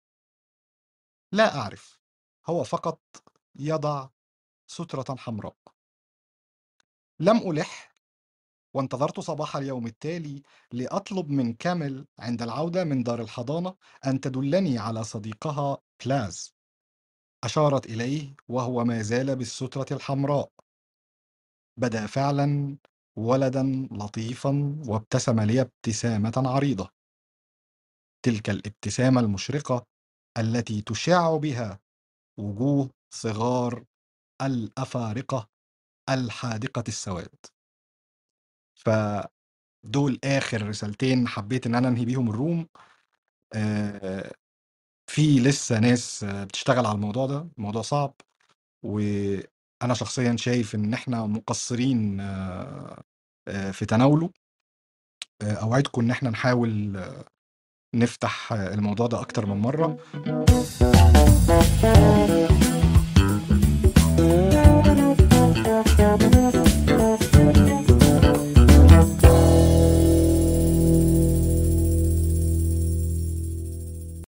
لا أعرف، هو فقط يضع سترة حمراء. لم ألح، وانتظرت صباح اليوم التالي لأطلب من كامل عند العودة من دار الحضانة أن تدلني على صديقها بلاز. أشارت إليه وهو ما زال بالسترة الحمراء. بدا فعلا ولدا لطيفا، وابتسم لي ابتسامة عريضة، تلك الابتسامة المشرقة التي تشع بها وجوه صغار الأفارقة الحادقة السواد. فدول آخر رسالتين حبيت إن أنا أنهي بيهم الروم. آه في لسه ناس آه، بتشتغل على الموضوع ده، الموضوع صعب، وأنا شخصيا شايف إن إحنا مقصرين آه، آه، في تناوله. آه، أوعدكم إن إحنا نحاول آه، نفتح آه، الموضوع ده أكتر من مرة.